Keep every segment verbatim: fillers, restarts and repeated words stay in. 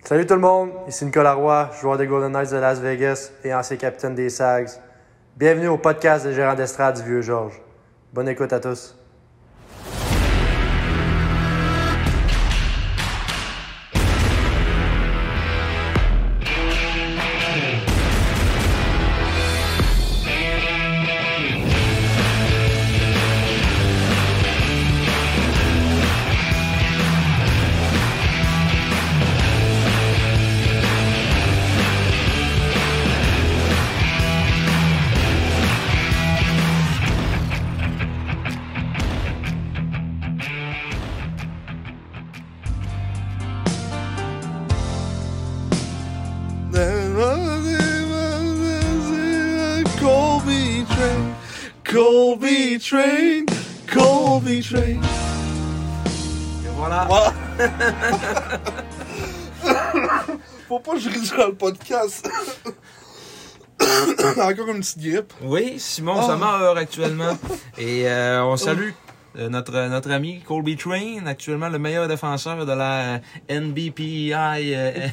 Salut tout le monde, ici Nicolas Roy, joueur des Golden Knights de Las Vegas et ancien capitaine des Sags. Bienvenue au podcast des gérants d'estrade du Vieux-Georges. Bonne écoute à tous. Colby Train, Colby Train. Et voilà. Voilà. Faut pas que je ris dans le podcast. Encore une petite grippe. Oui, Simon, Oh. ça meurt actuellement. Et euh, on salue euh, notre, notre ami Colby Train, actuellement le meilleur défenseur de la N B P I euh,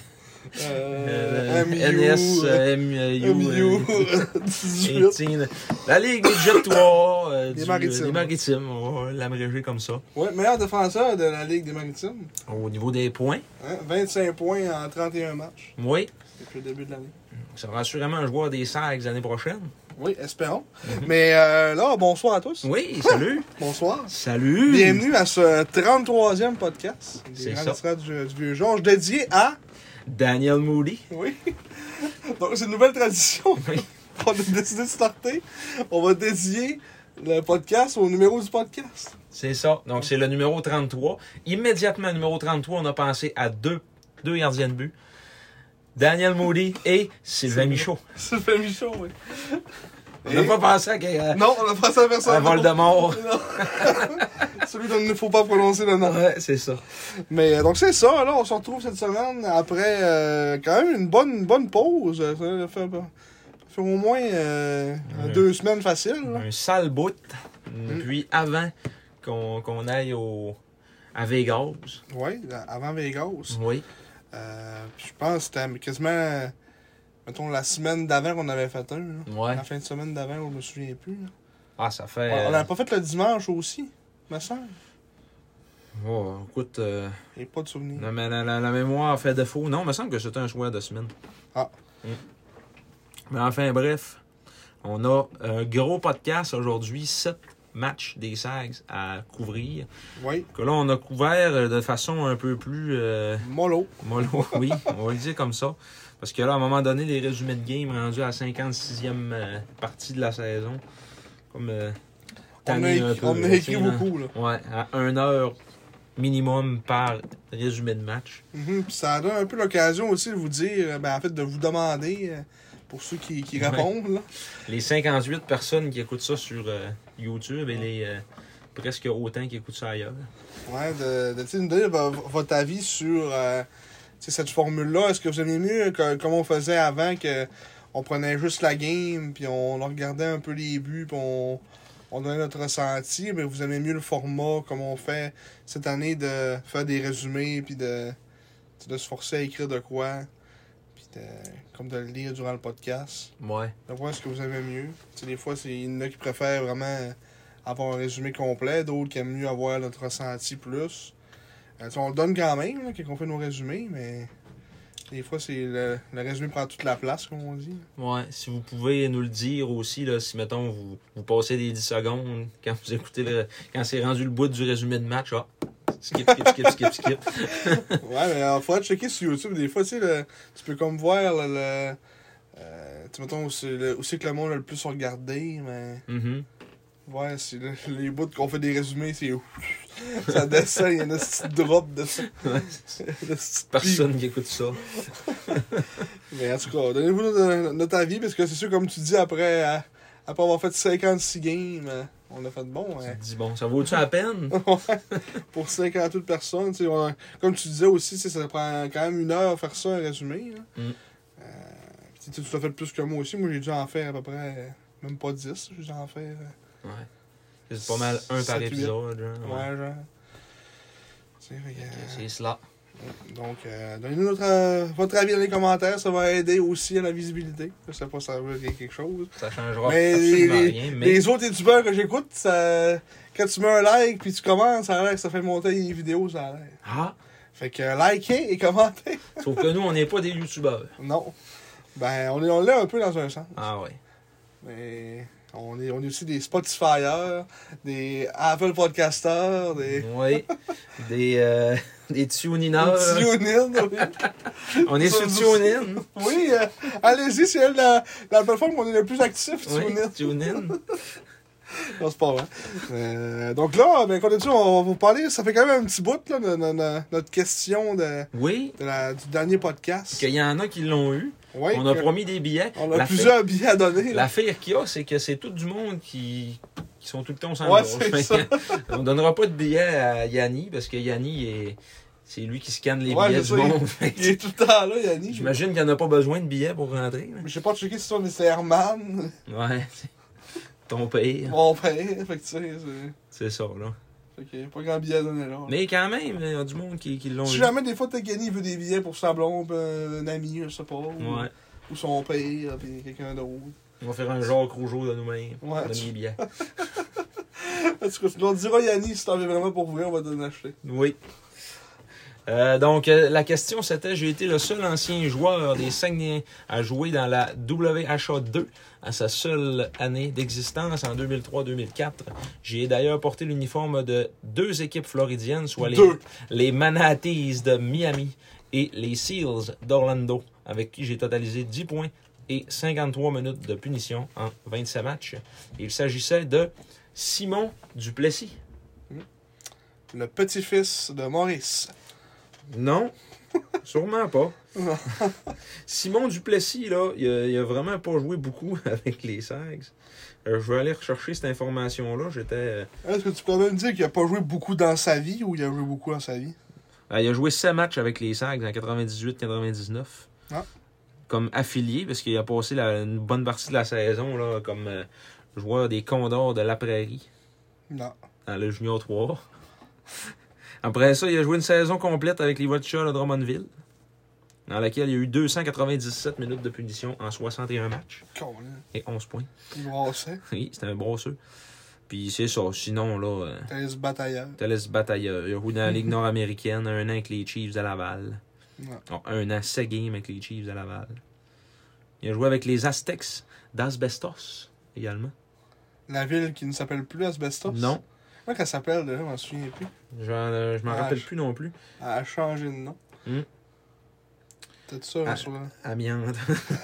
Euh, euh, N S euh, M U M U euh, dix-huit. dix-huit. La Ligue Midget trois euh, Des du- Maritimes. des Maritimes, on va l'abréger comme ça. Ouais, meilleur défenseur de la Ligue des Maritimes. Au niveau des points, Hein, vingt-cinq points en trente et un matchs oui, depuis le début de l'année. ça sera assurément un joueur des Sags l'année prochaine. Oui, espérons. Mais euh, là, bonsoir à tous. Oui, salut. Bonsoir. Salut. Bienvenue à ce trente-troisième podcast des C'est Grands ça. Estrades du, du Vieux-Georges dédié à... Daniel Moody. Oui. Donc, c'est une nouvelle tradition. Oui. On a décidé de starter. On va dédier le podcast au numéro du podcast. C'est ça. Donc, c'est le numéro trente-trois. Immédiatement, numéro trente-trois, on a pensé à deux, deux gardiens de but. Daniel Moody et Sylvain Michaud. Sylvain Michaud, oui. On n'a pas pensé à, à, Non, on a pas ça à personne. à Voldemort. Non. Celui dont il ne faut pas prononcer le nom. Ouais, c'est ça. Mais euh, donc, c'est ça. Là, on se retrouve cette semaine après euh, quand même une bonne, une bonne pause. Ça fait, ça fait au moins euh, Ouais. deux semaines faciles. Là. Un sale bout. Puis avant qu'on qu'on aille au, à Vegas. Oui, avant Vegas. Oui. Euh, puis je pense que c'était quasiment, mettons, la semaine d'avant qu'on avait fait un. Là. Ouais. La fin de semaine d'avant, je me souviens plus. Là. Ah, ça fait... On n'avait pas fait le dimanche aussi, me semble. Oh, écoute, euh, Il n'y a pas de souvenir. la, la, la, la mémoire fait défaut. Non, il me semble que c'était un choix de semaine. Ah. Mm. Mais enfin, bref, on a un gros podcast aujourd'hui, sept matchs des Sags à couvrir. Oui, Que là, on a couvert de façon un peu plus euh, mollo. mollo, oui, on va le dire comme ça. Parce que là, à un moment donné, les résumés de game rendus à la cinquante-sixième euh, partie de la saison, comme euh, On a, tanné un écrit, peu, on a là, écrit tu sais, beaucoup. Là. Ouais, à une heure minimum par résumé de match. Mhm, puis ça donne un peu l'occasion aussi de vous dire, ben, en fait, de vous demander, euh, pour ceux qui, qui Ouais. répondent, là. Les cinquante-huit personnes qui écoutent ça sur euh, YouTube et les euh, presque autant qui écoutent ça ailleurs. Ouais, de, de tu sais, nous donner vo- votre avis sur euh, tu sais, cette formule-là. Est-ce que vous aimez mieux que, comme on faisait avant, que on prenait juste la game, puis on regardait un peu les buts, puis on, on donnait notre ressenti, mais vous aimez mieux le format, comme on fait cette année, de faire des résumés, puis de, tu sais, de se forcer à écrire de quoi, puis de, comme de le lire durant le podcast. Ouais. De voir ce que vous aimez mieux. Tu sais, des fois, c'est- il y en a qui préfèrent vraiment avoir un résumé complet, d'autres qui aiment mieux avoir notre ressenti plus. Euh, tu sais, on le donne quand même, là, quand on fait nos résumés, mais des fois, c'est le, le résumé prend toute la place, comme on dit. Ouais. Si vous pouvez nous le dire aussi, là, si mettons vous, vous passez des dix secondes quand vous écoutez le, quand c'est rendu le bout du résumé de match, ah, skip, skip, skip, skip, skip. Ouais, mais il faudrait checker sur YouTube. Des fois, tu sais, le- tu peux comme voir le... le euh, tu sais, mettons, où c'est le- où c'est que le monde a le plus regardé, mais... Mhm. Ouais, c'est le- les bouts qu'on fait des résumés, c'est... Ça descend, il y en a ce petit drop de ça. Ouais. Le petit Personne qui écoute ça. Mais en tout cas, donnez-vous notre, notre avis, parce que c'est sûr, comme tu dis, après, euh, après avoir fait cinquante-six games, euh, on a fait bon. Tu Hein. te dis, bon, ça vaut-tu la peine? Pour cinquante-huit personnes, tu sais, on a- comme tu disais aussi, tu sais, ça prend quand même une heure à faire ça, un résumé. Là. Mm. Euh, puis tu sais, tu l'as fait plus que moi aussi. Moi, j'ai dû en faire à peu près, euh, même pas dix, j'ai dû en faire. euh, Ouais. C'est pas mal un par sept, huit. épisode. Genre. Ouais, genre. Tu sais, fait que, Fait que euh, C'est cela. Donc, euh, donnez-nous notre, euh, votre avis dans les commentaires. Ça va aider aussi à la visibilité. Je sais pas si ça veut dire quelque chose. Ça changera Mais absolument les, rien. Mais les autres youtubeurs que j'écoute, ça, quand tu mets un like puis tu commentes, ça a l'air que ça fait monter les vidéos, ça a l'air. ah, Fait que euh, likez et commentez. sauf que nous, on n'est pas des youtubeurs. Non. Ben, on est on l'est un peu dans un sens. Ah ouais. Mais on est, on est aussi des Spotifyers, des Apple Podcasters, des... Oui. Des, euh, des tunineurs. des TuneIn, oui. On est sur TuneIn. Oui, euh, allez-y, c'est elle la, la plateforme où on est le plus actif, Oui, TuneIn. TuneIn. Non, c'est pas vrai. Euh, donc là, ben, continue, on va vous parler. Ça fait quand même un petit bout, là, de, de- de- notre question de, Oui, de la, du dernier podcast. qu'il y en a qui l'ont eu. Oui, On a que- promis des billets. on a La plusieurs billets à donner. là. L'affaire qu'il y a, c'est que c'est tout du monde qui, qui sont tout le temps sans Ouais, gorge. c'est Fait ça. que on donnera pas de billets à Yanni parce que Yanni est. C'est lui qui scanne les Ouais, billets c'est du ça, monde. Fait que Il est tout le temps là, Yannick. J'imagine qu'il n'y en a pas besoin de billets pour rentrer. là. Je sais pas checker si c'est c'est Herman, Ouais. c'est Ton père. mon père. Fait que tu sais, c'est. C'est ça, là. Fait qu'il n'y a pas grand billet à donner là. Mais quand même, il y a du monde qui, qui l'ont Si eu. jamais des fois, peut-être Yannick veut des billets pour sa blonde, pis un ami, je sais pas. Ou, Ouais. ou son père, puis quelqu'un d'autre. On va faire un Jacques Rougeau de nous-mêmes. Ouais. Donner des billets. En tout cas, tu leur diras Yannick si t'en veux vraiment pour vrai, on va t'en acheter. Oui. Euh, donc, euh, la question, c'était, j'ai été le seul ancien joueur des Saguenay à jouer dans la W H A deux à sa seule année d'existence en deux mille trois deux mille quatre. J'ai d'ailleurs porté l'uniforme de deux équipes floridiennes, soit les, Deux. les Manatees de Miami et les Seals d'Orlando, avec qui j'ai totalisé dix points et cinquante-trois minutes de punition en vingt-sept matchs. Il s'agissait de Simon Duplessis. Le petit-fils de Maurice. Non, sûrement pas. Simon Duplessis, là, il a, il a vraiment pas joué beaucoup avec les Sags. Euh, je vais aller rechercher cette information-là. J'étais. euh, Est-ce que tu peux même dire qu'il a pas joué beaucoup dans sa vie ou il a joué beaucoup dans sa vie? euh, il a joué sept matchs avec les Sags en quatre-vingt-dix-huit quatre-vingt-dix-neuf. Ah. Comme affilié, parce qu'il a passé la- une bonne partie de la saison là, comme euh, joueur des Condors de la Prairie Non. dans le Junior trois. Après ça, il a joué une saison complète avec les Vultures de Drummondville, dans laquelle il y a eu deux cent quatre-vingt-dix-sept minutes de punition en soixante et un matchs Colin. et onze points. Il brassait. Oui, c'était un brosseux. Puis c'est ça. Sinon, là, euh, T'allais se battre ailleurs. Thales Batailleur. Il a joué dans la Ligue nord-américaine un an avec les Chiefs de Laval. Non. Non, un an, sept games avec les Chiefs de Laval. Il a joué avec les Aztecs d'Asbestos également. La ville qui ne s'appelle plus Asbestos? Non, Comment qu'elle s'appelle déjà? Je m'en souviens plus. j'en, euh, je m'en Ah, rappelle je- plus non plus. Elle a changé de nom. Hmm. Peut-être ça, Ah. hein, sur le... Amiante.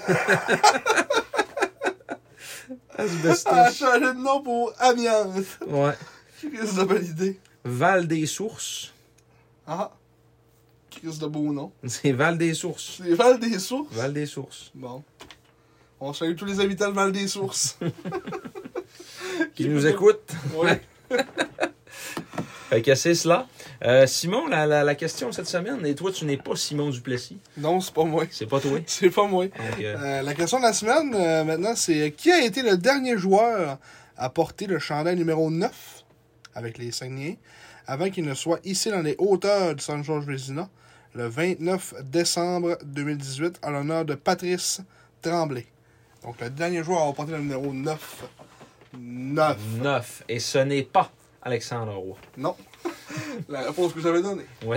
Elle a Asbestos. changé de nom pour Amiens. Ouais. Qu'est-ce de bonne idée? Val des Sources. Ah! Qu'est-ce de beau nom? C'est Val des Sources. C'est Val des Sources? Val des Sources. Bon. On salue tous les habitants de Val des Sources. Qui nous écoute. Ouais. Fait que c'est cela. Euh, Simon, la, la, la question cette semaine, et toi, tu n'es pas Simon Duplessis. Non, c'est pas moi. C'est pas toi. C'est pas moi. Donc, euh, Euh, la question de la semaine, euh, maintenant, c'est euh, qui a été le dernier joueur à porter le chandail numéro neuf avec les Saguenayens avant qu'il ne soit hissé dans les hauteurs du San Jorge Vezina le vingt-neuf décembre deux mille dix-huit à l'honneur de Patrice Tremblay. Donc, le dernier joueur à avoir porté le numéro neuf. neuf. neuf. Et ce n'est pas Alexandre Roy. Non. La réponse que j'avais donnée. Oui.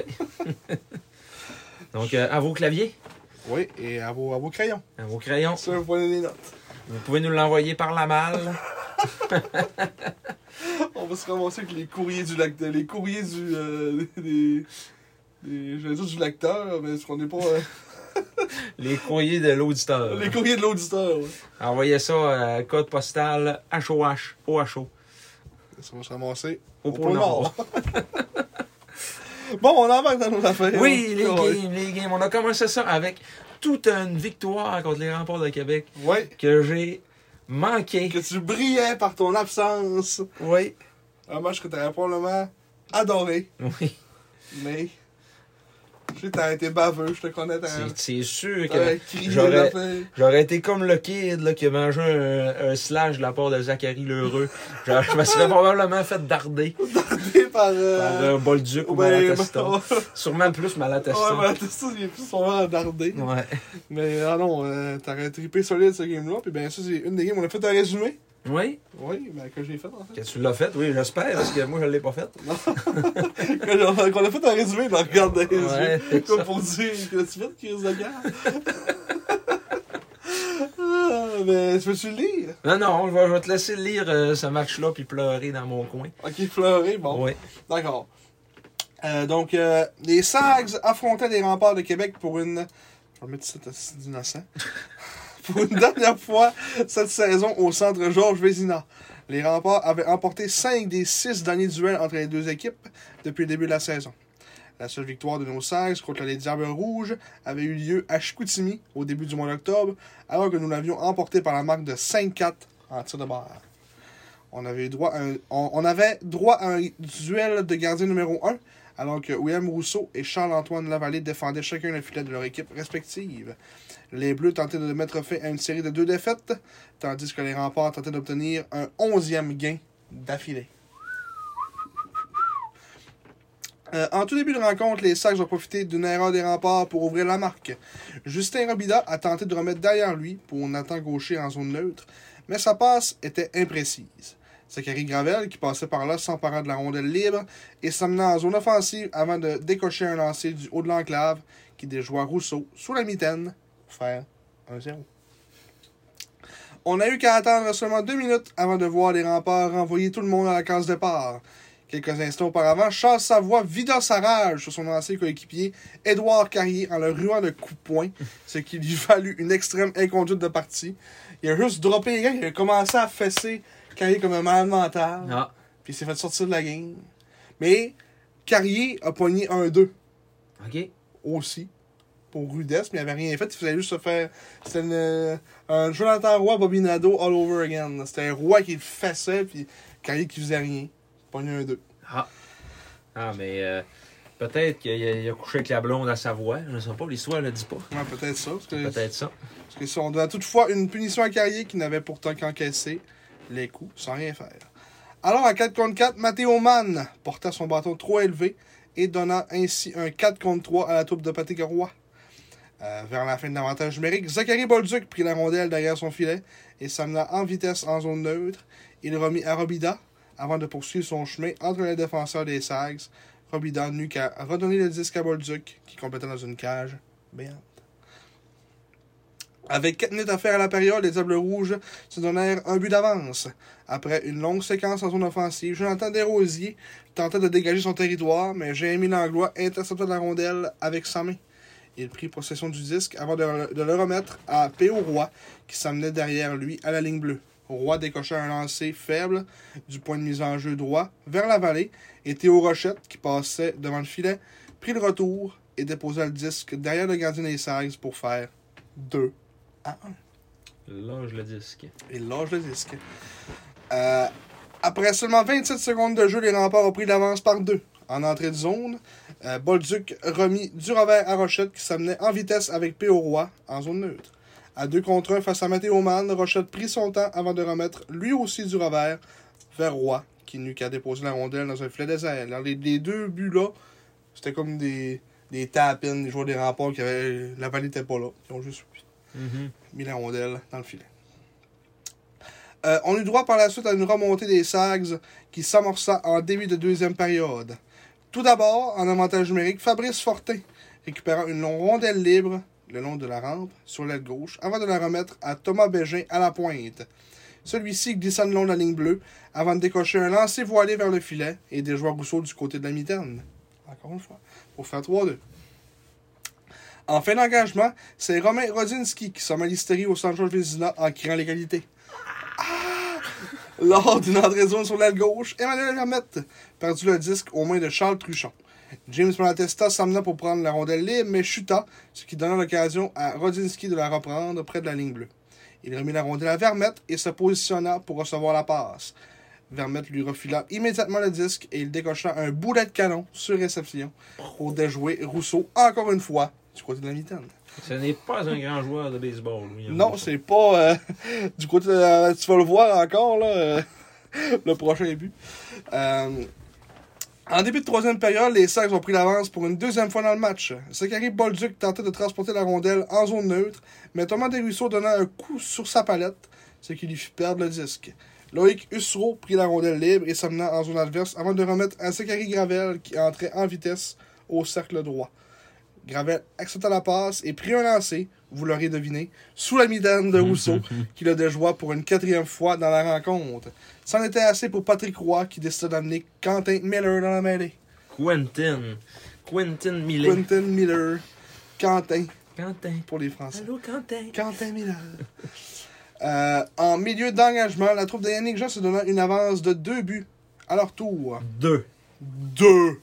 Donc, euh, à vos claviers, Oui, et à vos, à vos crayons. à vos crayons, Ça, vous prenez des notes. vous pouvez nous l'envoyer par la malle. On va se ramasser avec les courriers du lac, les courriers du, euh, des, des, j'allais dire du lecteur, mais est-ce qu'on n'est pas, euh, Les courriers de l'auditeur. les courriers de l'auditeur, ouais. Envoyez ça à code postal H O H O H O Ça va se ramasser au au pôle pôle Nord. Nord. Bon, on embarque dans nos affaires. Oui, les Ouais. games, les games. On a commencé ça avec toute une victoire contre les Remparts de Québec Ouais. que j'ai manqué. Que tu brillais par ton absence. Oui. Un match que tu aurais probablement adoré, Oui. mais je sais que t'as été baveux, je te connais. T'as C'est, c'est sûr t'as que crié j'aurais- l'affaire. j'aurais été comme le kid là, qui a mangé un, un slash de la part de Zachary Lheureux. Genre, je me serais probablement fait darder. Darder par... Euh... Par euh, Bolduc ou ben, Malatesta. ouais. Sûrement plus Malatesta. Ouais, Malatesta, il est plus souvent dardé. Ouais. Mais ah non, euh, t'aurais trippé solide ce game-là. Puis ben ça, c'est une des games. On a fait un résumé. Oui? Oui, ben que j'ai fait en fait. Que tu l'as fait, oui, j'espère, parce que moi, je ne l'ai pas fait. que qu'on a fait un résumé, je regarde dans les Ouais, yeux. Comme pour dire, que tu fait, crise de guerre? Ah, mais tu veux-tu le lire? Non, non, je vais, je vais te laisser lire euh, ce match-là puis pleurer dans mon coin. Ok, pleurer, bon. Oui. D'accord. Euh, donc, euh, les Sags affrontaient les Remparts de Québec pour une... Je vais mettre ça d'innocent. Pour une dernière fois cette saison au centre Georges Vézina. Les Remparts avaient emporté cinq des six derniers duels entre les deux équipes depuis le début de la saison. La seule victoire de nos Sags contre les Diables Rouges avait eu lieu à Chicoutimi au début du mois d'octobre, alors que nous l'avions emporté par la marque de cinq quatre en tir de barre. On avait, droit à un, on, on avait droit à un duel de gardien numéro un, alors que William Rousseau et Charles-Antoine Lavallée défendaient chacun le filet de leur équipe respective. Les Bleus tentaient de mettre fin à une série de deux défaites, tandis que les Remparts tentaient d'obtenir un onzième gain d'affilée. Euh, en tout début de rencontre, les Sags ont profité d'une erreur des Remparts pour ouvrir la marque. Justin Robida a tenté de remettre derrière lui pour Nathan Gaucher en zone neutre, mais sa passe était imprécise. Zachary Gravel, qui passait par là, s'emparant de la rondelle libre et s'amenant en zone offensive avant de décocher un lancer du haut de l'enclave qui déjoua Rousseau sous la mitaine pour faire un zéro. On n'a eu qu'à attendre seulement deux minutes avant de voir les Remparts renvoyer tout le monde à la case départ. Quelques instants auparavant, Charles Savoie vida sa rage sur son ancien coéquipier Édouard Carrier en le ruant de coups de poing, ce qui lui valut une extrême inconduite de partie. Il a juste droppé les gars, il a commencé à fesser Carrier comme un malade mental, Ah. puis il s'est fait sortir de la game. Mais Carrier a pogné un deux OK. aussi pour rudesse, mais il avait rien fait, il faisait juste se faire... C'était une, un Jonathan Roy Bobinado all over again. C'était un Roy qui le fessait, puis Carrier qui faisait rien. Pogné un deux. Ah. Ah, mais euh, peut-être qu'il a, il a couché avec la blonde à Savoie. Je ne sais pas, l'histoire ne le dit pas. Ouais, peut-être ça. Parce que, Peut-être ça. Parce que ça, on doit toutefois une punition à Carrier qui n'avait pourtant qu'encaissé les coups sans rien faire. Alors, à quatre contre quatre, Mathéo Mann porta son bâton trop élevé et donna ainsi un quatre contre trois à la troupe de Patrick Roy. Euh, vers la fin de l'avantage numérique, Zachary Bolduc prit la rondelle derrière son filet et s'amena en vitesse en zone neutre. Il remit à Robida avant de poursuivre son chemin entre les défenseurs des Sags. Robida n'eut qu'à redonner le disque à Bolduc, qui complétait dans une cage béante. Avec quatre minutes à faire à la période, les Diables Rouges se donnèrent un but d'avance. Après une longue séquence en zone offensive, Jonathan Desrosiers tentait de dégager son territoire, mais Jérémy Langlois intercepta la rondelle avec sa main. Il prit possession du disque avant de, de le remettre à P O Roy, qui s'amenait derrière lui à la ligne bleue. Roy décocha un lancer faible du point de mise en jeu droit vers la vallée et Théo Rochette, qui passait devant le filet, prit le retour et déposa le disque derrière le gardien des Sags pour faire deux à un. Lâche le disque. Il lâche le disque. Euh, après seulement vingt-sept secondes de jeu, les Remparts ont pris l'avance par deux. En entrée de zone, euh, Bolduc remit du revers à Rochette qui s'amenait en vitesse avec P O Roy en zone neutre. À deux contre un face à Mathéo Mann, Rochette prit son temps avant de remettre lui aussi du revers vers Roy, qui n'eut qu'à déposer la rondelle dans un filet désert. Alors, les, les deux buts-là, c'était comme des, des tap-in, des joueurs des Remparts qui avaient... La vallée n'était pas là. Ils ont juste Mm-hmm. mis la rondelle dans le filet. Euh, on eut droit par la suite à une remontée des Sags qui s'amorça en début de deuxième période. Tout d'abord, en avantage numérique, Fabrice Fortin récupérant une rondelle libre le long de la rampe sur l'aile gauche avant de la remettre à Thomas Bégin à la pointe. Celui-ci glissa le long de la ligne bleue avant de décocher un lancer voilé vers le filet et des joueurs Rousseau du côté de la mitaine. Encore une fois, pour faire trois deux. En fin d'engagement, c'est Romain Rodzinski qui somma l'hystérie au centre Georges Vézina en criant l'égalité. Ah! Lors d'une entrée zone sur l'aile gauche, Emmanuel Vermette perdit le disque aux mains de Charles Truchon. James Malatesta s'amena pour prendre la rondelle libre, mais chuta, ce qui donna l'occasion à Rodzinski de la reprendre près de la ligne bleue. Il remit la rondelle à Vermette et se positionna pour recevoir la passe. Vermette lui refila immédiatement le disque et il décocha un boulet de canon sur réception pour déjouer Rousseau encore une fois du côté de la mitaine. Ce n'est pas un grand joueur de baseball. Lui, non, c'est pas euh, du côté de, euh, tu vas le voir encore là, euh, le prochain but. Euh, En début de troisième période, les Sags ont pris l'avance pour une deuxième fois dans le match. Zachary Bolduc tentait de transporter la rondelle en zone neutre, mais Thomas Desruisseaux donna un coup sur sa palette, ce qui lui fit perdre le disque. Loïc Hussereau prit la rondelle libre et s'amena en zone adverse avant de remettre à Zachary Gravel qui entrait en vitesse au cercle droit. Gravel accepta la passe et prit un lancer, vous l'aurez deviné, sous la midaine de Rousseau, qui le déjoua pour une quatrième fois dans la rencontre. C'en était assez pour Patrick Roy, qui décida d'amener Quentin Miller dans la mêlée. Quentin. Quentin Miller. Quentin Miller. Quentin, Quentin. pour les Français. Allô, Quentin. Quentin Miller. euh, en milieu d'engagement, la troupe de Yannick Jean se donna une avance de deux buts à leur tour. Deux. Deux.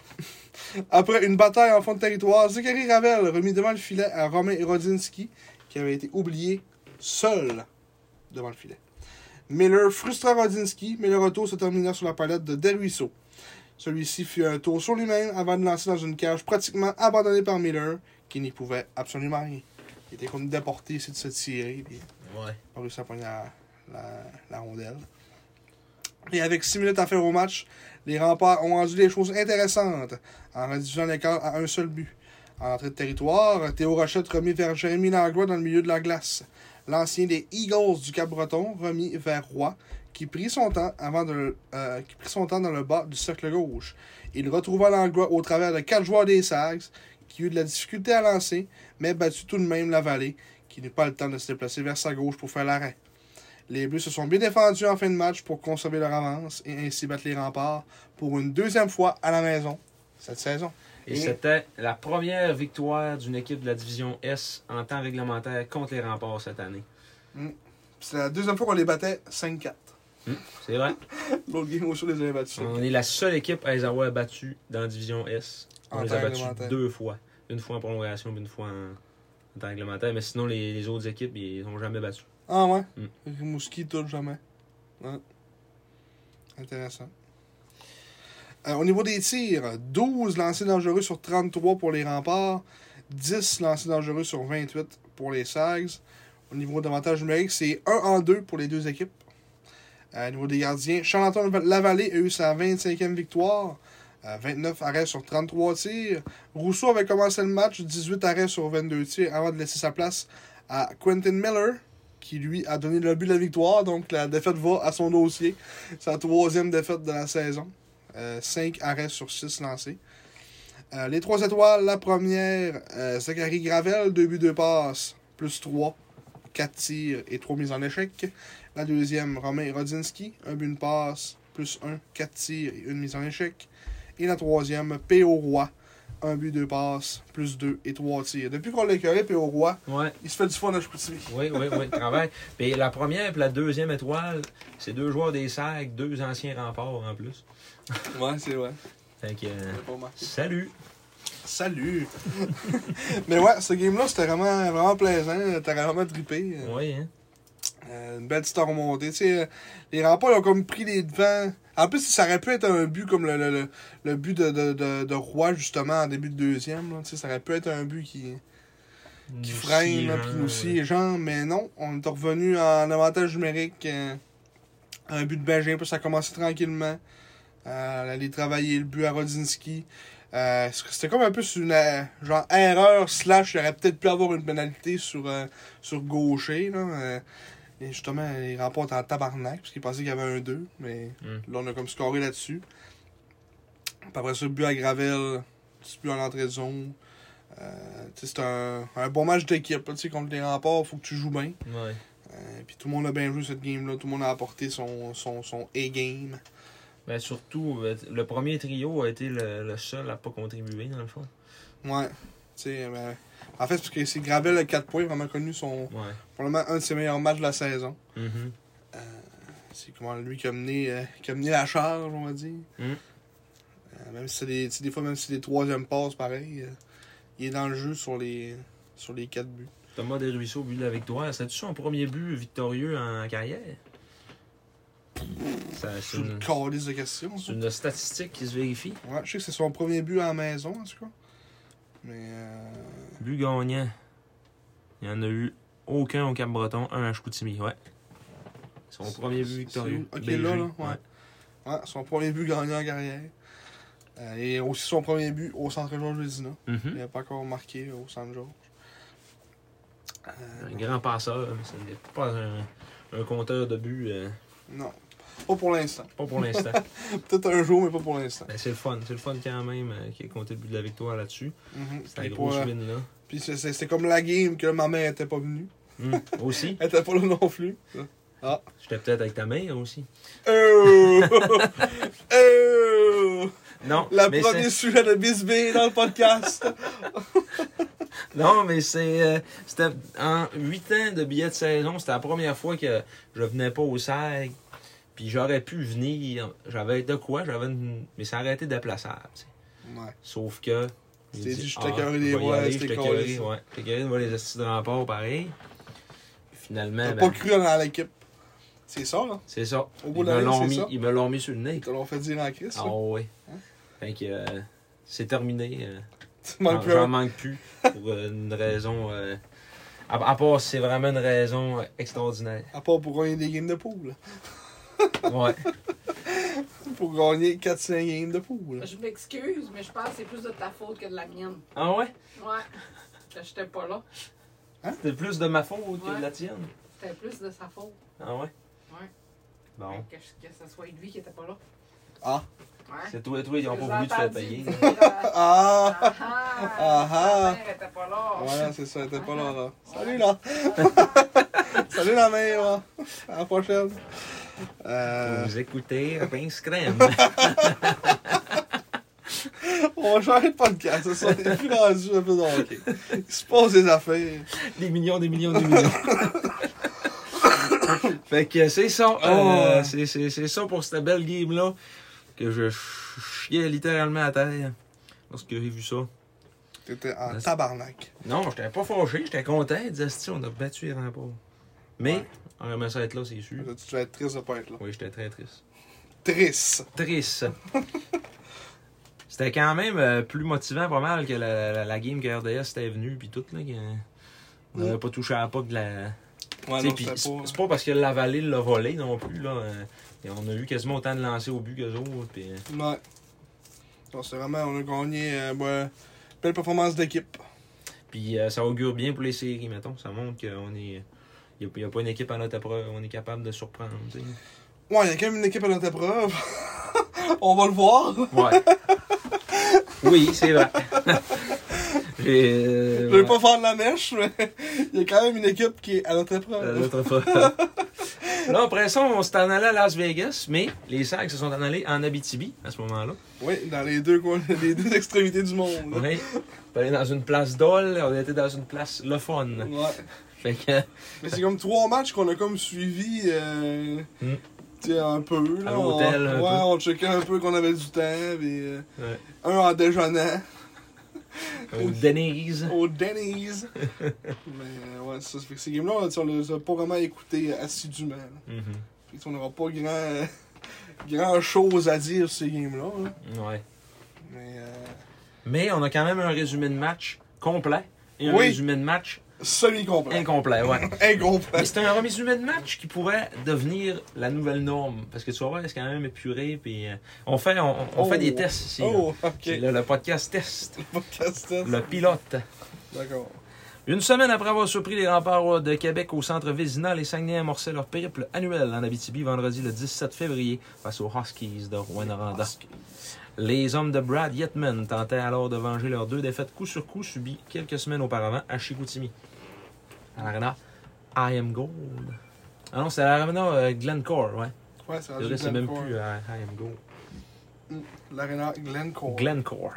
Après une bataille en fond de territoire, Zachary Ravel remis devant le filet à Romain Rodzinski, qui avait été oublié seul devant le filet. Miller frustra Rodzinski, mais le retour se termina sur la palette de Desruisseaux. Celui-ci fit un tour sur lui-même avant de lancer dans une cage pratiquement abandonnée par Miller, qui n'y pouvait absolument rien. Il était comme déporté, essayer de se tirer, puis Ouais. il a réussi à prendre la, la, la rondelle. Et avec six minutes à faire au match, les remparts ont rendu les choses intéressantes en réduisant l'écart à un seul but. En entrée de territoire, Théo Rochette remis vers Jérémy Langlois dans le milieu de la glace. L'ancien des Eagles du Cap-Breton remis vers Roy, qui prit son temps avant de euh, qui prit son temps dans le bas du cercle gauche. Il retrouva Langlois au travers de quatre joueurs des Sags, qui eut de la difficulté à lancer, mais battu tout de même la vallée, qui n'eut pas le temps de se déplacer vers sa gauche pour faire l'arrêt. Les Bleus se sont bien défendus en fin de match pour conserver leur avance et ainsi battre les remparts pour une deuxième fois à la maison cette saison. Et, Et- c'était la première victoire d'une équipe de la division S en temps réglementaire contre les remparts cette année. C'est la deuxième fois qu'on les battait cinq quatre. Hum, c'est vrai. L'autre game au show les avait battus. On est la seule équipe à les avoir battus dans la division S. On En les temps a battus réglementaire. deux fois. Une fois en prolongation et une fois en, en temps réglementaire. Mais sinon, les, les autres équipes, ils n'ont jamais battu. Ah ouais? Mm. Rimouski, tout jamais. Ouais. Intéressant. Euh, au niveau des tirs, douze lancers dangereux sur trente-trois pour les remparts, dix lancers dangereux sur vingt-huit pour les Sags. Au niveau d'avantage numérique, c'est un en deux pour les deux équipes. Euh, au niveau des gardiens, Charles-Antoine Lavallée a eu sa vingt-cinquième victoire, euh, vingt-neuf arrêts sur trente-trois tirs. Rousseau avait commencé le match, dix-huit arrêts sur vingt-deux tirs avant de laisser sa place à Quentin Miller, qui lui a donné le but de la victoire. Donc la défaite va à son dossier. C'est la troisième défaite de la saison. Euh, cinq arrêts sur six lancés. Euh, les trois étoiles, la première, euh, Zachary Gravel, deux buts, deux passes, plus trois, quatre tirs et trois mises en échec. La deuxième, Romain Rodzinski, un but, une passe, plus un, quatre tirs et une mise en échec. Et la troisième, P O Roy, un but, deux passes, plus deux et trois tirs. Depuis qu'on l'a écœuré, P O Roy, Ouais. il se fait du fun à Chicoutimi. Oui, oui, oui, travail. Puis la première et la deuxième étoile, c'est deux joueurs des Sags, deux anciens remparts en plus. Ouais, c'est vrai. Fait que, euh, C'est pas mal. salut! Salut! Mais ouais, ce game-là, c'était vraiment, vraiment plaisant. T'as vraiment trippé. Oui, hein? Euh, une belle petite remontée. Tu sais, euh, les remparts, ils ont comme pris les devants. En plus, ça aurait pu être un but comme le, le, le, le but de, de, de, de Roy, justement, en début de deuxième. Là. Tu sais, ça aurait pu être un but qui, qui Nous freine, là, siégeant, puis nous ouais. siégeant. Mais non, on est revenu en avantage numérique. Euh, un but de Benjamin, puis ça a commencé tranquillement. Euh, aller travailler le but à Rodzinski. Euh, c'était comme un peu sur une euh, genre erreur slash il aurait peut-être pu avoir une pénalité sur, euh, sur gaucher là. Euh, et justement les remparts étaient en tabarnak parce qu'ils pensaient qu'il y avait un deux, mais Mm. là on a comme scoré là-dessus. Puis après ça, but à Gravel, petit but en entrée de zone. Euh, tu sais, c'est un, un bon match d'équipe là, tu sais, contre les remparts, il faut que tu joues bien. Ouais. Euh, puis tout le monde a bien joué cette game-là, tout le monde a apporté son, son, son A-game. Ben, surtout, euh, le premier trio a été le, le seul à pas contribuer, dans le fond. Ouais. Tu sais, ben, en fait, c'est parce que c'est Gravel à quatre points, vraiment connu son. Ouais. Probablement un de ses meilleurs matchs de la saison. Mhm. Euh, c'est comment lui qui a mené, euh, qui a mené la charge, on va dire. Mm. Euh, même si c'est des, tu sais, des fois, même si c'est des troisièmes passes, pareil, euh, il est dans le jeu sur les, sur les quatre buts. Thomas Desruisseaux au but de la victoire. C'est-tu son premier but victorieux en carrière? Ça, c'est C'est une une, calice de questions. c'est ça. une statistique qui se vérifie. Ouais, je sais que c'est son premier but à la maison, en tout cas. Mais. Euh... But gagnant. Il n'y en a eu aucun au Cap-Breton, un à Chicoutimi. Ouais. Son premier but c'est- victorieux. c'est où? Ok, B G, là, là, ouais. Ouais, son premier but gagnant en carrière. Euh, et aussi son premier but au Centre Georges Vézina. Mm-hmm. Il n'a pas encore marqué au Centre Georges. Euh, Un grand passeur, mais ce n'est pas un, un compteur de buts. Euh, non. Pas pour l'instant. pas pour l'instant. Peut-être un jour, mais pas pour l'instant. Ben, c'est le fun. C'est le fun quand même euh, qui a compté le but de la victoire là-dessus. Mm-hmm. C'est la grosse pour, win là. Puis c'est- c'est- c'était comme la game que ma mère était pas venue. Mm. Aussi. Elle était pas là non plus. Ah. J'étais peut-être avec ta mère aussi. Euh... euh... Non, La mais première c'est- sujet de Bisbee dans le podcast. Non, mais c'est. euh, c'était en huit ans de billets de saison, c'était la première fois que je venais pas au S A G. Puis j'aurais pu venir. J'avais de quoi, j'avais une... Mais ça aurait été déplaçable. t'sais. Ouais. Sauf que. Tu j'ai t'es dit, dit, je ah, t'ai carré les je vais y voies, aller, c'était j'étais collé, carré, ça. ouais. J'étais carré de voir les astuces de rempart pareil. Puis finalement, T'as ben, pas cru dans l'équipe. C'est ça, là. c'est ça. Au bout Ils de me la ligne, l'ont c'est mis, ça. ils me l'ont mis sur le nez. Ils te l'ont fait dire en crise, Ah là. oui. Hein? Fait que euh, c'est terminé. euh, Tu manques j'en- plus J'en un. manque plus pour euh, une raison. euh, à, à part si c'est vraiment une raison euh, extraordinaire. À part pour gagner des games de pool. Ouais. Pour gagner quatre cinq games de pool. Je m'excuse, mais je pense que c'est plus de ta faute que de la mienne. Ah ouais? Ouais. Que j'étais pas là. C'était plus de ma faute que Ouais. de la tienne. C'était plus de sa faute. Ah ouais? Ouais. Bon. Que, que ce soit lui qui était pas là. Ah. Ouais. C'est toi et toi, ils n'ont J'ai pas voulu te faire entendu payer. dire, euh, Ah! ah, Ah, ah, ah. ta mère était pas là. Ouais, c'est ça, elle était pas là, là. Salut, là! Salut, la mère, là! À la prochaine! Euh, Vous écoutez Pince Crème. on va changer de podcast, c'est ça. On est plus rendu un peu dans hockey. Il se passe des affaires. Des millions, des millions, des millions. Fait que c'est ça. Oh. euh, c'est, c'est, c'est ça pour cette belle game-là. Que je chiais littéralement à terre lorsque j'ai vu ça. T'étais en Merci. tabarnak. Non, j'étais pas fâché, j'étais content. Je disais, si, on a battu les remparts. Mais, Ouais. on aimerait ça être là, c'est sûr. Là, tu devais être triste de pas être là. Oui, j'étais très triste. Triste. Triste. C'était quand même euh, plus motivant pas mal que la, la, la game que R D S était venue puis tout là. Que, on n'avait Ouais. pas touché à la puck de la. Ouais, T'sais, non, pis c'était c'est pas... c'est pas parce que la vallée l'a volé non plus là. euh, et on a eu quasiment autant de lancers au but qu'eux autres. Pis, euh, Ouais. Non, c'est vraiment, on a gagné, euh, ben, belle performance d'équipe. puis euh, ça augure bien pour les séries, mettons. Ça montre qu'on est. Il n'y a, pas une équipe à notre épreuve. On est capable de surprendre. t'sais. Ouais, il y a quand même une équipe à notre épreuve. On va le voir. Ouais. Oui, c'est vrai. J'ai, euh, Je vais ouais. pas faire de la mèche, mais il y a quand même une équipe qui est à notre Euh, épreuve. l'autre fois. Là, après ça, on s'est en allé à Las Vegas, mais les Sags se sont en allés en Abitibi à ce moment-là. Oui, dans les deux, coins- les deux extrémités du monde. là. Oui. On est allé dans une place dole, on était dans une place le fun. Ouais. Fait que, Mais c'est comme trois matchs qu'on a comme suivi euh, Mm. tu sais, un peu. Là. À l'hôtel, on, un ouais, peu. on checkait un peu qu'on avait du temps. Puis, euh, ouais. un en déjeunant Au Denny's. au Denny's. Mais euh, ouais, ça, ça fait que ces games-là, on, on les a pas vraiment écoutés assidûment. là. Mhm. Fait que on n'aura pas grand, grand chose à dire sur ces games-là. là. Ouais. Mais euh, Mais on a quand même un résumé de match complet et un Oui. résumé de match semi-complet. incomplet. Ouais. Incomplet. Mais c'est un résumé de match qui pourrait devenir la nouvelle norme. Parce que tu vas voir, c'est quand même épuré. Puis, euh, on fait, on, on Oh. fait des tests ici. là. Oh, C'est ok. le, le podcast test. Podcast test. Le pilote. D'accord. Une semaine après avoir surpris les remparts de Québec au centre Vézina, les Saguenay amorçaient leur périple annuel en Abitibi vendredi le dix-sept février face aux Huskies de Rouyn-Noranda. Les hommes de Brad Yetman tentaient alors de venger leurs deux défaites coup sur coup subies quelques semaines auparavant à Chicoutimi. À l'arena I Am Gold. Ah non, c'est à l'arena euh, Glencore, ouais. Ouais, c'est C'est rendu vrai, c'est même Glencore. plus euh, I Am Gold. L'arena Glencore. Glencore.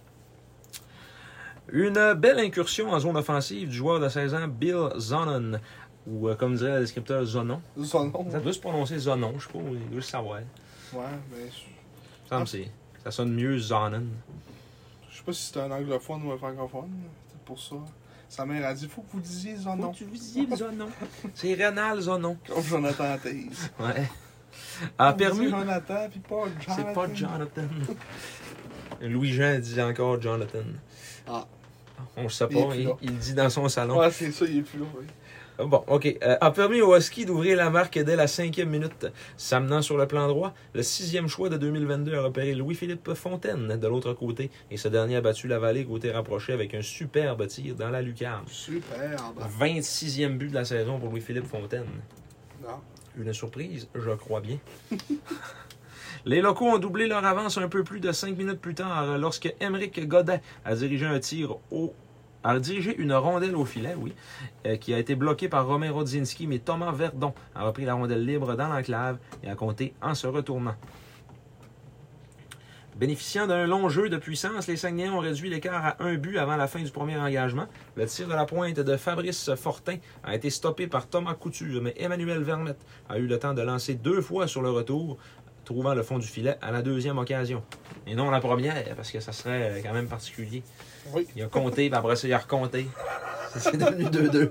Une belle incursion en zone offensive du joueur de seize ans, Bill Zonon, ou euh, comme dirait le descripteur, Zonon. Son nom. Ça doit se prononcer Zonon, je sais pas, il doit le savoir. Ouais, mais Ça me semble que c'est- ça sonne mieux Zonon. je sais pas si c'était un anglophone ou un francophone. C'est pour ça. Sa mère a dit faut que vous disiez son nom. Tu visible Zonon. C'est Rénal Zonon. Comme Jonathan Taze. Ouais. A permis. Jonathan, puis pas Jonathan. C'est pas Jonathan. Louis-Jean dit encore Jonathan. Ah. On le sait Il est pas, plus il, là. il le dit dans son salon. Ouais, c'est ça, il est plus là. Oui. Bon, OK. Euh, a permis au Husky d'ouvrir la marque dès la cinquième minute. S'amenant sur le plan droit, le sixième choix de deux mille vingt-deux a repéré Louis-Philippe Fontaine de l'autre côté. Et ce dernier a battu la Vallée côté rapproché avec un superbe tir dans la lucarne. Superbe. vingt-sixième but de la saison pour Louis-Philippe Fontaine. Non. Une surprise, je crois bien. Les locaux ont doublé leur avance un peu plus de cinq minutes plus tard lorsque Émeric Godin a dirigé un tir au a dirigé une rondelle au filet, oui, euh, qui a été bloquée par Romain Rodzinski, mais Thomas Verdon a repris la rondelle libre dans l'enclave et a compté en se retournant. Bénéficiant d'un long jeu de puissance, les Saguenayens ont réduit l'écart à un but avant la fin du premier engagement. Le tir de la pointe de Fabrice Fortin a été stoppé par Thomas Couture, mais Emmanuel Vermette a eu le temps de lancer deux fois sur le retour, trouvant le fond du filet à la deuxième occasion. Et non la première, parce que ça serait quand même particulier. Oui. Il a compté, puis après ça, il a recompté. C'est devenu deux deux.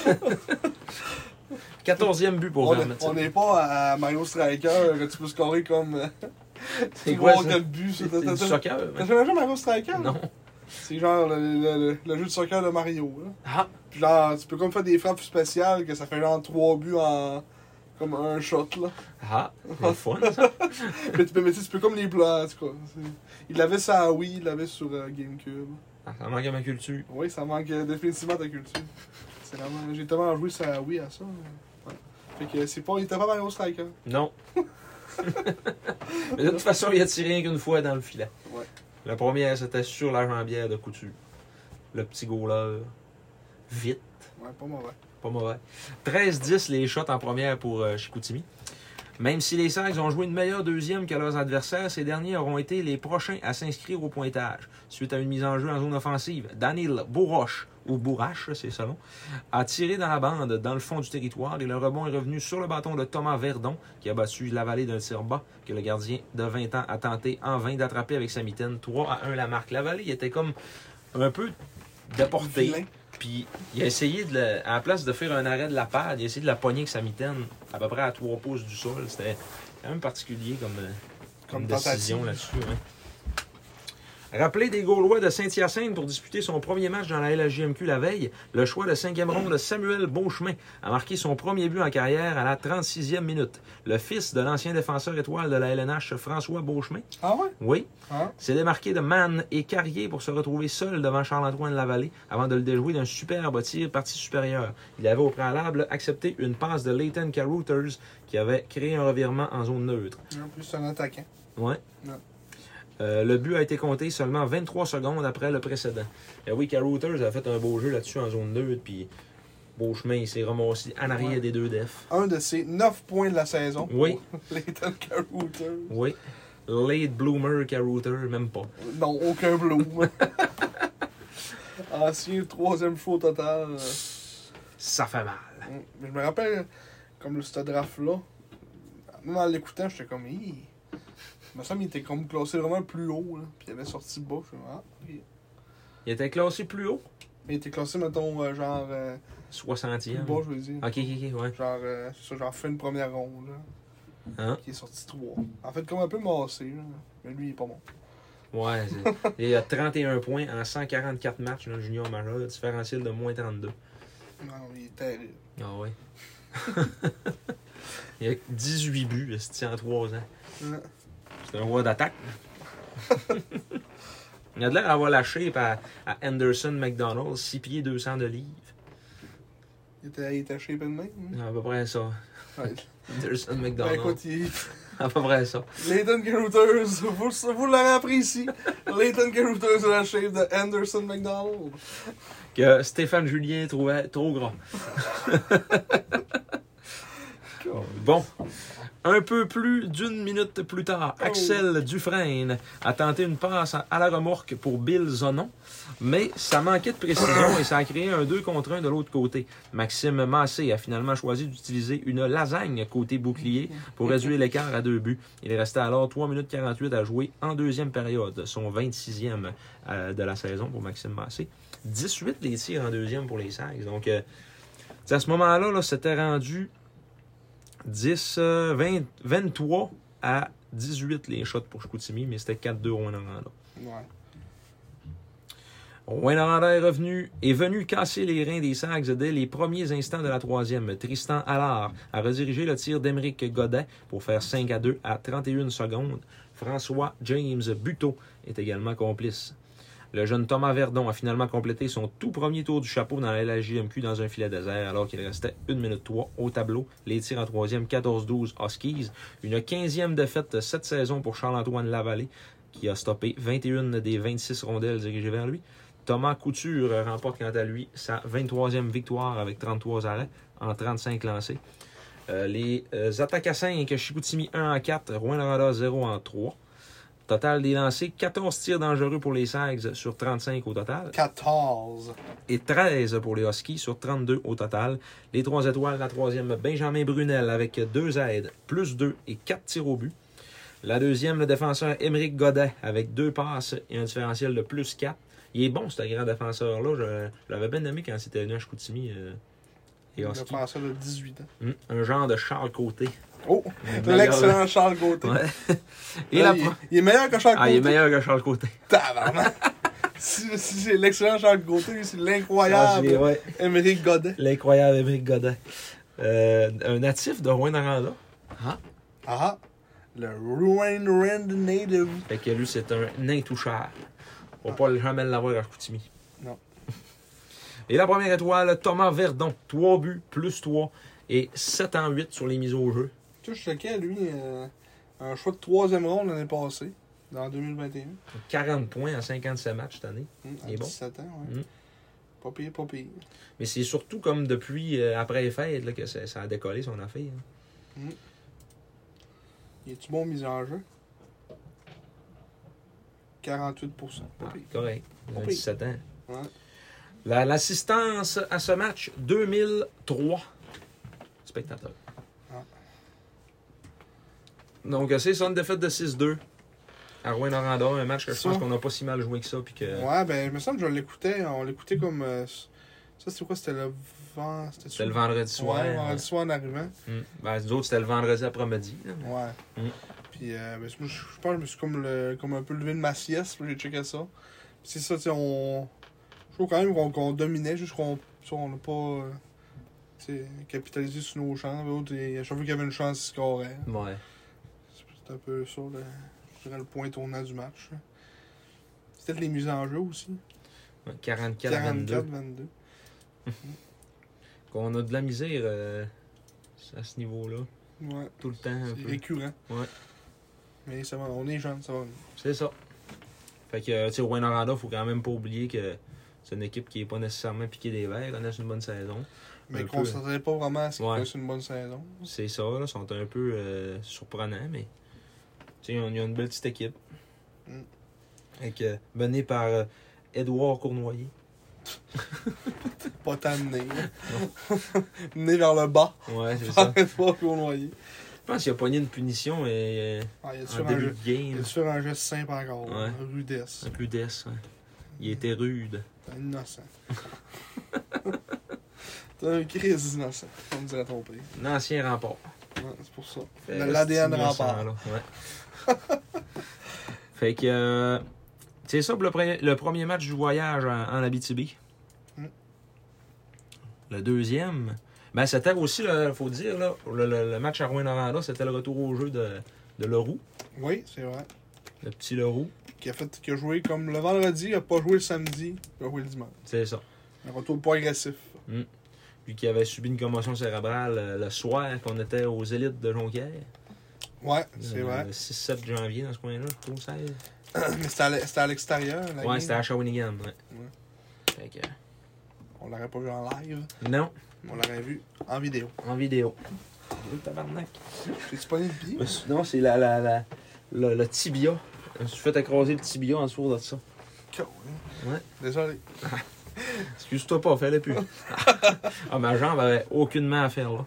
quatorzième but pour On Vermette. on n'est pas à Mario Striker, que tu peux scorer comme euh, C'est quoi trois ou ça? quatre buts. ça. C'est T'as- du t'as- soccer, T'as mais... jamais joué à Mario Striker? Non. C'est genre le, le- le- le jeu de soccer de Mario. Là. Ah, Puis genre, tu peux comme faire des frappes spéciales que ça fait genre trois buts en. Comme un shot là. ah, c'est le fun, ça. Mais tu peux, mais tu sais, tu peux comme les plans, en tout cas. C'est- Il l'avait sur la Wii, il l'avait sur euh, GameCube. Ah, ça manque à ma culture. Oui, ça manque euh, définitivement ta culture. C'est vraiment. J'ai tellement joué sur la Wii à ça. mais- ouais. Fait que c'est pas. Il était pas Mario Striker. Non. Mais de toute façon, il a tiré rien qu'une fois dans le filet. Ouais. La première, c'était sur la jambière de Couture. Le petit goaler. Vite. Ouais, pas mauvais. Pas mauvais. treize dix les shots en première pour euh, Chicoutimi. Même si les Sags ont joué une meilleure deuxième que leurs adversaires, ces derniers auront été les prochains à s'inscrire au pointage. Suite à une mise en jeu en zone offensive, Daniel Bourroche, ou Bourrache, c'est ça nom, a tiré dans la bande dans le fond du territoire et le rebond est revenu sur le bâton de Thomas Verdon, qui a battu la vallée d'un tir bas que le gardien de vingt ans a tenté en vain d'attraper avec sa mitaine. trois à un la marque. La vallée était comme un peu déportée. Vilain. Puis il a essayé, de le- à la place de faire un arrêt de la pad, il a essayé de la pogner avec sa mitaine à peu près à trois pouces du sol. C'était quand même particulier comme, euh, comme, Comme décision tentative. là-dessus. Hein. Rappelé des Gaulois de Saint-Hyacinthe pour disputer son premier match dans la L H J M Q la veille, le choix de cinquième ronde de Samuel Beauchemin a marqué son premier but en carrière à la trente-sixième minute. Le fils de l'ancien défenseur étoile de la L N H, François Beauchemin, Ah ouais? oui, Ah. s'est démarqué de Man et Carrier pour se retrouver seul devant Charles-Antoine Lavallée avant de le déjouer d'un superbe tir partie supérieure. Il avait au préalable accepté une passe de Leighton Carouters qui avait créé un revirement en zone neutre. En plus, c'est un attaquant. Ouais. Ouais. Euh, le but a été compté seulement vingt-trois secondes après le précédent. Et oui, Carouters a fait un beau jeu là-dessus en zone neutre, puis Beauchemin il s'est ramassé en arrière Ouais. des deux defs. Un de ses neuf points de la saison. Oui. Leighton Carouters. Oui. Late bloomer Carouter, même pas. Non, aucun bloom. Ancien troisième faux total. euh. Ça fait mal. Mais je me rappelle, comme ce draft-là, même en l'écoutant, j'étais comme, hi. Il me semble qu'il était comme classé vraiment plus haut, là. Puis il avait sorti bas. Je suis comme, ah, ok. Il était classé plus haut. Mais il était classé, mettons, euh, genre, euh, plus soixantième. bas, je veux dire. Ok, ok, ok, ouais. Genre, euh, c'est ça, genre, fait une première ronde, là. Hein? Qui est sorti trois. En fait, comme un peu massé, là. Mais lui, il est pas bon. Ouais, c'est- il y a trente et un points en cent quarante-quatre matchs dans le junior majeur, le différentiel de moins trente-deux. Non, il est terrible. Ah ouais. Il y a dix-huit buts, c'est en trois ans. Ouais. C'est un roi d'attaque. Il a de l'air d'avoir la shape à, à Anderson McDonald, six pieds deux cents de livres. Il était, il était shape de même. hein. À peu près ça. Ouais. Anderson Ben, McDonald. écoute, il... À peu près ça. Leighton Carouters, vous, vous l'aurez appris ici. Leighton Carouters a la shape de Anderson McDonald. Que Stéphane Julien trouvait trop gras. Bon. Un peu plus d'une minute plus tard, Axel Dufresne a tenté une passe à la remorque pour Bill Zonon, mais ça manquait de précision et ça a créé un deux contre un de l'autre côté. Maxime Massé a finalement choisi d'utiliser une lasagne côté bouclier pour réduire l'écart à deux buts. Il restait alors trois minutes quarante-huit à jouer en deuxième période, son vingt-sixième euh, de la saison pour Maxime Massé. dix-huit les tirs en deuxième pour les Sags. Donc, euh, à ce moment-là, là, c'était rendu dix, euh, vingt, vingt-trois à dix-huit les shots pour Chicoutimi, mais c'était quatre deux au Rwanda. Ouais. Rouen Noranda est revenu est venu casser les reins des Sags dès les premiers instants de la troisième. Tristan Allard a redirigé le tir d'Émeric Godet pour faire cinq à deux à trente et une secondes. François James Buteau est également complice. Le jeune Thomas Verdon a finalement complété son tout premier tour du chapeau dans la L H J M Q dans un filet désert alors qu'il restait une minute trois au tableau. Les tirs en troisième, quatorze douze Huskies. Une quinzième défaite cette saison pour Charles-Antoine Lavallée qui a stoppé vingt et une des vingt-six rondelles dirigées vers lui. Thomas Couture remporte quant à lui sa vingt-troisième victoire avec trente-trois arrêts en trente-cinq lancés. Euh, les euh, attaques à cinq, Chicoutimi un à quatre, Rouyn-Noranda zéro en trois. Total des lancés, quatorze tirs dangereux pour les Sags sur trente-cinq au total. quatorze. Et treize pour les Huskies sur trente-deux au total. Les trois étoiles, la troisième, Benjamin Brunel avec deux aides, plus deux et quatre tirs au but. La deuxième, le défenseur Émeric Godet avec deux passes et un différentiel de plus quatre. Il est bon, ce grand défenseur-là. Je, je l'avais bien aimé quand c'était venu à Chicoutimi. Euh, et Un Husky. défenseur de dix-huit ans. Hum, un genre de Charles Côté. Oh, l'excellent Charles Gauthier. Ouais. Et Là, la il, pro- il est meilleur que Charles Ah, il est Gauthier. meilleur que Charles Côté. Tabarnak. si, si c'est l'excellent Charles Gauthier, lui, c'est Ah, l'incroyable c'est- ouais. Émeric Godet. L'incroyable Émeric Godet. Euh, un natif de Rouyn-Noranda. Ah. Ah, le Rouen Rand Native. Fait que lui, c'est un intouchable. On va pas jamais l'avoir à Chicoutimi. Non. Et la première étoile, Thomas Verdon. trois buts, plus trois et sept en huit sur les mises au jeu. Tu sais, je checkais, lui, euh, un choix de troisième ronde l'année passée, dans deux mille vingt et un. quarante points en cinquante-sept matchs cette année. Hum, à Il est bon. dix-sept ans, ouais. Mm. Pas pire, pas pire. Mais c'est surtout comme depuis, euh, après les fêtes, là, que ça, ça a décollé son affaire. hein. Il est-tu bon mise en jeu? quarante-huit pour cent. Pas Ah, pire. correct. Il a Pas dix-sept ans. Ouais. La- L'assistance à ce match, deux mille trois spectateurs. Ah. Donc, c'est ça, une défaite de six deux à Rouyn-Noranda. Un match que je Ça. pense qu'on n'a pas si mal joué que ça. Puis que... Ouais, ben, il me semble que je l'écoutais. On l'écoutait comme. euh, ça, c'était quoi? C'était le vent. C'était le vendredi soir. Ouais, le vendredi soir en arrivant. Hum. Ben, nous autres, c'était le vendredi après-midi. là. Ouais. Mm. Puis, euh, ben, moi, je je pense que je me suis comme, le, comme un peu levé de ma sieste, puis j'ai checké ça. Puis c'est ça, tu sais, on. Je trouve quand même qu'on qu'on dominait, juste qu'on tu sais, on n'a pas euh, tu sais, capitalisé sur nos chances. L'autre, il- à chaque fois qu'il y avait une chance, il scorait. Ouais. C'est un peu ça, le, je dirais, le point tournant du match. là. C'est peut-être les mises en jeu aussi. Ouais, quarante-quatre à vingt-deux. quarante-quatre vingt-deux. Qu'on a de la misère euh, à ce niveau-là. Ouais. Tout le temps, un C'est peu. récurrent. Ouais. Mais ça va, on est jeunes, ça va. C'est ça. Fait que, tu sais, Rouyn-Noranda, faut quand même pas oublier que c'est une équipe qui est pas nécessairement piquée des verts, connaissent une bonne saison. Mais Un qu'on ne peu. s'attendait pas vraiment à ce qu'ils Ouais. fassent une bonne saison. C'est ça, là, sont un peu euh, surprenants, mais tu sais, on y a une belle petite équipe. Mm. Avec, euh, menée par euh, Édouard Cournoyer. Pas tant mené. Mené vers le bas. Ouais, c'est ça. Arrête pas qu'on noyer. Je pense qu'il a pogné une punition et, euh, Ah, il y a en sur un début jeu. de Il y game. a sur un geste simple encore. Ouais. Rudesse. Un peu d'ess, ouais. Il était rude. T'es un innocent. T'es un crise innocent, comme dirait ton père. Un ancien rempart. Ouais, c'est pour ça. Fait L'A D N ce petit rempart. innocent, là, ouais. Fait que euh, c'est ça pour le, pre- le premier match du voyage en, en Abitibi. Mm. Le deuxième, ben c'était aussi, il faut dire, là, le, le- le match à Rouyn-Noranda, c'était le retour au jeu de, de Leroux, Oui, c'est vrai. le petit Leroux. Qui a, fait, qui a joué comme le vendredi, il a pas joué le samedi, il a joué le dimanche. C'est ça. Un retour pas agressif. Lui qui avait subi une commotion cérébrale euh, le soir qu'on était aux élites de Jonquière. Ouais, c'est Euh, vrai. Le six sept janvier dans ce coin-là, je trouve, seize. Mais c'était à l'e- c'était à l'extérieur. la Ouais, game. c'était à Shawinigan, ouais. Fait que, On l'aurait pas vu en live, non, on l'aurait vu en vidéo. en vidéo. Le tabarnak. J'ai-tu pogné le pied? Non, c'est la, la, la, le, le tibia. Je me suis fait écraser le tibia en dessous de ça. Cool. Ouais. Désolé. Excuse-toi pas, fais-le plus. Ah, ma jambe avait aucunement à faire là.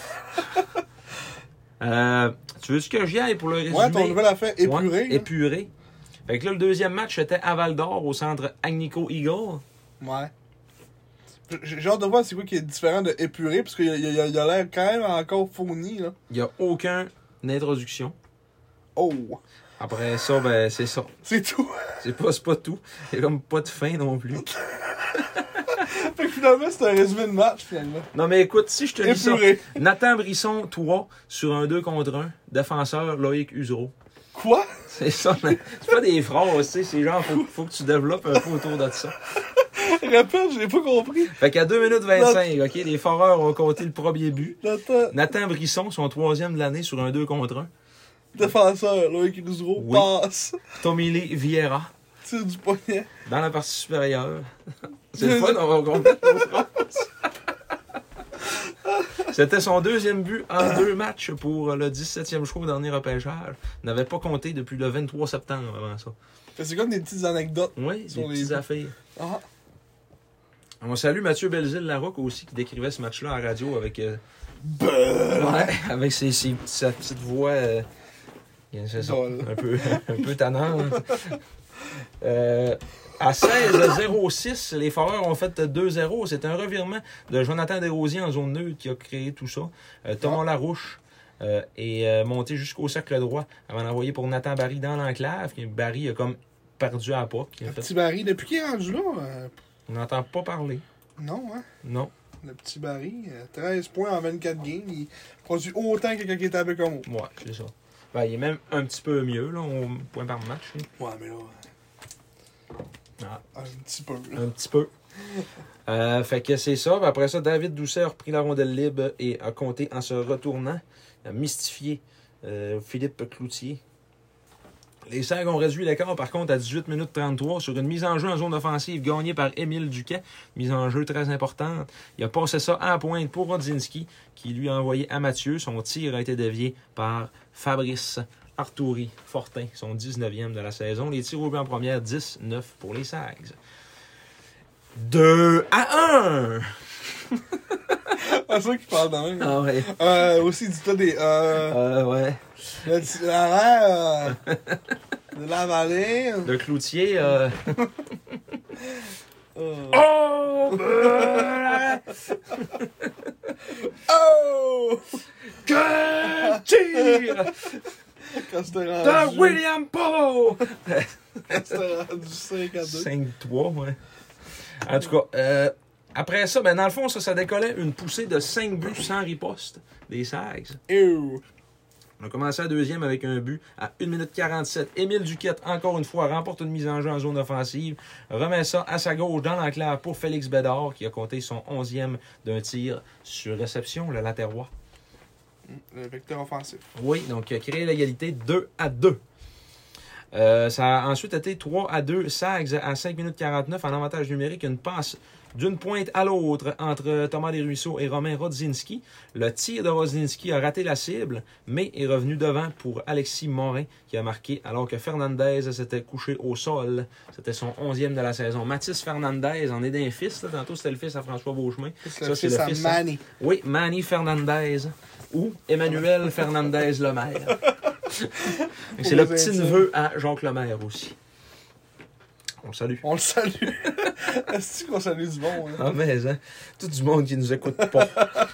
Euh, tu veux-tu que j'y aille pour le résumé? Ouais, ton nouvel affaire épuré. Ouais, là. épuré. Fait que là, le deuxième match, c'était à Val-d'Or, au centre Agnico Eagle. Ouais. J'ai j'ai hâte de voir c'est quoi qui est différent de épuré, parce qu'il a, il a, il a l'air quand même encore fourni, là. Il n'y a aucune introduction. Oh! Après ça, ben, c'est ça. C'est tout. C'est pas, c'est pas tout. Il y a comme pas de fin non plus. Fait que finalement, c'est un résumé de match, finalement. Non, mais écoute, si je te dis ça. Épuré. Nathan Brisson, trois sur un deux contre un. Défenseur, Loïc Usereau. Quoi? C'est ça, mais c'est pas des phrases, tu sais. C'est genre, faut, faut que tu développes un peu autour de ça. Répète, j'ai pas compris. Fait qu'à deux minutes vingt-cinq, OK, les Foreurs ont compté le premier but. Nathan, Nathan Brisson, son troisième de l'année sur un deux contre un. défenseur, là, qui nous roule, Oui. passe, Tomili Vieira, tire du poignet. dans la partie supérieure. C'est le fun, on va compléter nos phrases. C'était son deuxième but en deux matchs pour le dix-septième choix au dernier repêchage. Il n'avait pas compté depuis le vingt-trois septembre avant ça. Fait que c'est comme des petites anecdotes. Oui, Sur des les petites buts. affaires. Ah, On salue Mathieu Belzile-Larocque aussi, qui décrivait ce match-là à la radio avec, euh, ben, ouais, avec ses, ses- sa petite voix euh, c'est ça, Drôle. un peu, un peu tannante. Euh, à seize zéro six, les Foreurs ont fait deux zéro. C'est un revirement de Jonathan Desrosiers en zone neutre qui a créé tout ça. Euh, Thomas Larouche euh, est euh, monté jusqu'au cercle droit avant d'envoyer pour Nathan Barry dans l'enclave. Puis Barry a comme perdu à la porte. Il a le fait- petit Barry, depuis qu'il est rendu là, euh, On n'entend pas parler. non, hein? Non. Le petit Barry, euh, treize points en vingt-quatre games, il produit autant que quelqu'un qui est à Bécamo. Ouais, c'est ça. Ben, il est même un petit peu mieux, là, au point par match. Là. Ouais, mais là, Ah, un petit peu, là. un petit peu. Euh, fait que c'est ça. Après ça, David Doucet a repris la rondelle libre et a compté en se retournant. Il a mystifié euh, Philippe Cloutier. Les Sags ont réduit l'écart, par contre, à dix-huit minutes trente-trois sur une mise en jeu en zone offensive gagnée par Émile Duquet. Mise en jeu très importante. Il a passé ça en pointe pour Rodzinski, qui lui a envoyé à Mathieu. Son tir a été dévié par Fabrice Arturi Fortin, son dix-neuvième de la saison. Les tirs au but en première, dix neuf pour les Sags. deux à un! C'est ça qui parle de même. Ah ouais. Euh, aussi, dis-toi des. Euh, Euh, ouais. le petit Laurent, euh, de la vallée. Le Cloutier. Euh... Euh, Oh! ben, oh! Que tir Quand c'était de rendu. William Poe! Quand c'était rendu cinq à deux. cinq trois, ouais. En tout cas, euh, après ça, ben dans le fond, ça, ça décollait une poussée de cinq buts sans riposte des Sags. Ew. On a commencé la deuxième avec un but à une minute quarante-sept. Émile Duquette, encore une fois, remporte une mise en jeu en zone offensive. Remet ça à sa gauche dans l'enclave pour Félix Bédard, qui a compté son onzième d'un tir sur réception, le latérois. Le vecteur offensif. Oui, donc il a créé l'égalité deux à deux. Euh, ça a ensuite été trois à deux. Sags à cinq minutes quarante-neuf en avantage numérique. Une passe d'une pointe à l'autre entre Thomas Desruisseaux et Romain Rodzinski. Le tir de Rodzinski a raté la cible, mais est revenu devant pour Alexis Morin qui a marqué alors que Fernandez s'était couché au sol. C'était son onzième de la saison. Mathis Fernandez en est d'un fils. Là. Tantôt, c'était le fils à François Beauchemin. C'est Ça, le c'est fils le à fils, Manny. Oui, Manny Fernandez ou Emmanuel Fernandez Lemaire. C'est le petit-neveu à Jacques Lemaire aussi. On le salue. On le salue. Est-ce qu'on salue du bon? Hein? Ah, mais, hein, tout du monde qui nous écoute pas.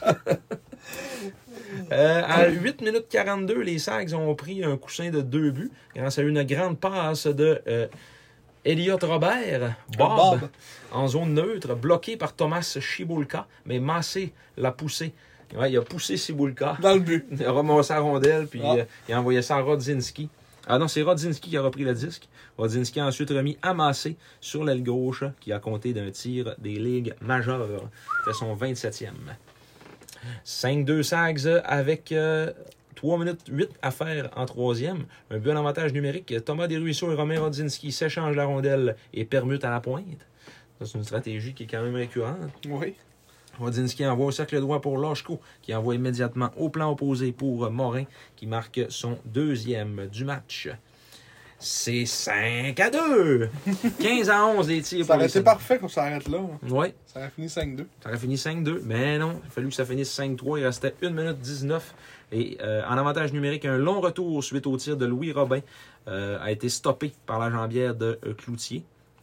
euh, à huit minutes quarante-deux, les Sags ont pris un coussin de deux buts grâce à une grande passe de euh, Elliot Robert, Bob, Bob. en zone neutre, bloqué par Thomas Chibulka, mais Massé l'a poussé. Ouais, il a poussé Chibulka. Dans le but. Il a ramassé la rondelle, puis Ah. euh, il a envoyé ça à Rodzinski. Ah non, c'est Rodzinski qui a repris le disque. Rodzinski a ensuite remis à Massé sur l'aile gauche, qui a compté d'un tir des ligues majeures. C'était son vingt-septième. cinq deux Sags avec euh, trois minutes huit à faire en troisième. Un but en avantage numérique. Thomas Desruisseaux et Romain Rodzinski s'échangent la rondelle et permutent à la pointe. Ça, c'est une stratégie qui est quand même récurrente. Oui. Rodzinski envoie au cercle droit pour Lachko, qui envoie immédiatement au plan opposé pour Morin, qui marque son deuxième du match. C'est cinq à deux! quinze à onze les tirs Ça pour aurait les été Sags. parfait qu'on s'arrête là. hein. Oui, Ça aurait fini cinq deux. ça aurait fini cinq deux, mais non, il a fallu que ça finisse cinq trois. Il restait une minute dix-neuf. Et euh, en avantage numérique, un long retour suite au tir de Louis Robin euh, a été stoppé par la jambière de euh, Cloutier.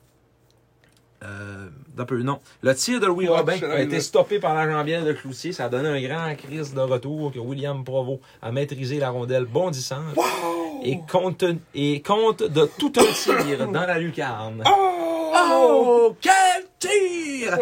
Euh, d'un peu, non. Le tir de Louis Ouais, Robin je- a été stoppé par la jambière de Cloutier. Ça a donné un grand crise de retour que William Provost a maîtrisé la rondelle bondissante. Wow! et compte, et compte de tout un tir dans la lucarne. Oh! Oh! Quel tir!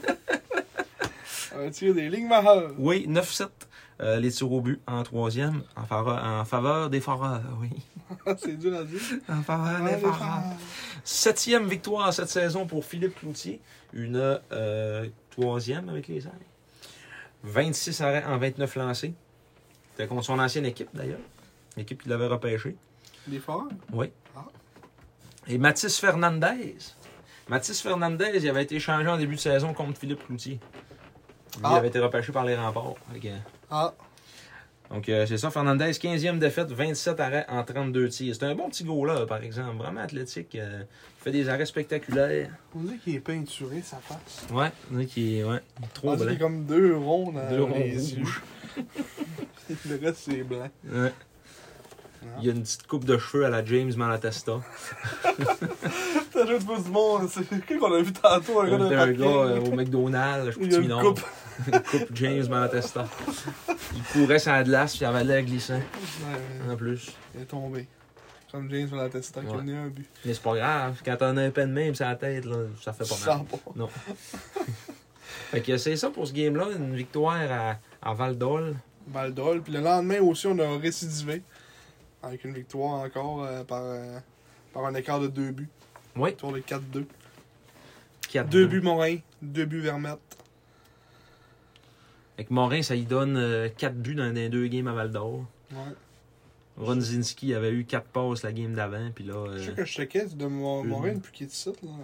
Un tir des lignes majeures. Oui, neuf sept. Euh, les tirs au but en troisième, en faveur, en faveur des Foreurs, oui. C'est dur à dire. En faveur Ah, des les Foreurs. Foreurs. Septième victoire cette saison pour Philippe Cloutier. Une euh, troisième avec les airs. vingt-six arrêts en vingt-neuf lancés. C'était contre son ancienne équipe, d'ailleurs. L'équipe qui l'avait repêché. Les forts. Oui. Ah. Et Mathis Fernandez. Mathis Fernandez, il avait été échangé en début de saison contre Philippe Cloutier. Lui, Ah. il avait été repêché par les Remparts. Fait que- Ah. Donc, euh, c'est ça, Fernandez, quinzième défaite, vingt-sept arrêts en trente-deux tirs. C'est un bon petit gars-là, par exemple. Vraiment athlétique. Euh, il fait des arrêts spectaculaires. On dirait qu'il est peinturé, sa face. Ouais, on dirait qu'il est ouais, trop On dirait blanc. qu'il est comme deux ronds dans Deux ronds les rouges. yeux. Le reste, c'est blanc. Ouais. Il y a une petite coupe de cheveux à la James Malatesta. T'as juste pas du monde. C'est qui qu'on a vu tantôt, un gars de C'était un parking. gars euh, au McDonald's, je Il y a une Minor. coupe. Une coupe James Malatesta. Il courait sur la glace, puis il avait l'air glissant, Ouais, en plus. il est tombé. Comme James sur la testa qui a Ouais. mené un but. Mais c'est pas grave, quand t'en as un peu de même sur la tête, là, ça fait pas mal. Sans pas. Non. Fait que c'est ça pour ce game-là, une victoire à, à Val d'Ol. Val d'Ol. Puis le lendemain aussi, on a récidivé. Avec une victoire encore euh, par, euh, par un écart de deux buts. Oui. Victoire de quatre deux. quatre Deux buts Morin, deux buts Vermette. Avec Morin, ça lui donne euh, quatre buts dans les deux games à Val d'Or. Ouais. Ronzinski avait eu quatre passes la game d'avant, puis là. euh, Je sais que je checkais de Mo- une. Morin depuis qu'il est ici. Là.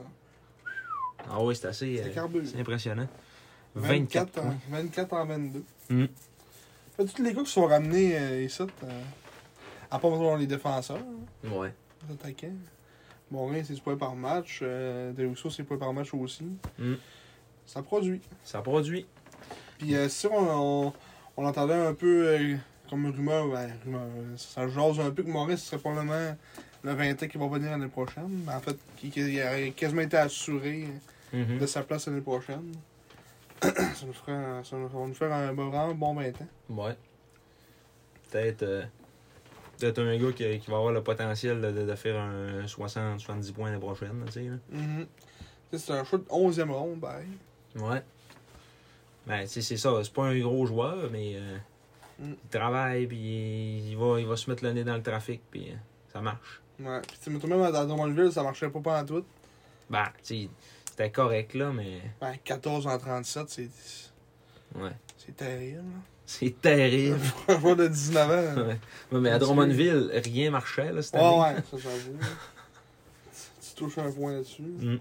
Ah oui, c'est assez. C'est euh, carbure. c'est impressionnant. vingt-quatre, vingt-quatre en, points. vingt-quatre en vingt-deux. Mm. Fait, tous les gars qui sont ramenés euh, ici, euh, à part mettons, les défenseurs, hein, Ouais. les attaquants. Morin, c'est du point par match. Euh, Delusso, c'est point par match aussi. Mm. Ça produit. Ça produit. Puis euh, si on, on, on entendait un peu euh, comme rumeur, ben, rumeur, euh, ça jase un peu que Morin, ce serait probablement le vingt ans qui va venir l'année prochaine. Mais en fait, qui, qui a quasiment été assuré Mhm. de sa place l'année prochaine. ça, nous ferait, un- ça, nous- ça va nous faire un, vraiment bon vingt ans. Ouais. Peut-être. euh, Peut-être un gars qui, qui va avoir le potentiel de, de faire un soixante soixante-dix points l'année prochaine, tu sais. Là. Mhm. Tu sais, C'est un choix de onzième ronde, pareil. Ouais. Ben, tu sais, c'est ça. C'est pas un gros joueur, mais euh, Mm. il travaille, puis il, il va, il va se mettre le nez dans le trafic, puis euh, ça marche. Ouais. Puis tu sais, mettons, même à Drummondville, ça marchait pas pendant tout. Ben, tu sais, c'était correct, là, mais. Ben, quatorze en trente-sept, c'est Ouais. c'est terrible. là. C'est terrible. Pour un joueur de dix-neuf ans. Ouais. Ouais, mais à Drummondville, rien marchait, là, cette Ouais, année. ouais, ça j'avoue. là. tu, tu touches un point là-dessus. Mm.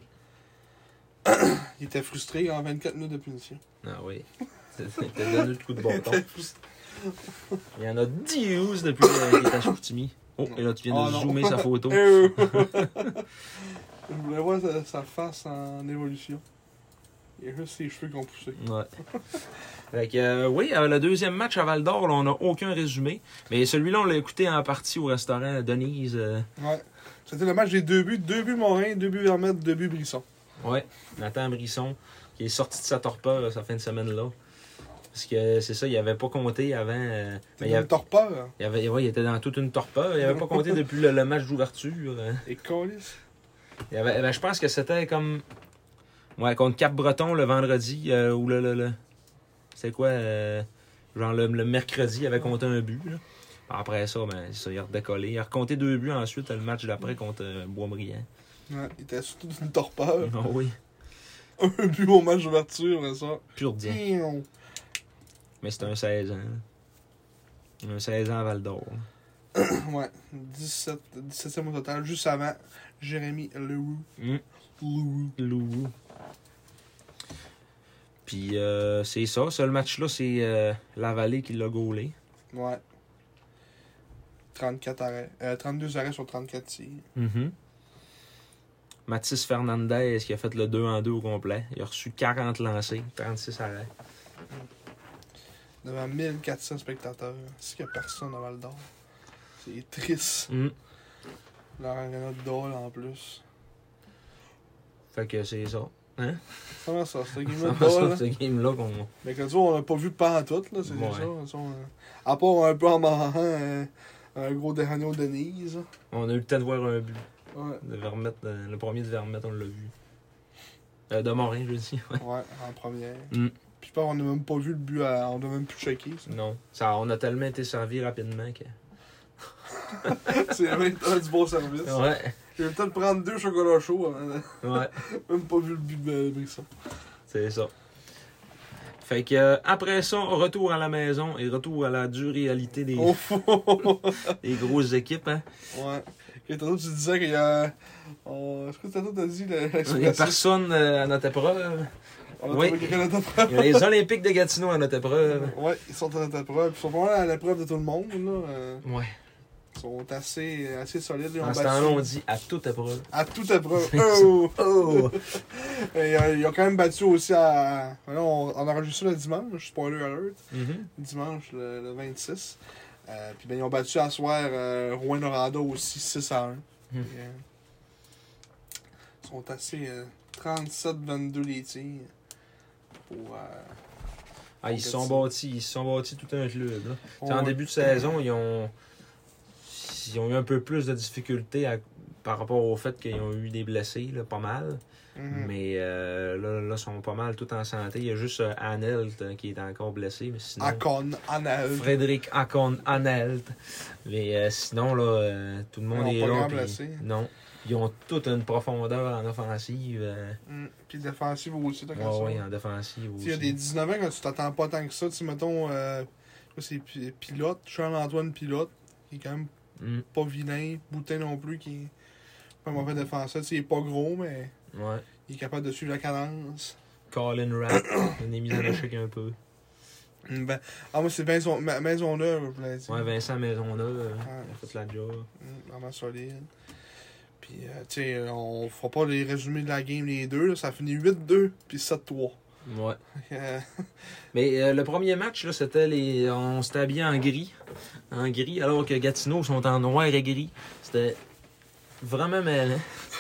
Il était frustré en vingt-quatre minutes de punition. Ah oui. T'as donné le coup de Il bâton. était frustré. Il y en a douze depuis euh, qu'il est à Chicoutimi. Oh, et là, tu viens Oh, de non. zoomer sa photo. Euh. Je voulais voir sa, sa face en évolution. Il y a juste ses cheveux qui ont poussé. Ouais. Fait que, euh, oui, euh, le deuxième match à Val d'Or, là, on n'a aucun résumé. Mais celui-là, on l'a écouté en partie au restaurant Denise. euh, Ouais. C'était le match des deux buts. Deux buts Morin, deux buts Vermette, deux buts Brisson. ouais, Nathan Brisson, qui est sorti de sa torpeur euh, cette fin de semaine-là. Parce que c'est ça, il avait pas compté avant. euh, mais C'était il, une torpeur. hein. il, avait, ouais, il était dans toute une torpeur. Il avait pas compté depuis le, le match d'ouverture. euh. Et Collis. Il y avait, ben, je pense que c'était comme. Ouais, contre Cap-Breton le vendredi. Euh, ou le. le, le... C'est quoi euh, genre le, le mercredi, il avait compté un but. Là. Après ça, ben, ça, il a redécollé. Il a recompté deux buts ensuite le match d'après contre euh, Boisbriand. Ouais, il était surtout une torpeur. Ah oui, Un but au match d'ouverture, après ça. pur dien. Pion. Mais c'était un seize ans. Un seize ans à Val d'Or. Ouais, dix-sept, dix-septième au total, juste avant Jérémy Leroux. Hum, Leroux. Loup. Puis euh, c'est ça. Ce match-là, c'est euh, La Vallée qui l'a gaulé. Ouais. trente-quatre arrêts. Euh, trente-deux arrêts sur trente-quatre tirs. Mm-hmm. Mathis Fernandez qui a fait le deux en deux au complet. Il a reçu quarante lancés, trente-six arrêts. Devant mille quatre cents spectateurs. C'est qu'il n'y a personne à Val d'Or. C'est triste. Mm. Leur arena de Dole en plus. Fait que c'est ça. Hein? Comment ça, c'est game C'est de ça, Dole? ce game-là qu'on. Mais que tu vois, on l'a pas vu pas en tout, là, c'est Ouais. ça. ça, on- À part un peu en marrant euh, Un gros Daniel Denise. On a eu le temps de voir un but. Ouais. De Vermette, euh, le premier de Vermette, on l'a vu. Euh, de Morin, je veux dire. Ouais. Ouais, en première. Mm. Puis je pense qu'on n'a même pas vu le but, à... on n'a même plus checké. Ça. Non. Ça, on a tellement été servi rapidement que. C'est même temps du bon service. Ouais. J'ai eu le temps de prendre deux chocolats chauds. Hein. Ouais. Même pas vu le but de Brisson. C'est ça. Fait que euh, après ça, retour à la maison et retour à la dure réalité des, Oh, oh. des grosses équipes. Hein. Ouais. Et tantôt, tu disais qu'il y a. On... Est-ce que tantôt, t'as dit Il n'y a l'expression? personne euh, à notre épreuve. On a Oui. trouvé quelqu'un à notre épreuve. Il y a les Olympiques de Gatineau à notre épreuve. Ouais, ils sont à notre épreuve. Ils sont pas mal à l'épreuve de tout le monde. Là. Euh, Ouais. Ils sont assez, assez solides. Ils ont En ce battu temps-là, on dit à toute épreuve. à toute épreuve. Oh! Oh! Et, euh, ils ont quand même battu aussi à. Voilà, on, on a enregistré ça le dimanche, spoiler alert. Mhm. Dimanche, le, le vingt-six. Euh, puis ben, ils ont battu à soir euh, Rouen-Noranda aussi six à un. Mhm. Puis, euh, ils sont assez euh, trente-sept vingt-deux les tirs. Pour, euh, Ah, ils se sont bâtis, ils se sont bâtis tout un club. Là. ouais. En début de saison, ils ont, ils ont eu un peu plus de difficultés à- par rapport au fait qu'ils ont eu des blessés, là, pas mal. Mhm. Mais euh, là, là, ils sont pas mal tout en santé. Il y a juste euh, Anelt euh, qui est encore blessé. Mais sinon, Akon, Anel. Frédéric Akon Anelt. Mais euh, sinon, là, euh, tout le monde Ils ont est pas là. grand puis- blessé. Non. Ils ont toute une profondeur en offensive. euh, Mm. Puis défensive aussi, t'as ouais, qu'à ça. ouais, en défensive Il y a aussi. des dix-neuf ans quand tu t'attends pas tant que ça. Tu sais, mettons, euh, là, c'est Pi- Pilote, Charles-Antoine Pilote, qui est quand même Mm, pas vilain. Boutin non plus, qui est pas un mauvais défenseur. Tu sais, il est pas gros, mais ouais. il est capable de suivre la cadence. Colin Rapp, on est mis dans l'échec un peu. Mm, Ben, ah, moi, c'est Maison, Ma- Maisonneuve, je voulais dire. Ouais, Vincent Maisonneuve, euh, Ouais. il a fait la job. Mm, Vraiment solide. Puis, euh, tu sais, on fera pas les résumés de la game, les deux. Là, ça a fini huit deux, puis sept trois. Ouais. Euh, Mais euh, le premier match, là, c'était les. On s'était habillés en gris. En gris, alors que Gatineau sont en noir et gris. C'était vraiment mêlant.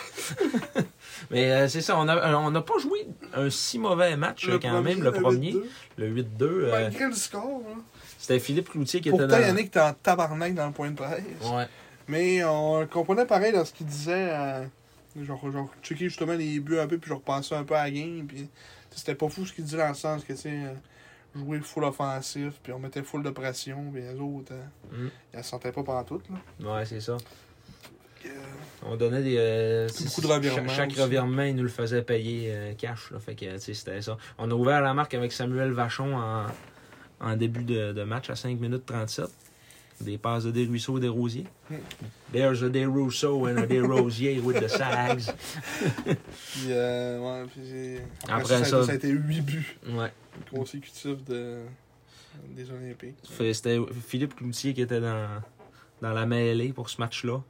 Mais euh, c'est ça, on a- on n'a pas joué un si mauvais match le quand même, le premier. Le huit deux. euh, Malgré le score, là. c'était Philippe Cloutier qui était Pourtant, dans. Yannick était en tabarnak dans le point de presse. Ouais. Mais on comprenait pareil dans ce qu'il disait. Euh, genre, genre, checker justement les buts un peu, puis je repensais un peu à la game. Puis c'était pas fou ce qu'il disait dans le sens que, tu sais, euh, jouer full offensif, puis on mettait full de pression, puis les autres, euh, Mm. ils la sentaient pas pantoute, là. Ouais, c'est ça. Euh, On donnait des. euh, Beaucoup de revirements Chaque, chaque aussi. revirement, il nous le faisait payer euh, cash. Là, fait que, tu sais, c'était ça. On a ouvert la marque avec Samuel Vachon en, en début de, de match à cinq minutes trente-sept. Des passes de Desruisseaux et Desrosiers. Mm. There's a Desrousseau and a Desrosiers with the Sags. Puis, euh, ouais, puis j'ai- après, Après ça, ça, a ça- été- ça a été huit buts Ouais. consécutifs de, des Olympiques. Fait- C'était Philippe Cloutier qui était dans, dans la mêlée pour ce match-là.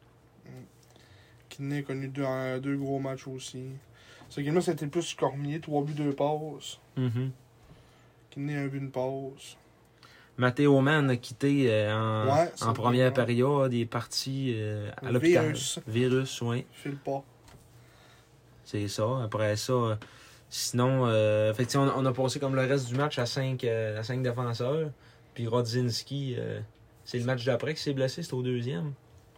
Kidney a connu deux, un- deux gros matchs aussi. Ce game-là, ça a été le plus Cormier, trois buts, deux passes. Mhm. Kidney a un but, une passe. Mathéo Mann a quitté euh, en, Ouais, c'est en vrai, première ouais. période. Il est parti euh, à l'hôpital. Virus. Virus, oui. File pas. C'est ça. Après ça, euh, sinon, euh, fait que, tu sais, on, on a passé comme le reste du match à cinq euh, à cinq défenseurs. Puis Rodzinski, euh, c'est le match d'après qui s'est blessé, c'était au deuxième.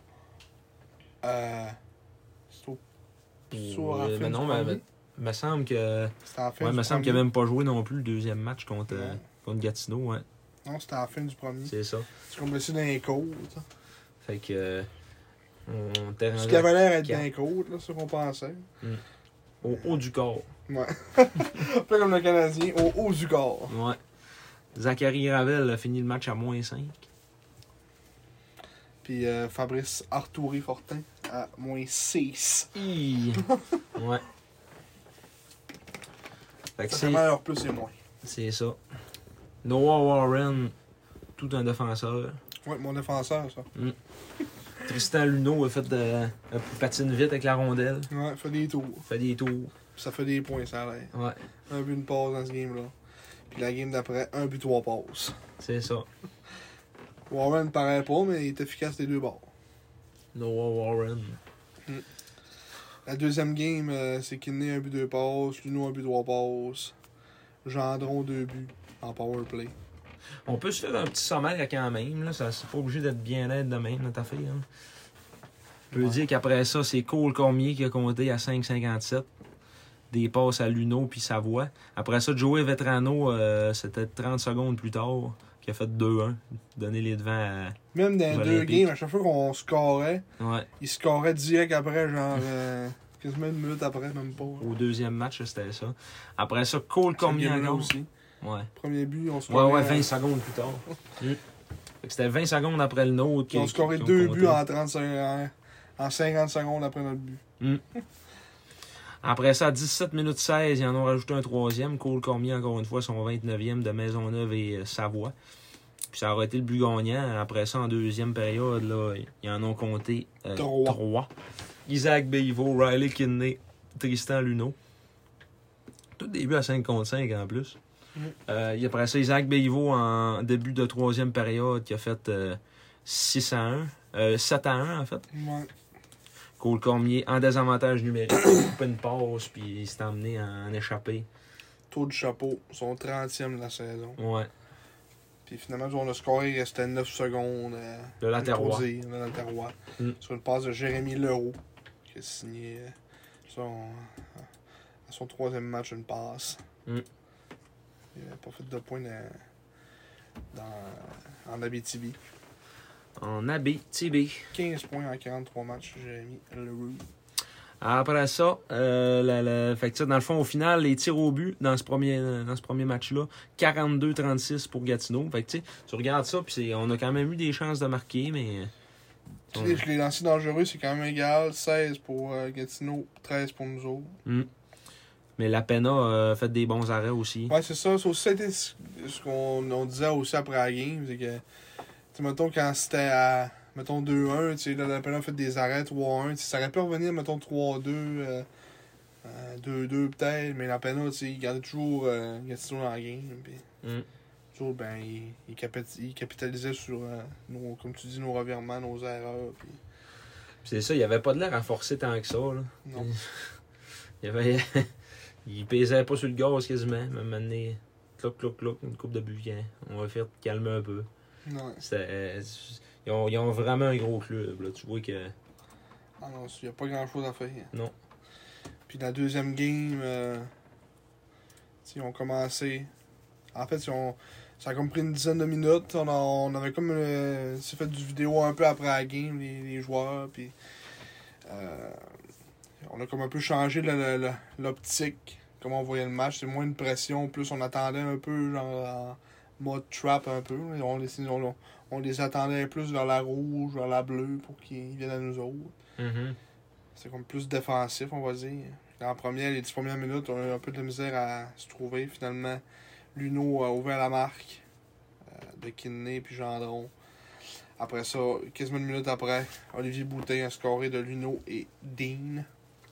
Euh. C'est au. Puis, Sur la euh, fin mais du non, mais premier. me me semble que. C'était à la fin Ouais, du me semble qu'il premier. n'a même pas joué non plus le deuxième match contre, euh, Non. contre Gatineau, ouais. Non, c'était à la fin du premier. C'est ça. C'est comme blessé dans les côtes. Fait que. euh, on était Ce rendu qui avait l'air d'être quatre. dans les côtes, là, c'est ce qu'on pensait. au haut du corps. Ouais. Un peu comme le Canadien, au haut du corps. Ouais. Zachary Ravel a fini le match à moins cinq. Puis euh, Fabrice Arturi Fortin à moins six. Hi. Ouais. Fait que Ça c'est, fait mal leur plus et moins. c'est ça. Noah Warren, tout un défenseur. Ouais, mon défenseur, ça. Tristan Luneau a fait de, a patine vite avec la rondelle. Ouais, fait des tours. Fait des tours. Puis ça fait des points, ça a l'air. Ouais, Un but, une passe dans ce game-là. Puis la game d'après, un but, trois passes. c'est ça. Warren ne paraît pas, mais il est efficace des deux bords. Noah Warren. La deuxième game, euh, c'est Kidney, un but, deux passes. Luno, un but, trois passes. Gendron, deux buts en power play. On peut se faire un petit sommaire quand même. Là. Ça, c'est pas obligé d'être bien aide de même, notre affaire. Hein. On peut Ouais. dire qu'après ça, c'est Cole Cormier qui a compté à cinq virgule cinquante-sept. Des passes à Luno puis Savoie. Après ça, Joey Vetrano, euh, c'était trente secondes plus tard, qui a fait deux un. Donné les devants à... Même dans les deux Olympique. games, à chaque fois qu'on scorait, Ouais. il scorait direct après, genre euh, quasiment une minute après, même pas. Au deuxième match, c'était ça. Après ça, Cole Cormier Ce game-là encore. aussi. Ouais. Premier but, on Ouais, scorait. ouais, vingt secondes plus tard. Mm. Fait que c'était vingt secondes après le nôtre. Puis on qui- scorait qui ont deux compté. buts en, trente-cinq, en, en cinquante secondes après notre but. Après ça, à dix-sept minutes seize, ils en ont rajouté un troisième. Cole Cormier, encore une fois, son vingt-neuvième de Maisonneuve et euh, Savoie. Puis ça aurait été le but gagnant. Après ça, en deuxième période, là, ils en ont compté euh, Trois. trois. Isaac Béliveau, Riley Kidney, Tristan Luneau. Tout des buts à cinq contre cinq en plus. Mm. Euh, et après ça, Isaac Béliveau en début de troisième période qui a fait euh, six à un. Euh, sept à un en fait. Ouais. Cole Cormier en désavantage numérique. Il a coupé une passe puis il s'est emmené en échappé. Tour du chapeau, son trentième de la saison. Ouais. Puis finalement, on a scoré, il restait neuf secondes. Euh, Le Laterrois. posé, Le Laterrois. Mm. Sur une passe de Jérémy Leroux, qui a signé euh, son, à son troisième match une passe. Mm. Il n'a pas fait de points dans, dans, en Abitibi. En Abitibi. quinze points en quarante-trois matchs, Jérémy Leroux. Après ça, euh, la, la, fait que ça, dans le fond, au final, les tirs au but dans ce premier, dans ce premier match-là, quarante-deux trente-six pour Gatineau. Fait que tu sais, tu regardes ça, puis on a quand même eu des chances de marquer, mais. Tu sais, les lancers dangereux, c'est quand même égal. seize pour euh, Gatineau, treize pour nous autres. Mm. Mais la Pena a fait des bons arrêts aussi. Ouais, c'est ça. C'est aussi c'était ce ce qu'on on disait aussi après la game. C'est que, tu sais, mettons, quand c'était à, mettons, deux un, tu sais, là, la Pena a fait des arrêts trois un. Tu sais, ça aurait pu revenir, mettons, trois deux, euh, euh, deux deux peut-être. Mais la Pena, tu sais, il gardait toujours euh, Gatineau dans la game. Puis, Mm. toujours, ben, il, il, capit- il capitalisait sur, euh, nos, comme tu dis, nos revirements, nos erreurs. Puis, Puis c'est ça, il n'y avait pas de l'air à forcer tant que ça. Là. non. Il, y avait... il pesait pas sur le gaz quasiment. Même donné, cloc, cloc, cloc, une coupe de buvien. On va faire calmer un peu. non. C'était, euh, ils, ont, ils ont vraiment un gros club. Là. Tu vois que. Ah non, il n'y a pas grand-chose à faire. Non. Puis la deuxième game, euh, ils ont commencé. En fait, ils ont, ça a comme pris une dizaine de minutes. On, a- on avait comme euh, s'est fait du vidéo un peu après la game, les, les joueurs. Puis euh, on a comme un peu changé le- le- le- l'optique, comment on voyait le match. C'est moins de pression, plus on attendait un peu genre en mode trap un peu. On les, on, on les attendait plus vers la rouge, vers la bleue pour qu'ils viennent à nous autres. Mm-hmm. C'est comme plus défensif, on va dire. Dans la première, les dix premières minutes, on a eu un peu de misère à se trouver. Finalement, Luno a ouvert la marque euh, de Kidney puis Gendron. Après ça, quinze minutes après, Olivier Boutin a scoré de Luno et Dean.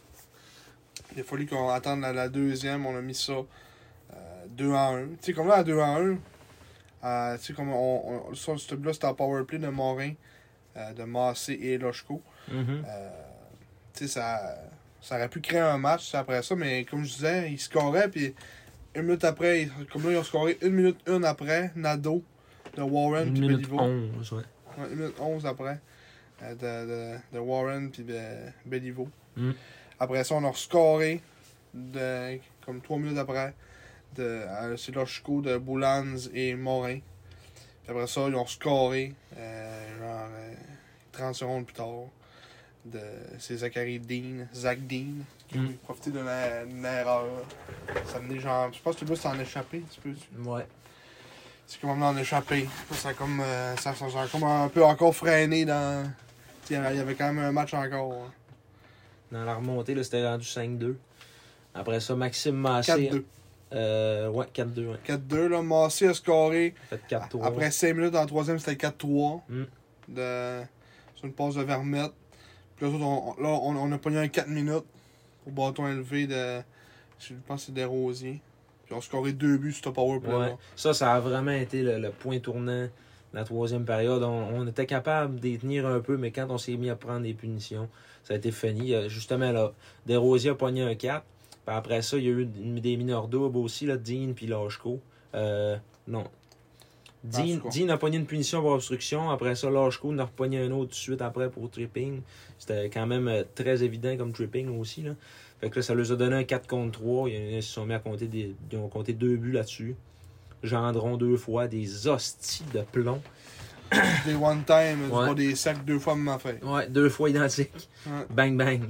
Il a fallu qu'on attende la, la deuxième. On a mis ça euh, deux à un. Tu sais, comme là, à deux à un, euh, tu sais, comme on, on, ça, ce but-là, c'était en powerplay de Morin, euh, de Massé et Lochko. Mm-hmm. Euh, tu sais, ça, ça aurait pu créer un match après ça, mais comme je disais, ils scoraient, puis une minute après, ils- comme là, ils ont scoré une minute une après, Nadeau, de Warren, Une puis minute Béliveau. onze, ouais. Ouais, une minute onze après, euh, de, de, de Warren, puis de Béliveau. Mm. Après ça, on a rescoré, de, comme trois minutes après, de euh, c'est Lochko, de Boulans et Morin. Puis après ça, ils ont scoré, euh, genre euh, trente secondes plus tard. De, c'est Zachary Dean, Zach Dean, qui Mm. a profité d'une er- d'une erreur. Ça venait genre. Je pense que le bus s'en échappé, tu peux. Ouais. C'est comme en échappé. Ça a comme. euh, ça, ça, ça a comme un peu encore freiné dans. Il y avait il y avait quand même un match encore. Hein. Dans la remontée, là, c'était rendu cinq deux. Après ça, Maxime Massé. quatre deux. Euh, ouais, quatre deux. Ouais. quatre deux, là. Massé a scoré. Fait quatre trois. Après cinq minutes, dans le troisième, c'était quatre trois. Mm. De, sur une passe de Vermette. Puis là, on, on- là, on, on a pogné un quatre minutes au bâton élevé de. Je pense que c'est des Rosiers. Puis on a scoré deux buts sur ce powerplay. Ouais. là. Ça, ça a vraiment été le, le point tournant de la troisième période. On, on était capable d'y tenir un peu, mais quand on s'est mis à prendre des punitions, ça a été fini. Euh, Justement, là, Desrosiers a pogné un quatre. Puis après ça, il y a eu des mineurs doubles aussi, là, Dean puis Lachko. Euh, non. Dean, En tout cas. Dean a pogné une punition pour obstruction. Après ça, Lashko en a repogné un autre tout de suite après pour tripping. C'était quand même euh, très évident comme tripping aussi. Là. Fait que là, ça leur a donné un quatre contre trois. Ils, ils se sont mis à compter des. Ils ont compté deux buts là-dessus. Gendron deux fois, des hosties de plomb. Des one time, Ouais. pas des sacs deux fois même affaire. Ouais, deux fois identiques. Ouais. Bang bang.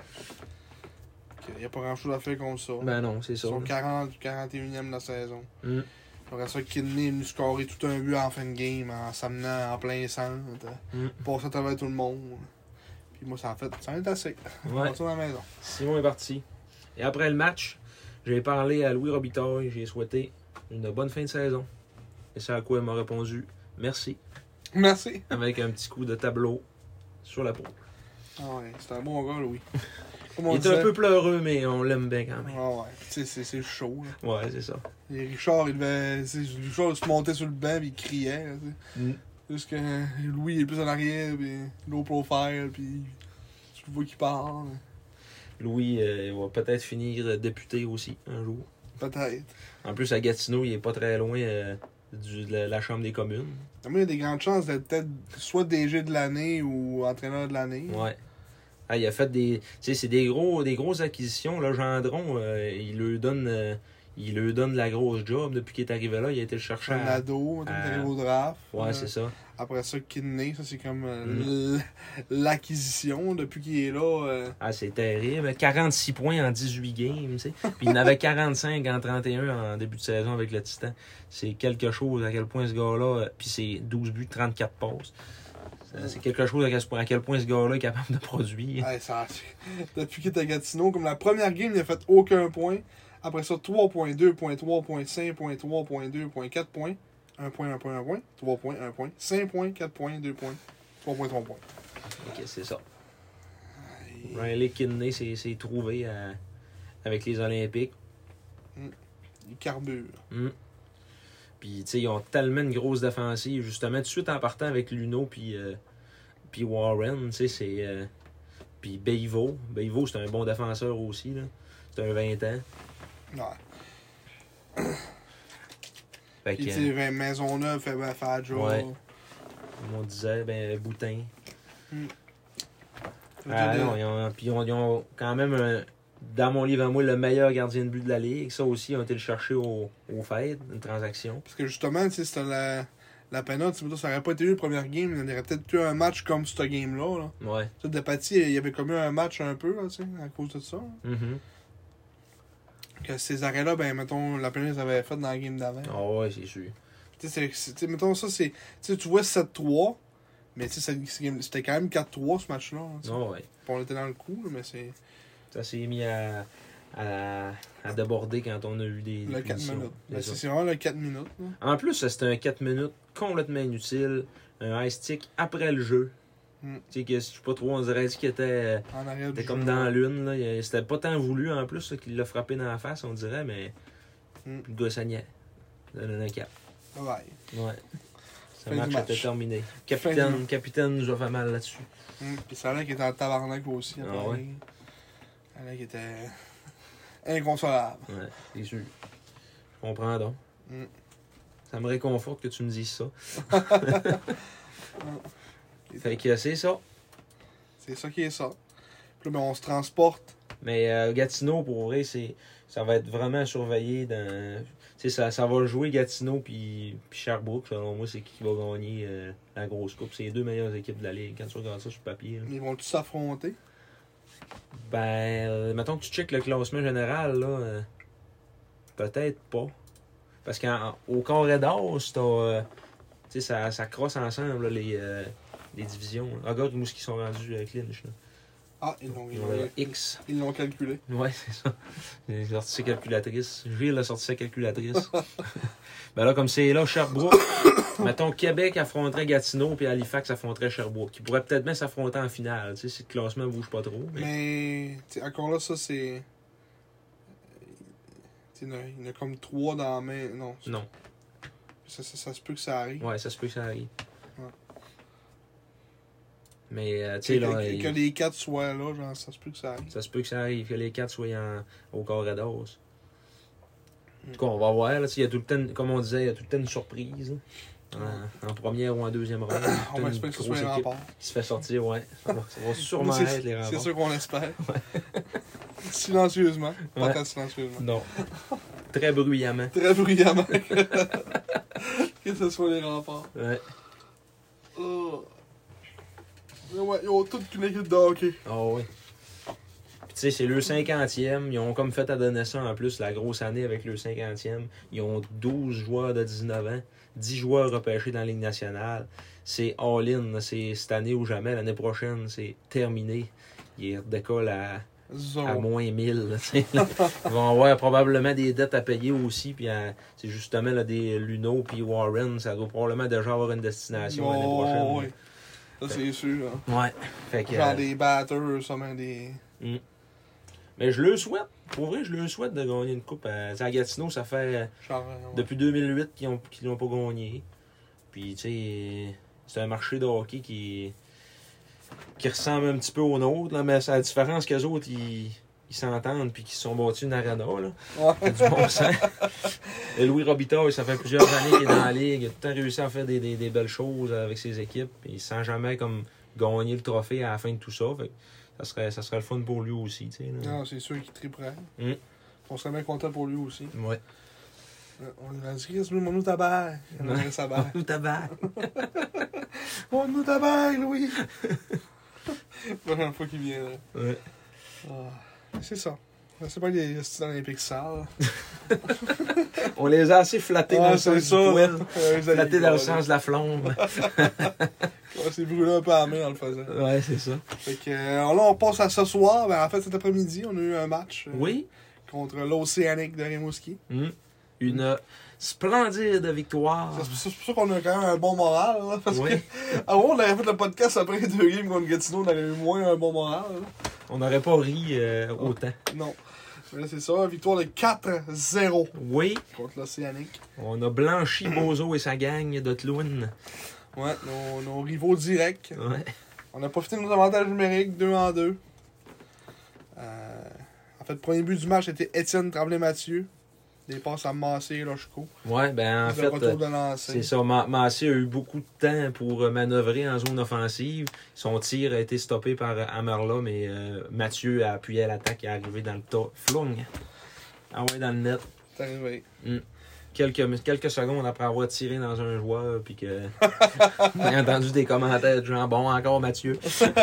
Il n'y a pas grand chose à faire contre ça. Ben non, c'est Ils ça. sont quarante, quarante et unième de la saison. Mm. Après ça, Kidney est venu scorer tout un but en fin de game en s'amenant en plein centre. Mm. Passer à travers tout le monde. Puis moi, ça en fait, ça en est assez. On Ouais. va dans la maison. Simon est parti. Et après le match, j'ai parlé à Louis Robitaille. J'ai souhaité une bonne fin de saison. Et c'est à quoi il m'a répondu merci. Merci. Avec un petit coup de tableau sur la peau. Ah ouais, c'est un bon gars, Louis. Comme Il on est disait. un peu pleureux, mais on l'aime bien quand même. Ah ouais, tu sais, c'est- c'est chaud. Là. Ouais, c'est ça. Et Richard, il devait. tu sais, Richard, il se montait sur le banc, puis il criait. Là, tu sais. Mm. Juste que Louis il est plus en arrière, puis low profile, puis tu le vois qu'il parle. Louis euh, il va peut-être finir député aussi un jour. Peut-être. En plus, à Gatineau, il est pas très loin euh, du- de la, la Chambre des communes. Moi, il y a des grandes chances d'être peut-être soit D G de l'année ou entraîneur de l'année. Ouais. Ah, il a fait des. Tu sais, c'est des gros des grosses acquisitions. Là, Gendron, euh, il lui donne. euh, il lui donne la grosse job depuis qu'il est arrivé là. Il a été le chercher. Un à- ado, à- un au draft. Ouais, Euh, c'est ça. Après ça, Kidney, ça c'est comme euh, Mm. l- l'acquisition depuis qu'il est là. euh, Ah, c'est terrible. quarante-six points en dix-huit games, tu sais. Puis il en avait quarante-cinq en trente et un en début de saison avec le Titan. C'est quelque chose à quel point ce gars-là. euh, Puis c'est douze buts, trente-quatre passes. C'est- C'est quelque chose à quel point, à quel point ce gars-là est capable de produire. ouais, ça, depuis qu'il est à Gatineau, comme la première game, il a fait aucun point. Après ça, trois points, deux points, trois points, cinq points, trois points, deux points, quatre points. un point, un point, un point. trois points, un point. cinq points, quatre points, deux points. trois points, trois points. Ok, c'est ça. Riley Kidney s'est s'est trouvé à- avec les Olympiques. Il carbure. Mm. Puis, tu sais, ils ont tellement une grosse défensive, justement, tout de suite en partant avec Luno puis, euh, puis Warren, tu sais, c'est... euh, puis Bevo. Bevo, c'est un bon défenseur aussi, là. C'est un vingt ans. Ouais. Fait Puis, que, tu sais, ben, Maisonneuve fait, ben, fait la job. Ouais. comme on disait, ben, Boutin. Fait Ah, que, non, ils ont, puis ils ont, ils ont quand même, un- dans mon livre à moi, le meilleur gardien de but de la Ligue. Ça aussi, ils ont été le chercher au, au fait, une transaction. Parce que justement, tu sais, c'était la, la pénale, tu sais, ça aurait pas été eu le premier game, il y aurait peut-être eu un match comme ce game-là. Là. Ouais. Tu sais, Despatie, il y avait comme eu un match un peu, là, tu sais, à cause de ça. là. Mhm. Que ces arrêts-là, ben, mettons, la pénale, ils avaient fait dans la game d'avant. Ah ouais, c'est sûr. Tu sais, c'est- c'est- tu sais, mettons, ça, c'est. Tu sais, tu vois sept trois, mais tu sais, c'est- c'est- c'était quand même quatre trois ce match-là. là, tu sais. Ah ouais. Puis on était dans le coup, là, mais c'est Ça s'est mis à, à, à déborder quand on a eu des, des le quatre punitions. minutes. C'est Ben, ça. c'est c'est vraiment le quatre minutes. là. En plus, c'était un quatre minutes complètement inutile. Un high stick après le jeu. Mm. Tu sais, que je sais pas trop, on dirait qu'il était, En arrière était du comme jeu. dans la lune. Là. Il- C'était pas tant voulu en plus là, qu'il l'a frappé dans la face, on dirait, mais Mm. le gars saignait. Ça donne un cap. Ouais. Ouais. Ce Fin du match, match. était terminé. Fin du Capitaine, match. capitaine nous a fait mal là-dessus. Mm. Puis ça a l'air qu'il était en tabarnak aussi. Ah après. ouais? Ça a l'air qu'il était inconsolable. Ouais, c'est sûr. Je comprends donc. Mm. Ça me réconforte que tu me dises ça. Fait que c'est ça. C'est ça qui est ça. Puis là, ben, on se transporte. Mais euh, Gatineau, pour vrai, c'est ça va être vraiment surveillé dans. Tu sais, ça, ça va jouer Gatineau puis, puis Sherbrooke. Selon moi, c'est qui qui va gagner euh, la grosse coupe. C'est les deux meilleures équipes de la Ligue. Quand tu regardes ça sur le papier. là. Ils vont tous s'affronter. Ben, euh, mettons que tu checkes le classement général, là. euh, peut-être pas. Parce qu'au corridor, c'est euh, tu sais, ça, ça crosse ensemble, là, les, euh, les divisions. là. Regarde où ils sont rendus euh, clinch. Là. Ah, ils l'ont, ils Ils l'ont, ont le X. ils l'ont calculé. Ouais, c'est ça. J'ai sorti sa calculatrice. J'ai la sorti sa calculatrice. Ben là, comme c'est là, Sherbrooke, mettons Québec affronterait Gatineau, puis Halifax affronterait Sherbrooke. Qui pourrait peut-être bien s'affronter en finale, tu sais, si le classement bouge pas trop. Mais... Mais, tu sais, encore là, ça, c'est. Tu sais, il y en a- il y en a comme trois dans la main. Non. Non. Ça, ça, ça se peut que ça arrive. Ouais, ça se peut que ça arrive. Ouais. Mais, euh, tu Que, sais, là, que- il- que les quatre soient là, genre, ça se peut que ça arrive. ça se peut que ça arrive, que les quatre soient en, au corridor. En tout cas, on va voir. Là, tu sais, il y a tout le temps, comme on disait, il y a tout le temps une surprise. là. En, en première ou en deuxième ronde. On va espérer que ce soit les remparts. Qui se fait sortir, ouais. Ça va, ça va sûrement C'est- être les remparts. C'est sûr qu'on l'espère. Silencieusement. Pas Ouais. tant silencieusement. Non. Très bruyamment. Très bruyamment. Que ce soit les remparts. Ouais. Oh. Mais ouais, ils ont toute une équipe de hockey. Ah oui. Puis tu sais, c'est le cinquantième. Ils ont comme fait à donner ça en plus la grosse année avec le cinquantième. Ils ont douze joueurs de dix-neuf ans, dix joueurs repêchés dans la Ligue nationale. C'est all-in. C'est cette année ou jamais. L'année prochaine, c'est terminé. Ils redécollent à, Zéro. à moins mille. là, tu sais, là. Ils vont avoir probablement des dettes à payer aussi. Puis euh, c'est justement là, des Luno puis Warren. Ça doit probablement déjà avoir une destination l'année Oh, prochaine. oui. Ça, c'est sûr. Hein. Ouais. Fait que, Genre euh, des batteurs, sûrement des. mais je le souhaite. Pour vrai, je le souhaite de gagner une coupe. À, à Gatineau, ça fait Genre. euh, ouais. depuis deux mille huit qu'ils ont, qu'ils l'ont pas gagné. Puis, tu sais, c'est un marché de hockey qui, qui ressemble un petit peu au nôtre. Là, mais c'est la différence qu'eux autres, ils ils s'entendent puis qu'ils se sont bâtis une arena. Là. Ouais. C'est du bon sens. Et Louis Robitaille, ça fait plusieurs années qu'il est dans la ligue. Il a tout le temps réussi à faire des, des, des belles choses avec ses équipes. Il ne sent jamais comme gagner le trophée à la fin de tout ça. Fait que ça serait, ça serait le fun pour lui aussi. Tu sais, là. Non, c'est sûr qu'il triperait. Mm. On serait bien content pour lui aussi. Ouais. Euh, On lui a dit, Chris, nous, mon tabac. On aimerait sa bague. Ou tabac. On nous tabac, Louis. Prochaine fois qu'il vient. Là. Ouais. Ah, c'est ça. C'est pas les styles olympiques sales. On les a assez flattés dans Ah, le c'est sens du ça. poil. Ouais, vous allez Flattés dans le voir, sens de la flambe. Ouais, c'est brûlé un peu à la main en le faisant. Ouais, c'est ça. Fait que, euh, là, on passe à ce soir. Ben, en fait, cet après-midi, on a eu un match euh, Oui. contre l'Océanique de Rimouski. Mm. Une splendide victoire. C'est pour ça- c'est pour ça qu'on a quand même un bon moral. Là, parce Oui. que, avant, on avait fait le podcast après les deux games contre Gatineau, on avait eu moins un bon moral. Là. On n'aurait pas ri euh, autant. Non. Mais là, c'est ça, victoire de quatre zéro Oui. contre l'Océanique. On a blanchi Bozo et sa gang de Tloun. Ouais, nos, nos rivaux directs. Ouais. On a profité de nos avantages numériques, deux en deux. Euh, en fait, le premier but du match était Étienne Tremblay-Mathieu. Des passes à Massé et Lochko. Ouais, ben en Le fait, retour euh, de lancer. c'est ça. Ma- Massé a eu beaucoup de temps pour euh, manœuvrer en zone offensive. Son tir a été stoppé par euh, Amerla, mais euh, Mathieu a appuyé à l'attaque et est arrivé dans le tas. Flung. Ah ouais, dans le net. C'est arrivé. Quelques, quelques secondes après avoir tiré dans un joueur, puis que. J'ai entendu des commentaires de genre, bon, encore Mathieu.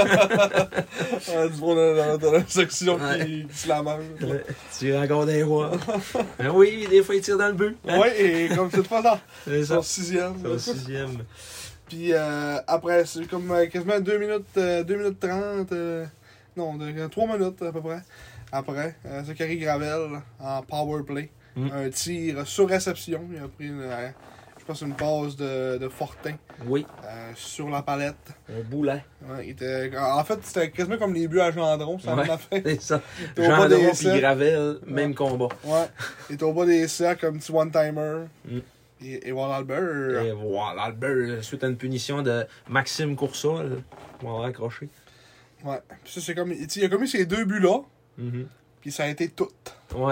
Ah, du monde dans, dans la section Ouais. qui, qui se la mange. Ouais, Tirer encore des joueurs. Ben oui, des fois, il tire dans le but. Hein? Ouais, et comme cette fois là, C'est ça. son sixième. C'est au sixième. Puis euh, après, c'est comme euh, quasiment deux minutes, euh, deux minutes trente, euh, non, de, trois minutes à peu près. Après, euh, Zachary Gravel en power play. Mm. Un tir sur réception. Il a pris une, euh, je pense une passe de, de Fortin Oui, euh, sur la palette. un boulet. Ouais, il était, en fait, c'était quasiment comme les buts à Gendron, ça Ouais. m'a fait. C'est ça. était au bas des Gendron puis cercles. Gravel, même combat. Ouais, il était au bas des cercles comme petit one-timer. Mm. Et, et voilà Albert. Et voilà, Albert, suite à une punition de Maxime Coursol, on va avoir accroché. Ouais, puis ça, c'est comme. tu sais, Il a commis ces deux buts-là, Mhm. puis ça a été tout. Ouais.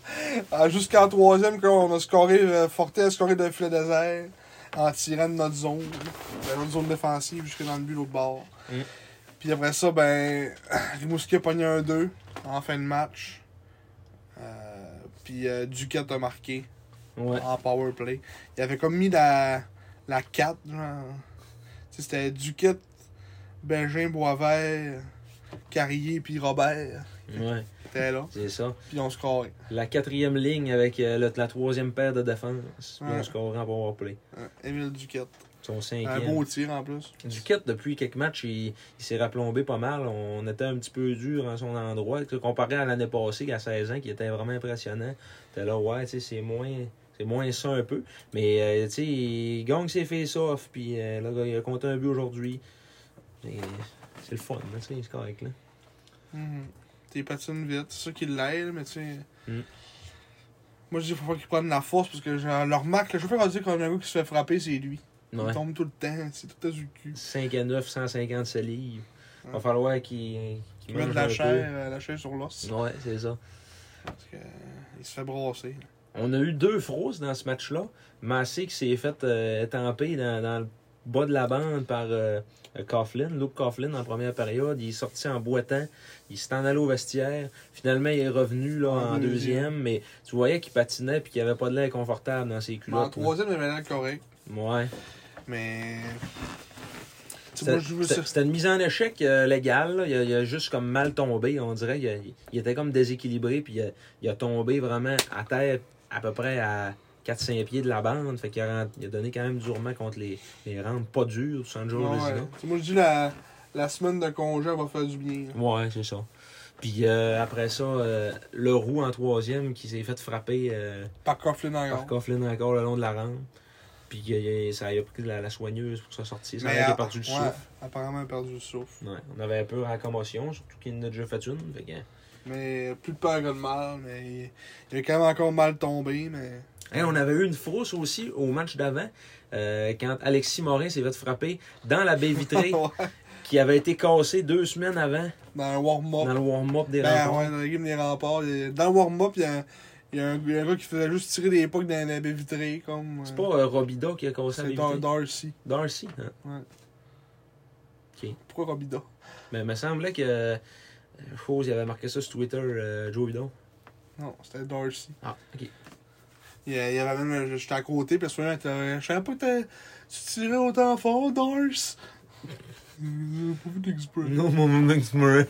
Ah, jusqu'en troisième, quand on a scoré, euh, Fortin a scoré d'un filet désert en tirant de notre zone, de notre zone défensive jusque dans le but de l'autre bord. Mm. Puis après ça, ben, Rimouski a pogné un deux en fin de match. Euh, puis euh, Duquette a marqué Ouais. en power play. Il avait comme mis la, la quatre, genre. Tu sais, c'était Duquette, Belgin, Boisvert, Carrier, puis Robert. Ouais. Qui étaient là. C'est ça. Puis on scorait. La quatrième ligne avec euh, le- la troisième paire de défense. Puis Ouais. on scorait en powerplay. Hein, Émile Duquette. Son Un cinquième. beau tir en plus. Duquette, depuis quelques matchs, il, il s'est raplombé pas mal. On était un petit peu dur en son endroit. Comparé à l'année passée, à seize ans, qui était vraiment impressionnant. T'es là, ouais, tu sais, c'est moins. C'est moins ça un peu. Mais, euh, tu sais, il gagne ses face-off. Puis euh, là, il a compté un but aujourd'hui. Et c'est le fun, là, tu sais, c'est correct, là. Mhm. T'es patines vite, c'est ça qui l'aide, mais tu sais. Mm. Moi je dis qu'il faut pas qu'il prenne la force parce que genre, leur marque, le chauffeur a dit qu'on a un gars qui se fait frapper, c'est lui. Ouais. Il tombe tout le temps, c'est tout à du cul. cinq à neuf, cent cinquante-sept livres. Il va Ouais. falloir qu'il qu'il Il met mange de la un chair, euh, la chair sur l'os. peu. Ouais, c'est ça. Parce que euh, il se fait brasser. on a eu deux frauses dans ce match-là. Massé qui s'est fait euh, étamper dans, dans le bas de la bande par euh, Coughlin, Luke Coughlin en première période. Il est sorti en boitant. Il s'est en allé au vestiaire. Finalement, il est revenu là, en, en deuxième. deuxième. Mais tu voyais qu'il patinait et qu'il avait pas de l'air confortable dans ses culottes. En troisième, il avait l'air correct. Ouais. Mais... C'était, c'était, c'était une mise en échec euh, légale. Là. Il, a, il a juste comme mal tombé, on dirait. Il, a, il était comme déséquilibré, puis il a, il a tombé vraiment à terre à peu près à quatre cinq pieds de la bande. Fait qu'il a, il a donné quand même durement contre les, les rampes pas dures, sans jour ouais, ouais. Moi, je dis la, la semaine de congé va faire du bien. Là. Ouais, c'est ça. Puis euh, après ça, euh, le roux en troisième qui s'est fait frapper euh, par Coughlin encore. Par Coughlin encore le long de la rampe. Puis euh, ça a pris la, la soigneuse pour sa sortie. Ça a perdu le ouais, souffle. Apparemment, il a perdu le souffle. Ouais, on avait un peu en commotion, surtout qu'il en a déjà fait une. Fait que... Mais plus de peur que de mal. Mais il, il a quand même encore mal tombé. Mais... Hey, on avait eu une frousse aussi au match d'avant. Euh, quand Alexis Morin s'est fait frapper dans la baie vitrée. ouais. Qui avait été cassée deux semaines avant. Dans le warm-up. Dans le warm-up des ben, remparts. Ouais, dans la game des remparts. Dans le warm-up, il y a... Il y, a un, il y a un gars qui faisait juste tirer des pucks dans la baie vitrée. Comme, c'est pas euh, Robida qui a cassé la baie vitrée? C'est Darcy. Darcy, hein? Ouais. OK. Pourquoi Robida? Mais il me semblait que... Euh, chose, il avait marqué ça sur Twitter, euh, Joe Vidon. Non, c'était Darcy. Ah, OK. Il y avait même... J'étais à côté, puis souvent, je savais pas que tu tirais autant fort, Darcy. J'ai pas vu d'exprès. Non, mon nom d'exprès.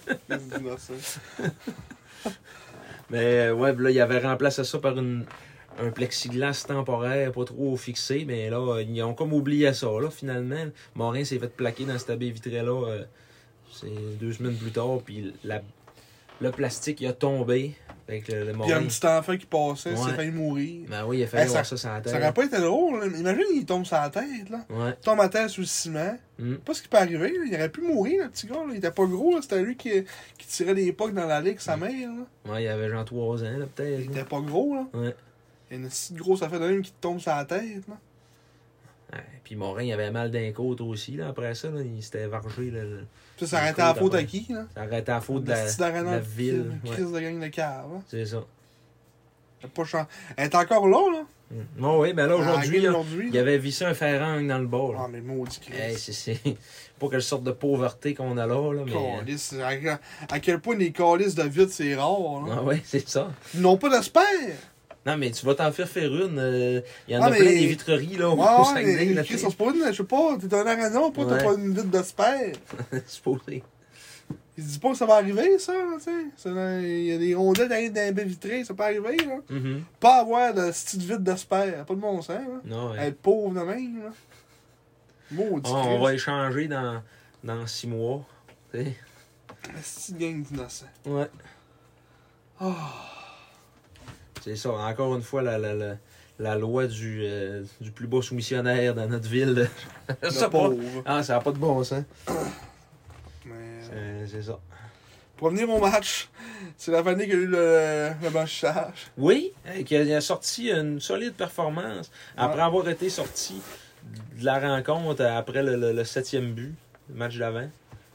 Mais ouais, là, il avait remplacé ça par une, un plexiglas temporaire, pas trop fixé. Mais là, ils ont comme oublié ça, là, finalement. Morin s'est fait plaquer dans cette baie vitrée-là. Euh, c'est deux semaines plus tard. Puis la, le plastique, il a tombé. Fait que le, le Morin... Puis il y a un petit enfant qui passait, ouais. s'est failli mourir. Ben oui, il a fallu hey, avoir ça, ça sur la tête. Ça aurait pas été drôle. Là. Imagine, il tombe sur la tête. Là. Ouais. Il tombe à terre sur le ciment. Mm. Pas ce qui peut arriver. Là. Il aurait pu mourir, le petit gars. Là. Il était pas gros. Là. C'était lui qui, qui tirait des pucks dans la ligue, sa mm. mère. Là. Ouais, il avait genre trois ans, là, peut-être. Il était pas gros. Là. Ouais. Il y a une petite grosse affaire de même qui te tombe sur la tête. Là. Ouais. Puis Morin, il avait mal d'un côte aussi. Là. Après ça, là, il s'était vargé. Là, le... Ça, ça arrêtait à la faute à qui? Là? Ça arrêtait à la faute de la, de la ville. Une crise ouais. de gang de cave. Hein? C'est ça. Elle, pas chan... Elle est encore là, là? Mm. Oh, oui, ben là, aujourd'hui, là, il là. avait vissé un fer-angle dans le bas. Là. Ah, mais maudit Christ. Hey, c'est, c'est pas quelle sorte de pauvreté qu'on a là, là, mais... Calice. À, à quel point les calices de vitre, c'est rare, là. Ah oui, c'est ça. Ils n'ont pas d'espère. Non, mais tu vas t'en faire faire une. Il euh, y en ah, a mais... plein des vitreries, là, ouais, au Saguenay. Ouais, mais Chris, c'est pas une... Je sais pas, t'es un arena, pas, ouais. T'as pas une vitre d'espère. C'est supposé. Il se dit pas que ça va arriver, ça, tu sais. Il y a des rondelles dans les baies vitrées, ça peut arriver, là. Mm-hmm. Pas avoir de petite vite d'espère, pas de bon sens, là. Non, ouais. Être pauvre de même, là. Maudit. Oh, on va échanger dans, dans six mois, tu sais. La petite gang d'innocents. Ouais. Oh. C'est ça, encore une fois, la, la, la, la loi du, euh, du plus beau soumissionnaire dans notre ville. Le pauvre. Ah, ça n'a pas de bon sens. Mais... C'est, c'est ça. Pour revenir au match, c'est la Vanille qui a eu le, le blanchissage. Oui, qui a, a sorti une solide performance après ouais. avoir été sorti de la rencontre après le, le, le septième but, le match d'avant.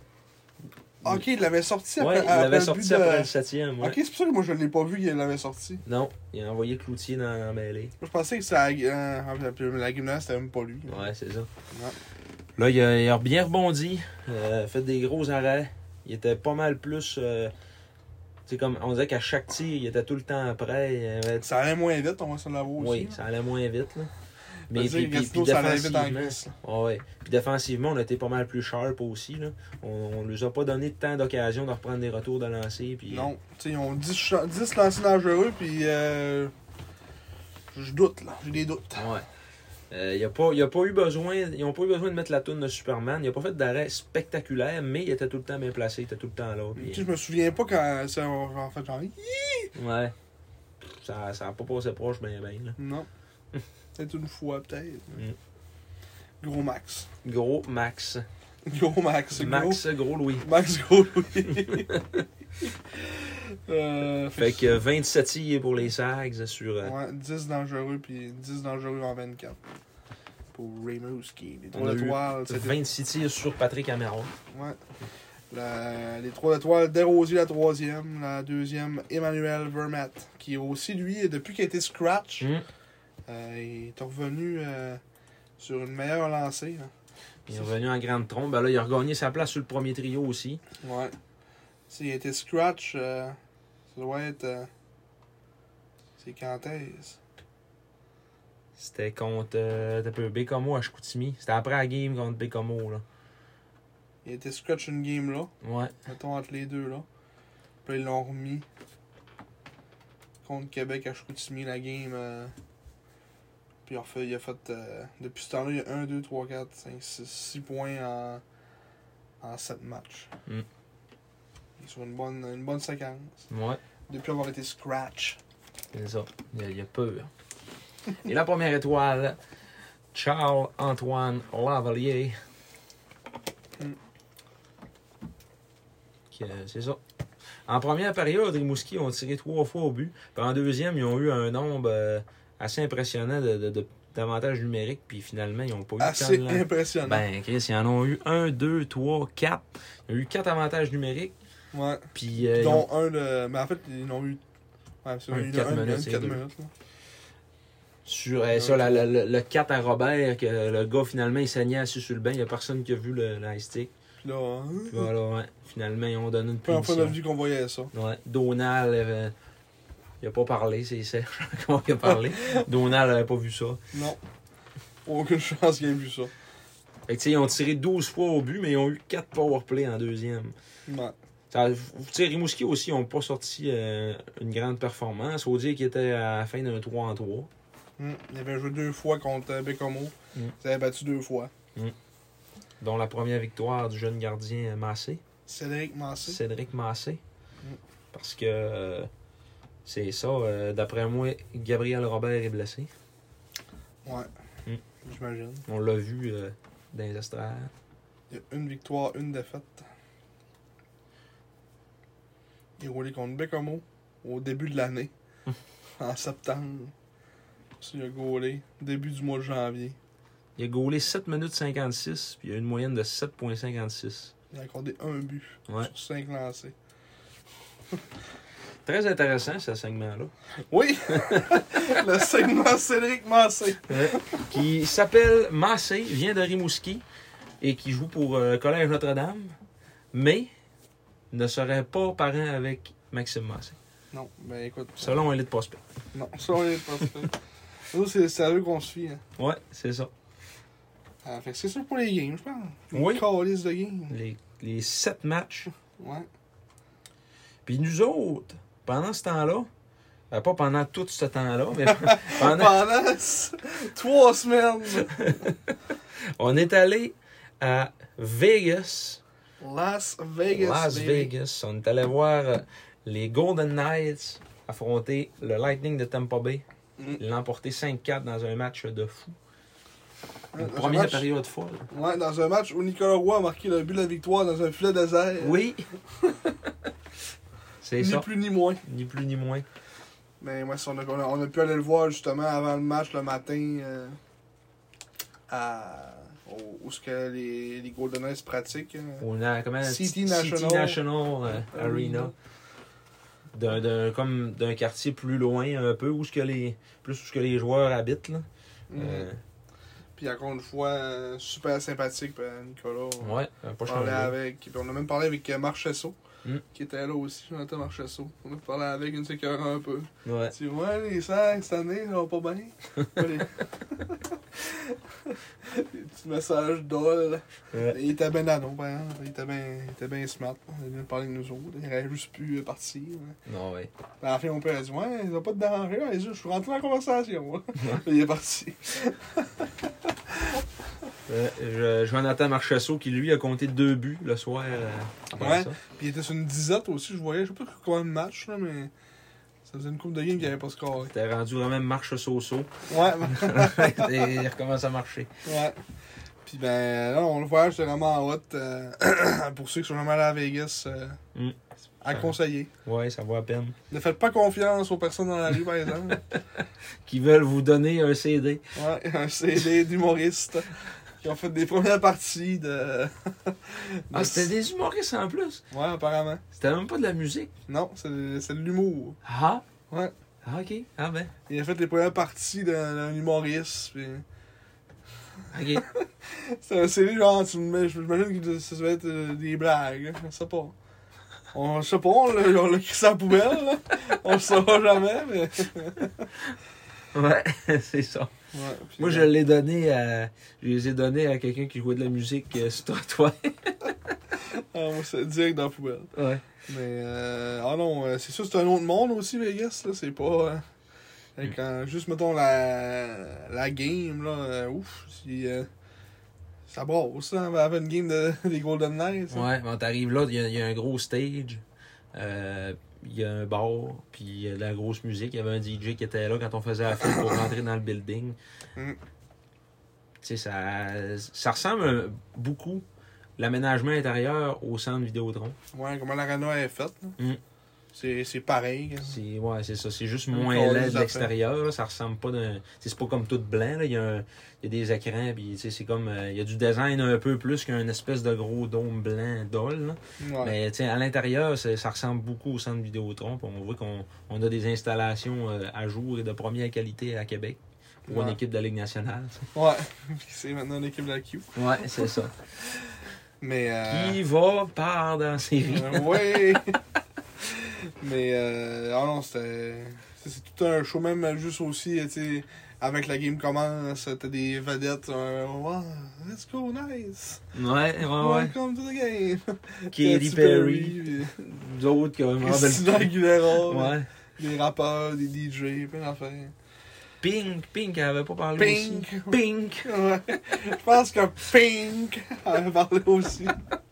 Ok, il l'avait sorti après, ouais, après, il l'avait le sorti but après de... le septième. Ouais. Ok, c'est pour ça que moi je ne l'ai pas vu qu'il l'avait sorti. Non, il a envoyé Cloutier dans la mêlée. Moi, je pensais que c'était euh, la gymnaste, c'était même pas lui. Ouais, c'est ça. Ouais. Là, il a, il a bien rebondi, euh, fait des gros arrêts. Il était pas mal plus. Euh, tu sais, comme on disait qu'à chaque tir, il était tout le temps prêt. Il avait... Ça allait moins vite, on va se l'avouer aussi. Oui, là. ça allait moins vite. Là. Mais puis, puis, puis, puis défensivement, ouais, puis défensivement, on a été pas mal plus sharp aussi. Là. On ne nous a pas donné tant d'occasions de reprendre des retours de lancer. Puis, non, tu sais, ils ont dix, dix lancers dangereux, puis euh, je doute, là. J'ai des doutes. Ouais. Euh, y a pas, y a pas eu besoin, ils n'ont pas eu besoin de mettre la toune de Superman. Il n'a pas fait d'arrêt spectaculaire, mais il était tout le temps bien placé, il était tout le temps là. Puis... Tu sais, je me souviens pas quand ça en fait genre. Ouais. Ça n'a pas passé proche, bien, bien. Là. Non. Peut-être une fois, peut-être. Mm. Gros Max. Gros Max. Gros Max. Max Gros, gros Louis. Max Gros Louis. euh, fait, fait que vingt-sept tirs pour les Sags sur... Euh... Ouais, dix dangereux, puis dix dangereux en vingt-quatre. Pour Rimouski. Les On a étoiles, eu vingt-six tirs sur Patrick Améron. Ouais. La- les trois étoiles, Desrosiers la troisième. La deuxième, Emmanuel Vermette, qui aussi, lui, depuis qu'il a été scratch, Mm. euh, il est revenu euh, sur une meilleure lancée. Hein. Il est revenu en grande trompe. Ben là, il a regagné sa place sur le premier trio aussi. Ouais. S'il a été scratch, euh, ça doit être... Euh, c'est quand est-ce? C'était contre euh, t'as peu, Bécomo à Chicoutimi. C'était après la game contre Bécomo, là. Il a été scratch une game là. Ouais. Mettons entre les deux là. Puis là, ils l'ont remis contre Québec à Chicoutimi la game. Euh... Puis il a fait, il a fait euh... depuis ce temps-là, il y a un, deux, trois, quatre, cinq, six, six points en, en sept matchs. Mm. Il est sur une bonne, une bonne séquence. Ouais. Depuis avoir été scratch. C'est ça. Il y a, il y a peur. Et la première étoile, Charles-Antoine Lavalier. Mm. Qui, euh, c'est ça. En première période, Rimouski ont tiré trois fois au but. Puis en deuxième, ils ont eu un nombre euh, assez impressionnant de, de, de, d'avantages numériques. Puis finalement, ils n'ont pas eu Assez tant de- impressionnant. Ben, Chris, ils en ont eu un, deux, trois, quatre. Ils ont eu quatre avantages numériques. Ouais. Puis euh, ils Dont ont- un de. Mais en fait, ils en ont eu. Ouais, c'est Un eu de quatre un, minutes, un de c'est quatre deux. minutes. Là. sur euh, ça, la- la- la- le quatre à Robert, que le gars finalement il saignait assis sur le banc. Il n'y a personne qui a vu le, le high stick. Puis là, hein, Puis voilà, ouais. Finalement, ils ont donné une première fois de punition. la vie qu'on voyait ça. Ouais. Donald, euh, il a pas parlé, c'est Serge qui a parlé. Donald n'avait pas vu ça. Non. Aucune chance qu'il ait vu ça. Fait que, tu sais, ils ont tiré douze fois au but, mais ils ont eu quatre powerplays en deuxième. Ouais. Ça, tu sais, Rimouski aussi n'ont pas sorti euh, une grande performance. Faut dire qu'ils étaient à la fin d'un trois en trois. Hum. Il avait joué deux fois contre euh, Bécomo. Mm. Il avait battu deux fois. Dont la première victoire du jeune gardien euh, Massé. Cédric Massé. Cédric Massé. Mm. Parce que euh, c'est ça, euh, d'après moi, Gabriel Robert est blessé. Ouais. Mm. J'imagine. On l'a vu euh, dans les estrades. Il y a une victoire, une défaite. Il est roulé contre Bécomo au début de l'année. En septembre. Puis il a gaulé début du mois de janvier. Il a gaulé sept minutes cinquante-six, puis il a une moyenne de sept virgule cinquante-six. Il a accordé un but Ouais. sur cinq lancés. Très intéressant, ce segment-là. Oui! Le segment Cédric Massé. Qui s'appelle Massé, vient de Rimouski et qui joue pour euh, Collège Notre-Dame, mais ne serait pas parent avec Maxime Massé, Non, ben écoute. selon Elite Prospect. Non, ça on est pas fait. Nous, c'est c'est à eux qu'on se fie. Hein. Ouais, c'est ça. Ah, fait que c'est ça pour les games, je pense. Oui. Une calice de games. Les, les sept matchs. Ouais. Puis nous autres, pendant ce temps-là, euh, pas pendant tout ce temps-là, mais pendant, Pendant s- trois semaines. on est allé à Vegas, Las Vegas. Las baby. Vegas. On est allé voir euh, les Golden Knights affronter le Lightning de Tampa Bay. Mm. Ils l'ont emporté cinq quatre dans un match de fou. Dans Une un première match- période folle. Ouais, dans un match où Nicolas Roy a marqué le but de la victoire dans un filet désert. Oui! C'est Ni ça. plus ni moins. Ni plus ni moins. Mais moi, on a, on, a, on a pu aller le voir justement avant le match le matin euh, à, où, où ce que les, les Golden Knights pratiquent. hein. On a comment City City National. National euh, Arena. D'un, d'un, comme d'un quartier plus loin un peu, où ce que les, plus où ce que les joueurs habitent. Là. Mhm. Euh, Puis encore une fois, euh, super sympathique, puis, euh, Nicolas. On ouais, ça a pas parlait changé. avec. Puis on a même parlé avec euh, Marchesso, Mm. qui était là aussi, Jonathan Marchesso. On a parlé avec une sécurité un peu. Ouais. Tu dis, ouais, les Sags, cette année, ça va pas bien. les... les petits messages d'ol. Ouais. Il était bien nano, par exemple. Il était bien, il était bien smart. Il vient de parler avec nous autres. Il aurait juste pu euh, partir. hein. Non, ouais. À la fin, mon père a dit, ouais, il va pas te déranger. Là. Il dit, je suis rentré dans la conversation. moi. il est parti. Euh, je- Jonathan Marchessault qui lui a compté deux buts le soir. euh, après Ouais. ça. Puis il était sur une disette aussi, je voyais. Je sais pas combien de matchs, là, mais ça faisait une coupe de game qu'il avait pas scoré. T'es rendu vraiment marche so-so. Ouais, Et il recommence à marcher. ouais. Puis ben, là, on le voit, j'étais vraiment en hot. euh, pour ceux qui sont jamais allés à Vegas, euh, Mm. à conseiller. Ouais, ça vaut à peine. Ne faites pas confiance aux personnes dans la rue, par exemple. Qui veulent vous donner un C D. Ouais, un C D d'humoriste qui ont fait des premières parties de. Ah, de- c'était des humoristes en plus. Ouais, apparemment. C'était même pas de la musique. Non, c'est c'est de l'humour. Ah. Ouais. Ah, ok. Ah ben. Il a fait les premières parties d'un d'un humoriste. Puis... Ok. C'est c'est lui, genre, tu me mets- j'imagine que ça va être euh, des blagues. hein, Je sais pas. On je sais pas, on l'a on l'a crissé à la poubelle, là. On le saura jamais, mais. Ouais, c'est ça. Ouais, puis, Moi, je euh, l'ai donné à. Je les ai donnés à quelqu'un qui jouait de la musique euh, sur le trottoir. ah, moi, c'est direct dans la poubelle. Ouais. Mais, euh, ah non, euh, c'est sûr, c'est un autre monde aussi, Vegas, là. C'est pas. Euh, Mm. quand, juste, mettons, la, la game, là. euh, ouf, c'est. Euh, ça brosse, là, avant une game de, des Golden Knights. hein. Ouais, quand t'arrives là, il y, a- il y a un gros stage. Euh, il y a un bar, puis il y a de la grosse musique. Il y avait un D J qui était là quand on faisait la fête pour rentrer dans le building. Mm. Tu sais, ça, ça ressemble euh, beaucoup, l'aménagement intérieur, au centre Vidéotron. Ouais, comment l'arena est faite, là. Mm. C'est c'est pareil. hein. C'est, ouais, c'est ça. C'est juste Comme moins calice laid de d'affaires. l'extérieur. Là. Ça ressemble pas d'un. C'est c'est pas comme tout blanc. Là. Il, y a un- il y a des écrans. Puis, tu sais, c'est comme. euh, il y a du design un peu plus qu'un espèce de gros dôme blanc dol. là. Ouais. Mais tu sais, à l'intérieur, c'est- ça ressemble beaucoup au centre Vidéotron. Puis on voit qu'on on a des installations euh, à jour et de première qualité à Québec pour une Ouais. équipe de la Ligue nationale. tu sais. Ouais. Puis c'est maintenant l'équipe de la Q. Ouais, c'est ça. Mais. Euh... Qui va part dans la série. Euh, ouais! Mais, euh, ah non, c'était. C'est c'est tout un show, même juste aussi, tu sais, avec la game commence, t'as des vedettes, euh, wow, let's go, nice! Ouais, ouais, ouais. Welcome to the game! Katy Perry, puis d'autres qui ont vraiment de Christina Aguilera, Ouais. des rappeurs, des D J, plein d'affaires. Pink, Pink, elle avait pas parlé Pink! aussi. Pink! Ouais. Je pense que Pink avait parlé aussi.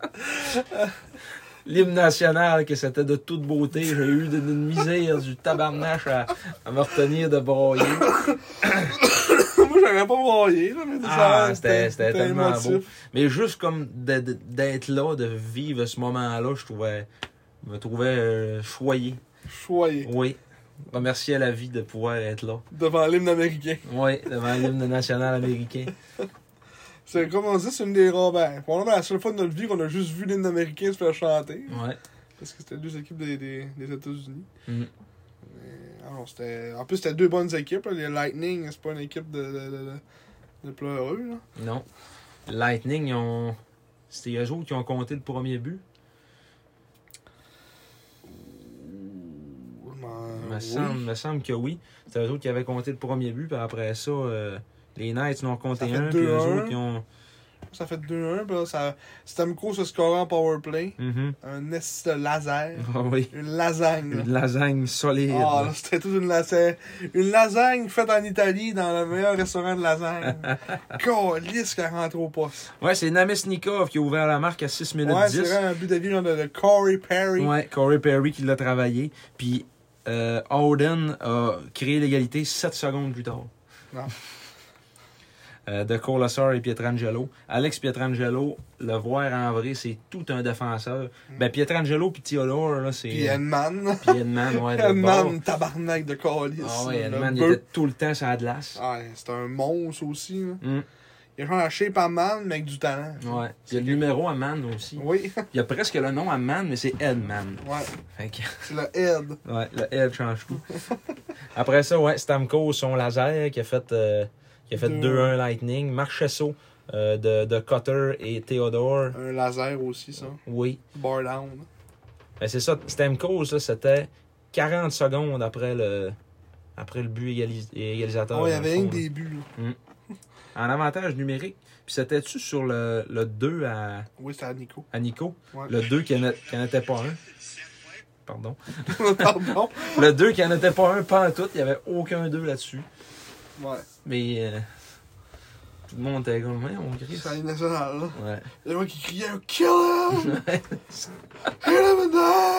L'hymne national, que c'était de toute beauté. J'ai eu de- d'une misère, du tabarnache à, à me retenir de broyer. Moi, j'aurais pas broyé, là, mais Ah, ça, c'était c'était tellement émotif. beau. Mais juste comme de- de- d'être là, de vivre ce moment-là, je trouvais, me trouvais euh, choyé. Choyé. Oui. Remercier à la vie de pouvoir être là. Devant l'hymne américain. Oui, devant l'hymne national américain. C'est comme on dit, c'est une des rares. Ben, probablement la seule fois de notre vie qu'on a juste vu l'hymne américain se faire chanter. Ouais. Parce que c'était deux équipes des, des, des États-Unis. Mhm. Mais, alors, c'était, en plus, c'était deux bonnes équipes. Là. Les Lightning, c'est pas une équipe de, de, de, de, de pleureux. Là. Non. Lightning, ils ont. C'était eux autres qui ont compté le premier but. Il me, Oui. semble, me semble que oui. C'était eux autres qui avaient compté le premier but, puis après ça, euh, les Knights en ont compté Ça fait un, puis eux deux un. autres qui ont. Ça fait deux un. Puis là, ça, Stamkos se score en powerplay. Mhm. Un esti de laser. Ah oui. Une lasagne. là. Une lasagne solide. Ah, là, c'était toute une lasagne. Une lasagne faite en Italie dans le meilleur restaurant de lasagne. Calice qu'elle rentre au poste. Ouais, c'est Namestnikov qui a ouvert la marque à six minutes Ouais, c'est dix. vraiment un but de vie genre de, de Corey Perry. Ouais, Corey Perry qui l'a travaillé. Puis euh, Howden a créé l'égalité sept secondes plus tard. Non. Euh, de Colasar et Pietrangelo. Alex Pietrangelo, le voir en vrai, c'est tout un défenseur. Mm. Ben, Pietrangelo puis Theodore, là, c'est. Puis Edman. Puis Edman, ouais, de bord. Edman, tabarnak de calice. Ah ouais, Le Edman, il bœuf. était tout le temps sur la glace. Ouais, c'est un monstre aussi. Là. Mm. Il a genre la shape à man, mais avec du talent. Ouais. Il y a le numéro à Man aussi. Oui, Il y a presque le nom à Man, mais c'est Edman. ouais, Fait que. c'est le head. Ouais, le L change tout. Après ça, ouais, Stamkos, son laser, qui a fait, euh, qui a fait Deux. deux un Lightning. Marchesso euh, de, de Cutter et Theodore. Un laser aussi, ça. Oui. Bar down. Ben, c'est ça. Stamkos, là, c'était quarante secondes après le, après le but égalis- égalisateur. Oh, il y dans avait le rien fond, que là. des buts. Là. En avantage numérique. Puis c'était-tu sur le, le deux à, Oui, c'était à Nico. à Nico? Ouais. Le deux qui n'en qui en était pas un. Pardon. Pardon. Le deux qui n'en était pas un, pas en tout. Il n'y avait aucun deux là-dessus. Ouais. Mais euh, tout le monde était comme, ouais, on crie. C'est à l'Union nationale, là. Ouais. Il y a moi qui criait « Kill him! Hit him and dance! »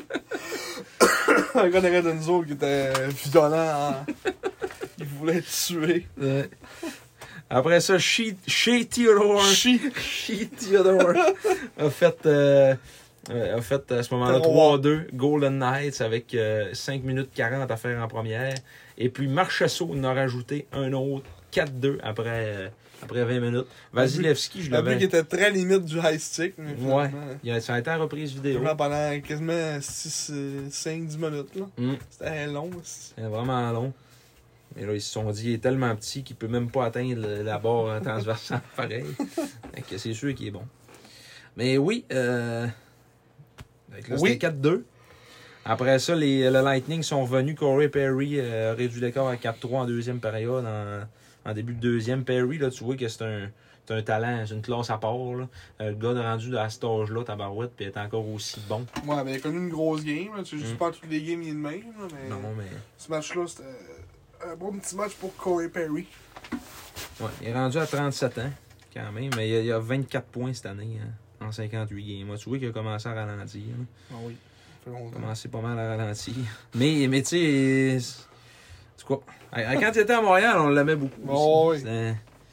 Un gars derrière de nous autres qui était violent. Hein. Il voulait être tué. Ouais. Après ça, Shea Shea Theodore. Chi. Shea Theodore a fait, euh, euh, a fait à ce moment-là trois deux Golden Knights avec euh, cinq minutes quarante à faire en première. Et puis Marchesso en a rajouté un autre quatre deux après, euh, après vingt minutes. Vasilevski, je J'ai vu l'avais... qu'il était très limite du high stick. Mais Ouais. finalement, Il a, ça a été en reprise vidéo. finalement, pendant quasiment six, cinq dix minutes. Là. Mm. C'était long. C'est... C'était vraiment long. Mais là, ils se sont dit, il est tellement petit qu'il peut même pas atteindre le- la barre transversale pareil. Fait que c'est sûr qu'il est bon. Mais oui, euh... fait que là, Oui. c'était quatre deux. Après ça, les, le Lightning sont revenus. Corey Perry euh, a réduit l'écart à quatre trois en deuxième période. En, en début de deuxième, Perry, là, tu vois que c'est un, c'est un talent, c'est une classe à part. Là. Euh, le gars est rendu à cet âge-là, tabarouette, puis est encore aussi bon. Ouais, mais il a connu une grosse game. Là. Tu sais, je Mm. sais pas toutes les games, il est de même. Là, mais Non, mais... ce match-là, c'était un bon petit match pour Corey Perry. Ouais, il est rendu à trente-sept ans, quand même. Mais il a, il a vingt-quatre points cette année, hein, en cinquante-huit games. Moi, tu vois qu'il a commencé à ralentir. Là. Ah oui, ça fait Il a longtemps. commencé pas mal à ralentir. Mais, mais tu sais, c'est- c'est quoi? Quand il était à Montréal, on l'aimait beaucoup. Oh, aussi. oui. C'était-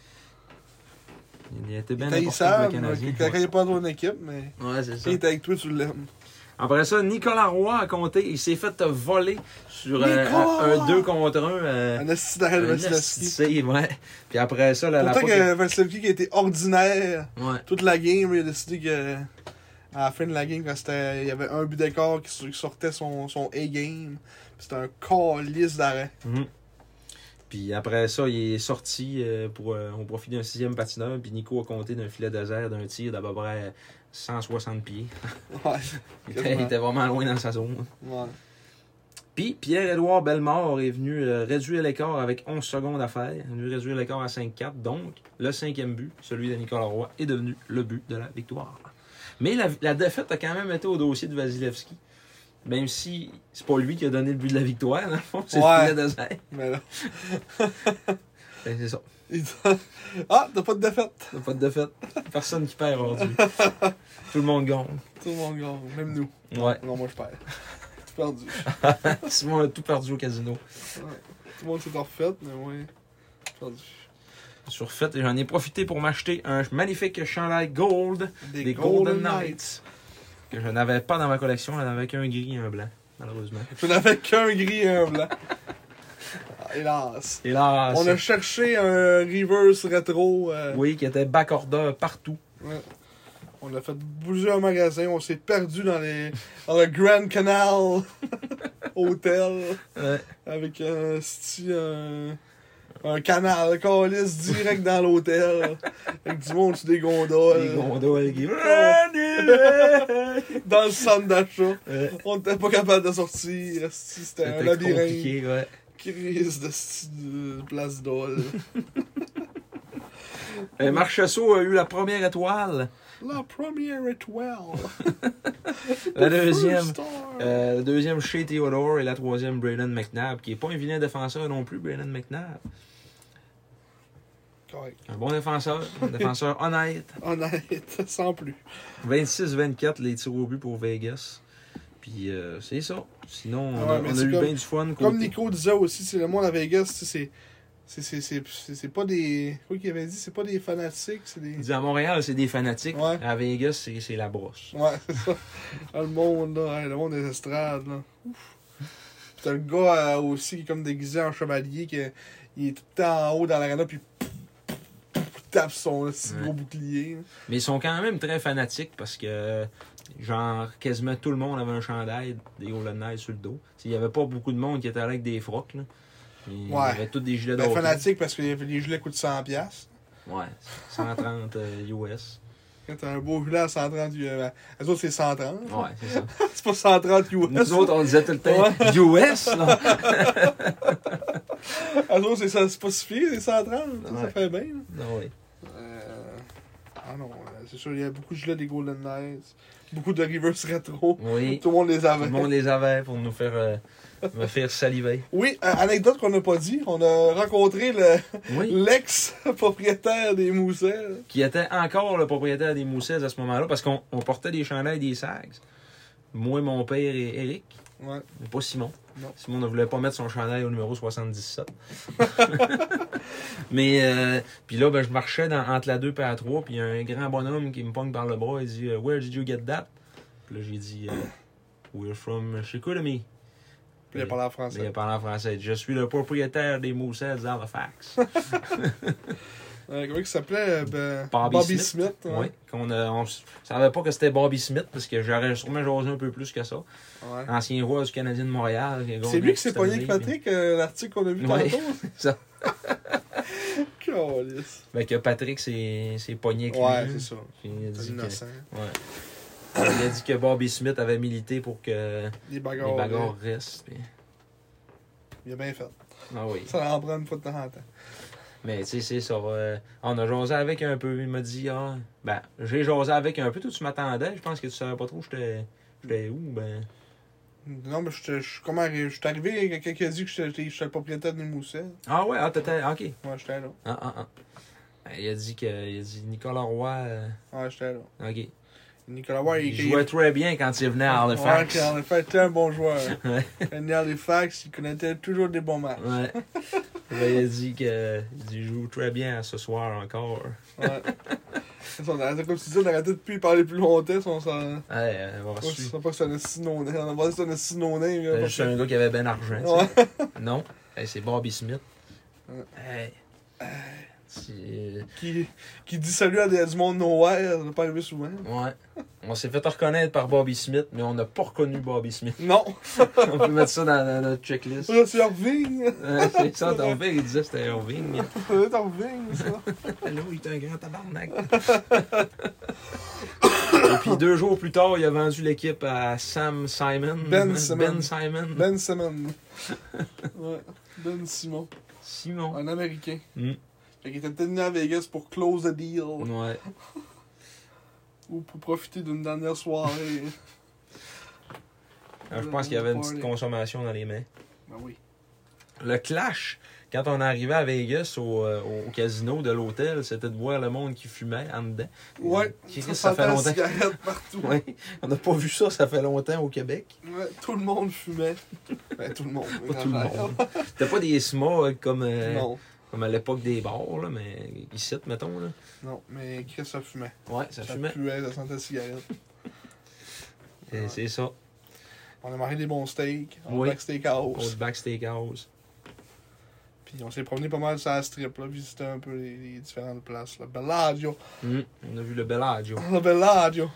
Il était bien Il était important pour le haïssable, Canadien. quand il n'est pas dans une équipe, mais Ouais, c'est quand ça. il est avec toi, tu l'aimes. Après ça, Nicolas Roy a compté. Il s'est fait voler sur euh, Nicolas! un un deux contre un. Euh, Un assistant d'arrêt de un Vasilevski. save, ouais. Puis après ça, la, la Pourtant puck- que Vasilevski qui a été ordinaire Ouais. toute la game, il a décidé que à la fin de la game, quand c'était, il y avait un but d'écart qui qui sortait son, son A-game, c'était un calice d'arrêt. Mhm. Puis après ça, il est sorti euh, pour, euh, au profit d'un sixième patineur. Puis Nico a compté d'un filet désert, d'un tir d'à peu près cent soixante pieds. Ouais. Il était, il était vraiment loin dans sa zone. Ouais. Puis Pierre-Édouard Bellemare est venu euh, réduire l'écart avec onze secondes à faire. Il est venu réduire l'écart à cinq quatre. Donc, le cinquième but, celui de Nicolas Roy, est devenu le but de la victoire. Mais la, la défaite a quand même été au dossier de Vasilevski. Même si c'est pas lui qui a donné le but de la victoire, dans le fond, c'est Ouais. le filet désert. Mais là. Ben, c'est ça. il dit, ah, t'as pas de défaite. T'as pas de défaite. Personne qui perd aujourd'hui. Tout le monde gagne. Tout le monde gagne, même nous. Ouais. Non, moi je perds. Tout perdu. Simon a tout perdu au casino. Ouais. Tout le monde s'est refait, mais moi, j'ai perdu. Sur fait, j'en ai profité pour m'acheter un magnifique chandail gold des, Golden, Knights. Que je n'avais pas dans ma collection. J'en avais qu'un gris et un blanc, malheureusement. Je n'avais qu'un gris et un blanc. Ah, hélas. Et là, On c'est- a cherché un reverse rétro. euh, oui, qui était backorder partout. ouais. On a fait plusieurs magasins. On s'est perdu dans, les, dans le Grand Canal Hotel Ouais. avec un style, un, un canal, calice direct dans l'hôtel. Avec du monde sur des gondoles. Les gondoles qui... Dans le centre d'achat. Ouais. On n'était pas capable de sortir. esti, C'était un C'était labyrinthe. compliqué, ouais. Crise de, sti- de place d'ol. Euh, Marchessault a eu la première étoile. La première étoile. La deuxième, First star. euh, la deuxième Shea Theodore et la troisième Braden McNabb, qui n'est pas un vilain défenseur non plus, Braden McNabb. Correct. Un bon défenseur, un défenseur honnête. Honnête, sans plus. vingt-six vingt-quatre les tirs au but pour Vegas. Puis euh, c'est ça. Sinon, on Ah ouais, a, mais on a c'est eu comme- bien du fun. Comme côté- Nico disait aussi, c'est le monde à Vegas, tu sais, c'est. C'est, c'est, c'est, c'est, c'est pas des. Quoi qu'il avait dit, c'est pas des fanatiques, c'est des. Il dit à Montréal, c'est des fanatiques. Ouais. À Vegas, c'est c'est la brosse. Ouais, c'est ça. Ah, le monde, là, hey, le monde des estrades, là. Ouf. Puis t'as le gars euh, aussi qui est comme déguisé en chevalier, qui il est tout le temps en haut dans l'arena, puis il tape son si Ouais. gros bouclier. Mais ils sont quand même très fanatiques parce que, genre, quasiment tout le monde avait un chandail des Golden Knights sur le dos. T'sais, il n'y avait pas beaucoup de monde qui était là avec des frocs. Là. Il y Ouais. avait tous des gilets Ben, d'hockey. fanatique parce que les gilets coûtent cent piastres. Ouais, cent trente euh, U S. Quand t'as un beau gilet à cent trente, euh, les autres c'est cent trente. Ouais, c'est ça. C'est pas cent trente U S. Nous autres, on disait tout le temps U S, là. Les autres, c'est, ça- c'est pas si pire, c'est cent trente. Ça, ça Ouais. fait bien. Là. Non, oui. Euh, Ah non, euh, c'est sûr, il y a beaucoup de gilets des Golden Knights. Beaucoup de reverse rétro. Oui. Tout le monde les Tout avait. le monde les avait pour nous faire, euh, me faire saliver. Oui, euh, anecdote qu'on n'a pas dit, on a rencontré le, Oui. l'ex-propriétaire des Moussets. Qui était encore le propriétaire des Moussets à ce moment-là parce qu'on on portait des chandails des Sags. Moi, mon père et Eric. Ouais. Mais pas Simon. Non. Simon ne voulait pas mettre son chandail au numéro soixante-dix-sept. Mais, euh, puis là, ben, je marchais dans, entre la deux et la trois, puis il y a un grand bonhomme qui me pogne par le bras, il dit « Where did you get that? » Puis là, j'ai dit euh, We're from Chicoutimi. Puis il a parlé en Mais il français. a parlé en français. « Je suis le propriétaire des Moussets d'Halifax. » Euh, comment il s'appelait? Ben, Bobby Bobby Smith. Smith. Oui. ouais. Qu'on a, on s- savait pas que c'était Bobby Smith, parce que j'aurais sûrement jasé un peu plus que ça. Ouais. Ancien roi du Canadien de Montréal. C'est lui qui s'est pogné avec Patrick, euh, l'article qu'on a vu Ouais. tantôt. Ça. Câlisse. Ben, que Patrick s'est s'est pogné avec Ouais, lui. c'est ça. Puis il a C'est dit que, innocent. ouais. Il a dit que Bobby Smith avait milité pour que Les bagarres. les bagarres là, restent. puis- Il a bien fait. Ah oui. Ça en prend une fois de temps en temps. Mais tu sais, c'est ça. euh, on a jasé avec un peu. Il m'a dit, ah, ben, j'ai jasé avec un peu. Toi, tu m'attendais. Je pense que tu savais pas trop j'étais j'étais où. Ben, Non, mais je suis- je suis comment arrivé? Je suis arrivé, il y a quelqu'un qui a dit que j'étais j'étais le propriétaire de Mousset. ah ouais, ah, t'étais. Ok. Ouais, j'étais là. Ah, ah, ah. Ben, il a dit que. Il a dit Nicolas Roy. euh, Ouais, j'étais là. ok. Nicolas Roy, Il jouait très bien quand il venait à Halifax. Ouais, en effet, était un bon joueur. Ouais. Il venait à Halifax, il connaissait toujours des bons matchs. Ouais. Ben, il a dit que. Il dit, joue très bien ce soir encore. Ouais. On a, comme tu dis, on a arrêté de plus parler plus longtemps. On s'en. Ouais, euh, on va On suivre. sait pas que c'est un synonyme. On a pensé que c'était un synonyme. C'était juste un gars qui avait ben d'argent. tu sais. Ouais. Non. Hey, c'est Bobby Smith. Ouais. Hey. C'est- Qui, qui dit salut à des, du monde nowhere, ça doit pas arriver souvent. Ouais. On s'est fait reconnaître par Bobby Smith, mais on n'a pas reconnu Bobby Smith. Non, On peut mettre ça dans, dans notre checklist. ça c'est Irving. Ouais, c'est ça, ton père, il disait que c'était Irving. C'est Irving, ça. Là, il était un grand tabarnak. Et puis deux jours plus tard, il a vendu l'équipe à Sam Simon. Ben Simon. Ben Simon. Ben Simon. Ouais, Ben Simon. Simon. Un Américain. Mm. Fait qu'il était peut-être venu à Vegas pour close the deal. Ouais. Ou pour profiter d'une dernière soirée. Alors, je pense qu'il y avait une petite consommation dans les mains. Ben oui. Le clash, quand on est arrivé à Vegas au, euh, au casino de l'hôtel, c'était de voir le monde qui fumait en dedans. Ouais, Qui ça, ça fait sentait la longtemps. cigarette partout. Ouais. On n'a pas vu ça, ça fait longtemps au Québec. Ouais, tout le monde fumait. Ben, tout le monde. Pas tout le monde. C'était pas des smogs comme, euh, Non, comme à l'époque des bars, là, mais ici, mettons. Là. non, mais Chris, ça fumait. Ouais, ça, Ça fumait. puait, ça sentait la cigarette. Et c'est ça. On a mangé des bons steaks, on Oui. a steakhouse. Outback Steakhouse. Puis on s'est promené pas mal sur la strip, là, visiter un peu les, les différentes places. Là. Bellagio. Hum, On a vu le Bellagio. Le Bellagio.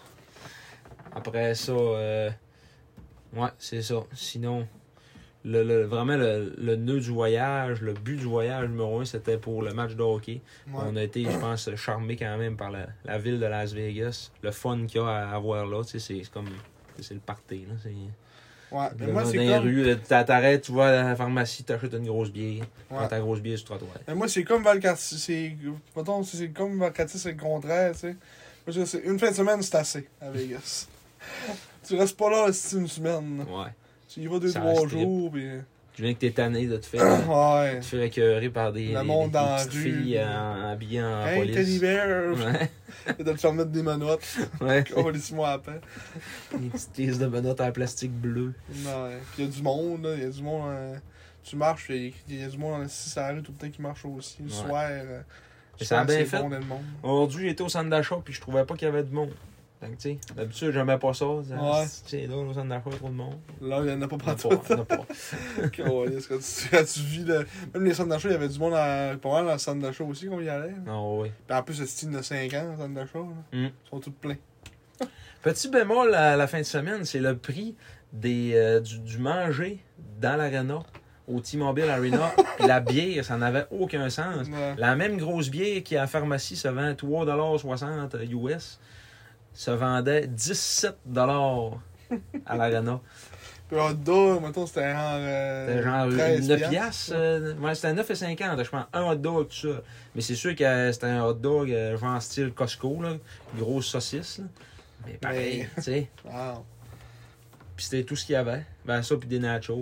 Après ça, euh, ouais, c'est ça. Sinon, le, le- vraiment le, le nœud du voyage, le but du voyage numéro un, c'était pour le match de hockey. Ouais. On a été, je pense, charmés quand même par la, la ville de Las Vegas. Le fun qu'il y a à avoir là, tu sais, c'est c'est comme. C'est le party, là. C'est. Ouais, mais Le moi, monde c'est dans les comme... rues, t'a- t'arrêtes, tu vas à la pharmacie, t'achètes une grosse bière. Ouais. Prends ta grosse bière sur le trottoir. Mais moi, c'est comme Valcartier. C'est... Mettons, c'est c'est comme Valcartier, c'est le contraire, tu sais. Moi, je c'est une fin de semaine, c'est assez, à Vegas. Tu restes pas là, c'est une semaine. Ouais. Tu y vas deux, Ça trois strip. jours, pis... Tu viens que t'es tanné de te faire, Ouais. te faire écœurer par des, Le des- monde des dans la petites rue. filles en, habillées en Hey, police. Teddy Bear! Ouais. Et de te faire mettre des menottes. Ouais. Oh, laisse-moi à peine. Des petites pièces de menottes en plastique bleu. Non, puis il y a du monde, là. Il y a du monde. euh, Tu marches, puis il y a du monde assis sur la rue tout le temps qui marche aussi. Le Ouais. soir. euh, Et soir, ça a bien c'est fait. bon, dans le monde. Aujourd'hui, j'étais au centre d'achat puis je trouvais pas qu'il y avait de monde. Donc, tu sais, d'habitude, j'aimais pas ça. Ouais. Tu sais, là, au centre d'achat, il y a trop de monde. Là, il y en a pas Il y en a partout. pas, il y en a pas. Calisse, quand, tu, quand tu vis le... Même les centres d'achat, il y avait du monde à... pas mal dans le centre d'achat aussi, comme il y allait. Non, oui. Puis en plus, le style de cinq ans, le centre d'achat. là. Mm. Ils sont tous pleins. Petit bémol à la fin de semaine, c'est le prix des, euh, du, du manger dans l'arena, au T-Mobile Arena. Puis la bière, ça n'avait aucun sens. Ouais. La même grosse bière qui à la pharmacie se vend trois dollars soixante U S se vendait dix-sept dollars à l'arena. Puis le hot dog, mettons, c'était genre. Euh, C'était genre treize neuf piastres. euh, ouais, c'était neuf et cinquante, je pense. Un hot dog, tout ça. Mais c'est sûr que euh, c'était un hot dog euh, genre style Costco, là. Grosse saucisse, là. Mais pareil, Mais- tu sais. Wow. Puis c'était tout ce qu'il y avait. Ben ça, puis des nachos.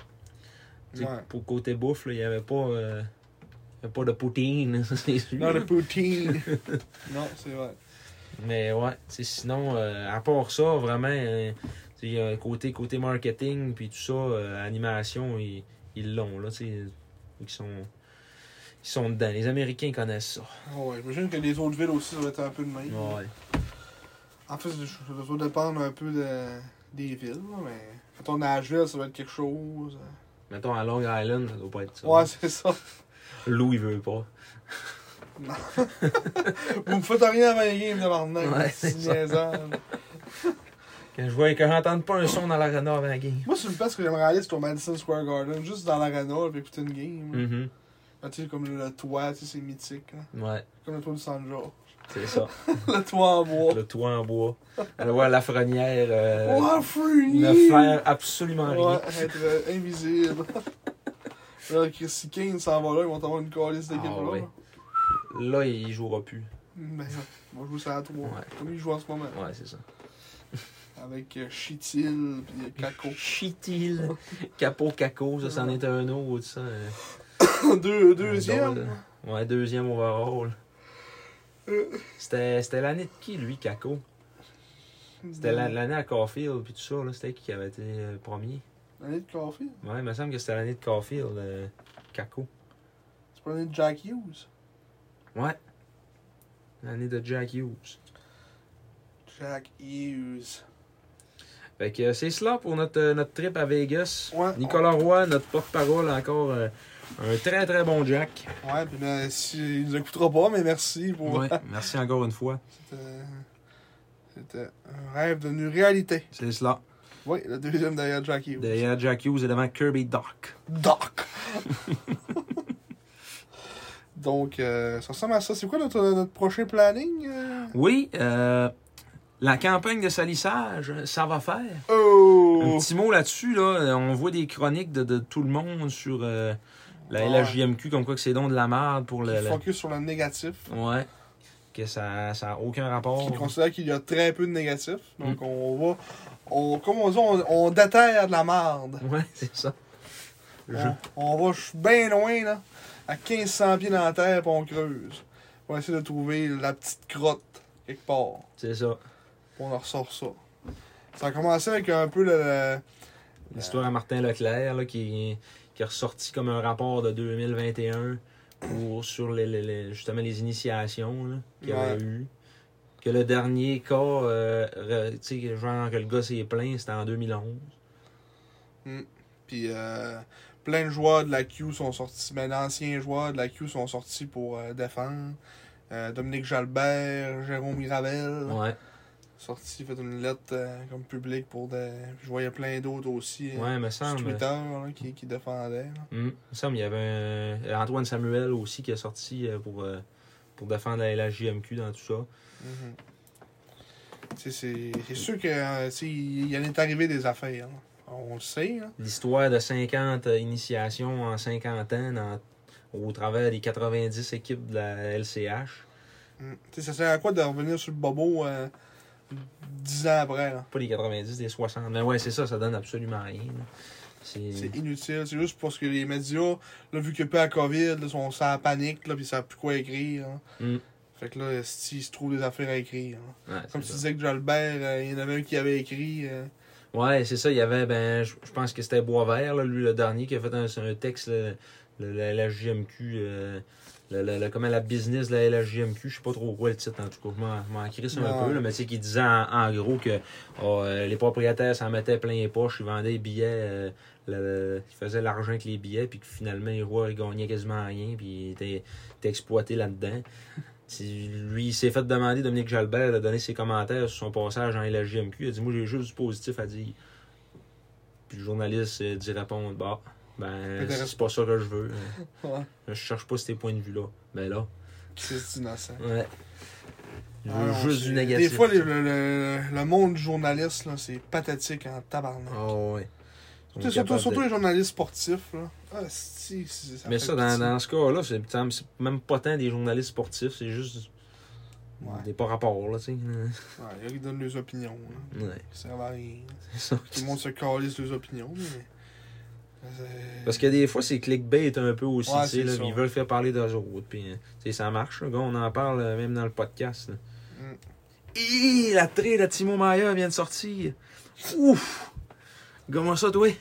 Tu sais, Ouais. pour côté bouffe, là, il n'y avait pas... euh, il y avait pas de poutine, ça, c'est sûr. Non, le poutine. Non, c'est vrai. Mais ouais, tu sais, sinon, euh, à part ça, vraiment, euh, tu sais, euh, côté, côté marketing, puis tout ça, euh, animation, ils ils l'ont, là, tu sais. Ils sont, ils sont dedans. Les Américains connaissent ça. Ah ouais, j'imagine que les autres villes aussi, ça va être un peu de même. Ouais. En fait, ça va dépendre un peu de, des villes, là, mais. Mettons, Nashville, ça va être quelque chose. Mettons, à Long Island, ça doit pas être ça. Ouais, c'est ça. Lou, il veut pas. Vous me faites rien avant les games de Marnac. Ouais, c'est c'est ça. niaisant. Quand je vois que j'entende pas un son dans l'arena avant la game. Moi, c'est une place que j'aimerais aller, c'est au Madison Square Garden, juste dans l'arena, puis écouter une game. là. Mhm. Ah, tu sais, comme le toit, tu sais, c'est mythique. Là. Ouais, Comme le toit du San George. c'est ça. Le toit en bois. Le toit en bois. Elle voit la frenière. Euh, Oh, free! ne faire absolument rien. Ouais, être euh, invisible. Là, si Kane s'en va là, ils vont avoir une calice d'équipe Ah, là. ouais. Là, il jouera plus. Ben, on va jouer ça à trois. Ouais. Comme il joue en ce moment. Ouais, c'est ça. Avec euh, Chitil pis euh, Kako. Chitil. Capo Caco, ça, c'en est un autre, ça. euh, Deux, un deuxième. drôle. Ouais, deuxième overall. Euh, C'était c'était l'année de qui, lui, Caco? C'était la- l'année à Caulfield, puis tout ça, là. C'était qui qui avait été euh, premier? L'année de Caulfield. Ouais, il me semble que c'était l'année de Caulfield, euh, Caco. C'est pas l'année de Jack Hughes. Ouais. L'année de Jack Hughes. Jack Hughes. Fait que euh, c'est cela pour notre, euh, notre trip à Vegas. Ouais. Nicolas Roy, notre porte-parole, encore euh, un très très bon Jack. Ouais, pis là, si, il nous écoutera pas, mais merci pour. Ouais, merci encore une fois. C'était. C'était un rêve devenu réalité. C'est cela. Oui, le deuxième derrière Jack Hughes. Derrière Jack Hughes et devant Kirby Doc. Doc! Donc, euh, ça ressemble à ça. C'est quoi notre, notre prochain planning? euh? Oui, euh, la campagne de salissage, ça va faire. Un Oh! petit mot là-dessus, là, on voit des chroniques de, de tout le monde sur euh, la Ouais. L H J M Q, comme quoi que c'est donc de la merde pour le... Qui le- focus sur le négatif. Ouais, que ça ça a aucun rapport. Qui considère qu'il y a très peu de négatifs. Donc, Mm. on va. On, comme on dit, on, on déterre de la merde. Ouais, c'est ça. Je- On, on va bien loin, là. À quinze cents pieds dans la terre, puis on creuse. On va essayer de trouver la petite crotte quelque part. C'est ça. Puis on en ressort ça. Ça a commencé avec un peu le. le- L'histoire à Martin Leclerc, là, qui, qui est ressorti comme un rapport de deux mille vingt et un pour, sur les, les- les- justement les initiations là, qu'il y avait Ouais. eu. Que le dernier cas, euh, re- tu sais, genre que le gars s'est plaint, c'était en deux mille onze. Puis euh, plein de joueurs de la Q sont sortis. Ben, d'anciens joueurs de la Q sont sortis pour euh, défendre. Euh, Dominique Jalbert, Jérôme Miravel. Ouais, Sorti, fait une lettre euh, comme publique pour des. Je voyais plein d'autres aussi. euh, ouais, me sur semble. Twitter là, qui, qui défendaient. là. Hum, me semble il y avait un- Antoine Samuel aussi qui est sorti euh, pour, euh, pour défendre la L H J M Q dans tout ça. Mhm. Tu sais, C'est c'est sûr que euh, tu sais, il y en est arrivé des affaires. là. On le sait. Là. L'histoire de cinquante euh, initiations en cinquante ans dans- au travers des quatre-vingt-dix équipes de la L C H. Mm. Tu sais, ça sert à quoi de revenir sur le bobo euh, dix ans après? là? Pas les quatre-vingt-dix, des soixante. Mais ouais, c'est ça, ça donne absolument rien. là. C'est... C'est inutile. C'est juste parce que les médias, là, vu qu'il n'y a pas la COVID, là, sont ça la panique, là, puis ils savent plus quoi écrire. hein. Mm. Fait que là, s'ils se trouvent des affaires à écrire. hein. Ouais, Comme c'est tu ça. disais que Jalbert, euh, il y en avait un qui avait écrit. euh, Ouais, c'est ça. Il y avait, ben, je je pense que c'était Boisvert, là, lui, le dernier, qui a fait un, un texte, le, le- la L H J M Q, euh, le, le- le- comment la business de la L H J M Q, je sais pas trop quoi le titre, en tout cas, je m'en- je m'en crisse un Non. peu, là, mais tu sais, qui disait en, en gros que oh, euh, les propriétaires s'en mettaient plein les poches, ils vendaient les billets, euh, le- ils faisaient l'argent avec les billets, puis que finalement, les rois, ils gagnaient quasiment rien, puis ils étaient, étaient exploités là-dedans. Si lui, il s'est fait demander, Dominique Jalbert, de donner ses commentaires sur son passage en L H J M Q. Il a dit, moi, j'ai juste du positif à dire. Puis le journaliste euh, dit répondre, bah, ben, Intéressant. c'est pas ça que je veux. Euh, ouais, Je cherche pas ces points de vue-là. Ben là, c'est innocent. ouais. Je Ah veux non, juste c'est- du négatif. Des fois, les- le, le, le monde du journaliste, là, c'est pathétique en tabarnak. Ah ouais. Ils Tu sais, sont surtout, capables surtout de- les journalistes sportifs. Là. Ah, si, si, ça Mais fait ça, dans, pitié. dans ce cas-là, c'est c'est même pas tant des journalistes sportifs, c'est juste Ouais. des pas rapports, là, tu sais. Ouais, il y a qui donnent leurs opinions. Là. Ouais, Qui servent à rien. c'est ça. Tout le monde se calisse leurs opinions. Mais... c'est- Parce que des fois, c'est clickbait un peu aussi, Ouais, tu sais, c'est là, ça. ils veulent faire parler d'eux autres. Puis, euh, tu sais, ça marche, là, gars, on en parle euh, même dans le podcast. Là. Mm. Hi, la trade de Timo Maya vient de sortir. Ouf! Comment ça, toi?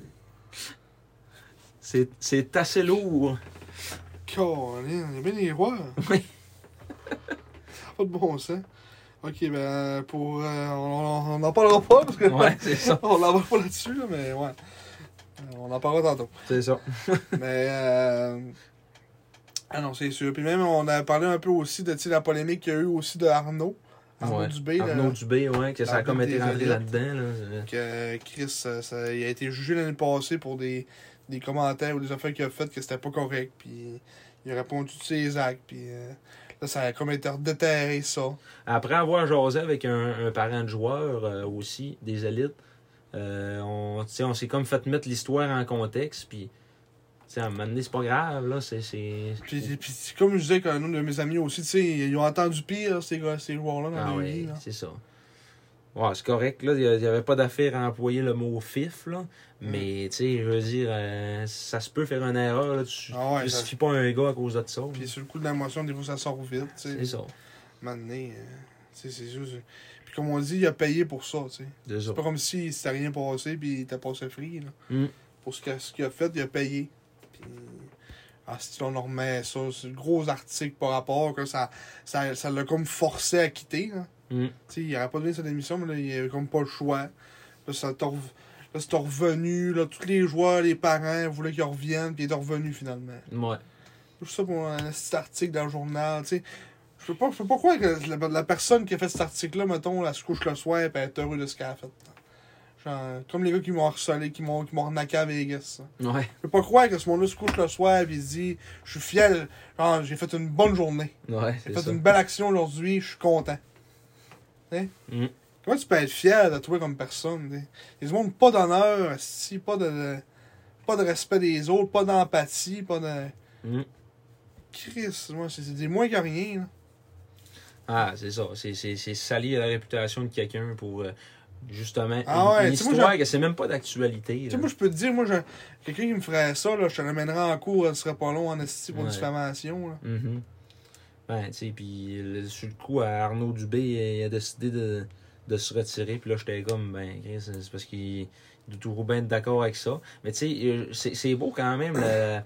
C'est, c'est assez lourd. Colin, il y a bien des rois. Oui. Pas de bon sens. Ok, ben, pour. euh, on on n'en parlera pas parce que. Ouais, c'est ça. on n'en va pas là-dessus, là, mais ouais. Euh, On en parlera tantôt. C'est ça. Mais. Euh, Ah non, c'est sûr. Puis même, on a parlé un peu aussi de tu sais, la polémique qu'il y a eu aussi de Arnaud. Arnaud Ouais. Dubé. Arnaud là, Dubé, ouais, que ça a comme été rentré des là-dedans. Là. que Chris, ça, ça- il a été jugé l'année passée pour des, des commentaires ou des affaires qu'il a faites que c'était pas correct. Puis il a répondu de ses actes. Puis euh, là, ça a comme été déterré, ça. Après avoir jasé avec un, un parent de joueur euh, aussi, des élites, euh, on, tu sais, on s'est comme fait mettre l'histoire en contexte. Puis, tu sais, à un moment donné, c'est pas grave. Là, c'est, c'est... Puis, puis comme je disais, qu'un de mes amis aussi, tu sais, ils ont entendu pire, ces, gars, ces joueurs-là, dans Ah leur ouais, vie. Là. c'est ça. Ouais, c'est correct, là. Il n'y avait pas d'affaire à employer le mot fif, là. Mais, tu sais, je veux dire, euh, ça se peut faire une erreur, là. Tu Ah ouais, ne ça- suffis pas un gars à cause de ça. Puis sur le coup de l'émotion, des fois, ça sort vite, tu sais. C'est ça. Maintenant, euh, tu sais, c'est juste... Puis comme on dit, il a payé pour ça, tu sais. C'est ça. C'est pas comme si s'était rien passé, puis il t'a passé free, là. Mm. Pour ce qu'il a, ce qu'il a fait, il a payé. Puis... Ah, si on en remet ça, c'est un gros article par rapport, que ça, ça, ça l'a comme forcé à quitter, là. Mm. Tu sais, il n'aurait pas donné cette émission, mais là, il avait comme pas le choix. Là, ça t'a rev- là, c'est revenu, là, tous les joueurs, les parents voulaient qu'ils reviennent, puis il est revenu finalement. Ouais. Tout ça pour un petit article dans le journal, tu sais. Je peux pas, je peux pas croire que la, la personne qui a fait cet article-là, mettons, elle se couche le soir et elle est heureuse de ce qu'elle a fait. Genre, comme les gars qui m'ont harcelé, qui m'ont, qui m'ont arnaqué à Vegas. Ça. Ouais. Je peux pas croire que ce monde-là se couche le soir et il se dit, je suis fier, genre, j'ai fait une bonne journée. Ouais, J'ai c'est fait ça. une belle action aujourd'hui, je suis content. Hein? Mm. Comment tu peux être fier de toi comme personne? T'sais? Il y a du monde pas d'honneur, si, pas de, pas de respect des autres, pas d'empathie, pas de. Mm. Chris, moi, c'est, c'est des moins que rien. Là. Ah, c'est ça. C'est, c'est, c'est salir la réputation de quelqu'un pour, euh, justement, Ah ouais, une, une tu sais, moi, histoire j'ai- que c'est même pas d'actualité. Tu sais, là. moi, je peux te dire, moi, je- quelqu'un qui me ferait ça, là, je te l'amènerais en cours, elle serait pas long en esti pour Ouais. diffamation. Là. Mhm. Ben, tu sais, puis le- sur le coup, Arnaud Dubé, il a décidé de, de se retirer. Puis là, j'étais comme, ben, Chris, c'est parce qu'il doit toujours bien être d'accord avec ça. Mais tu sais, euh, c'est, c'est beau quand même, la,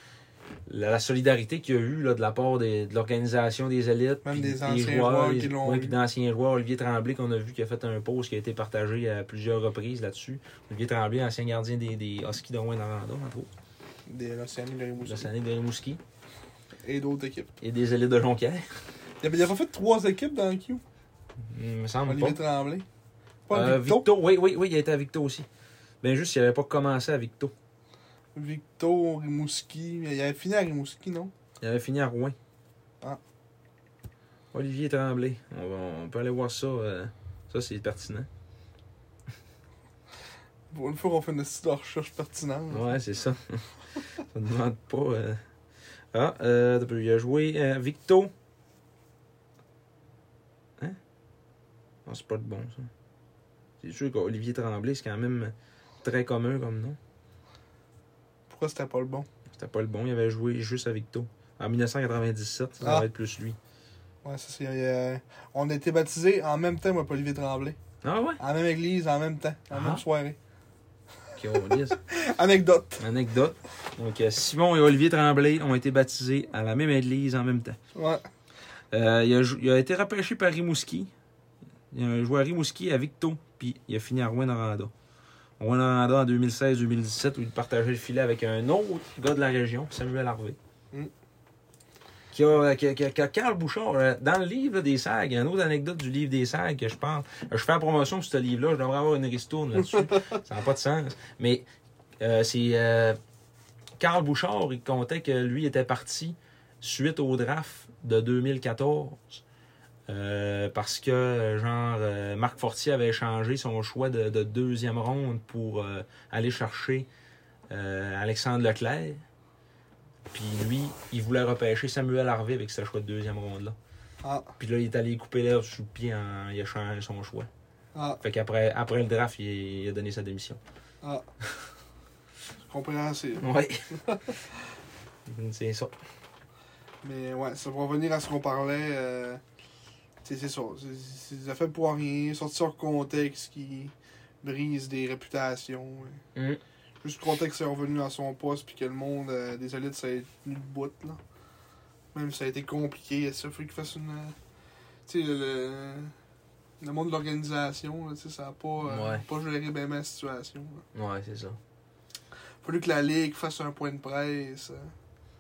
la, la solidarité qu'il y a eu là, de la part des- de l'organisation des élites. Même puis des anciens joueurs qui l'ont ouais, eu. puis d'anciens joueurs. Olivier Tremblay, qu'on a vu, qui a fait un post qui a été partagé à plusieurs reprises là-dessus. Olivier Tremblay, ancien gardien des, des Huskies de Rouen-Noranda, entre autres. Des L'Océanie de De Rimouski. l'Océanique de Rimouski. Et d'autres équipes. Et des élites de Jonquière. Il avait, il avait fait trois équipes dans le Q. Il me semble Olivier pas. Tremblay. Pas Euh, Victo. Victo, oui, oui, oui, il a été à Victo aussi. Ben juste, il n'avait pas commencé à Victo. Victo, Rimouski. Il avait fini à Rimouski, non? Il avait fini à Rouen. Ah. Olivier Tremblay. On, va- on peut aller voir ça. euh, ça, c'est pertinent. Pour une fois qu'on fait une petite recherche pertinente. Ouais, c'est ça. Ça ne demande pas. euh. Ah, euh, il a joué euh, Victo. Hein? Non, c'est pas de bon, ça. C'est sûr qu'Olivier Tremblay, c'est quand même très commun comme nom. Pourquoi c'était pas le bon? C'était pas le bon. Il avait joué juste à Victo. En dix-neuf cent quatre-vingt-dix-sept, ça, ça Ah. va être plus lui. Ouais, ça c'est. euh, on a été baptisés en même temps, moi, pas Olivier Tremblay. Ah ouais? En la même église, en même temps, en Ah. même soirée. Ok, on lise. Anecdote. Anecdote. Donc, euh, Simon et Olivier Tremblay ont été baptisés à la même église en même temps. Ouais. Euh, il, a, jou- il a été repêché par Rimouski. Il a joué à Rimouski, à Victo, puis il a fini à Rouen-Noranda. Rouen-Noranda en deux mille seize deux mille dix-sept, où il partageait le filet avec un autre gars de la région, Samuel Harvey. Mm. Qui a, qui a- qui a- qui a Carl Bouchard, euh, dans le livre là, des sags, il y a une autre anecdote du livre des sags que je parle. Euh, Je fais la promotion pour ce livre-là, je devrais avoir une ristourne là-dessus. Ça n'a pas de sens. Mais euh, c'est. euh, Carl Bouchard, il comptait que lui était parti suite au draft de deux mille quatorze. euh, parce que, genre, euh, Marc Fortier avait changé son choix de, de deuxième ronde pour euh, aller chercher euh, Alexandre Leclerc. Puis lui, il voulait repêcher Samuel Harvey avec ce choix de deuxième ronde-là. Ah. Puis là, il est allé couper l'herbe sous le pied, en, il a changé son choix. Ah. Fait qu'après après le draft, il, il a donné sa démission. Ah. Compréhensible. Ouais. C'est ça. Mais ouais, ça va revenir à ce qu'on parlait. Euh, c'est c'est ça. C'est c'est des affaires pour rien, sortir hors contexte qui brise des réputations. Ouais. Mm. Juste le contexte est revenu à son poste puis que le monde euh, des élites, ça a tenu le bout. Là. Même si ça a été compliqué, il faut qu'il fasse une. euh, Tu sais, le, le, le monde de l'organisation, là, tu sais, ça n'a pas, euh, Ouais. pas géré bien la situation. Là. Ouais, c'est ça. Il a fallu que la Ligue fasse un point de presse. euh.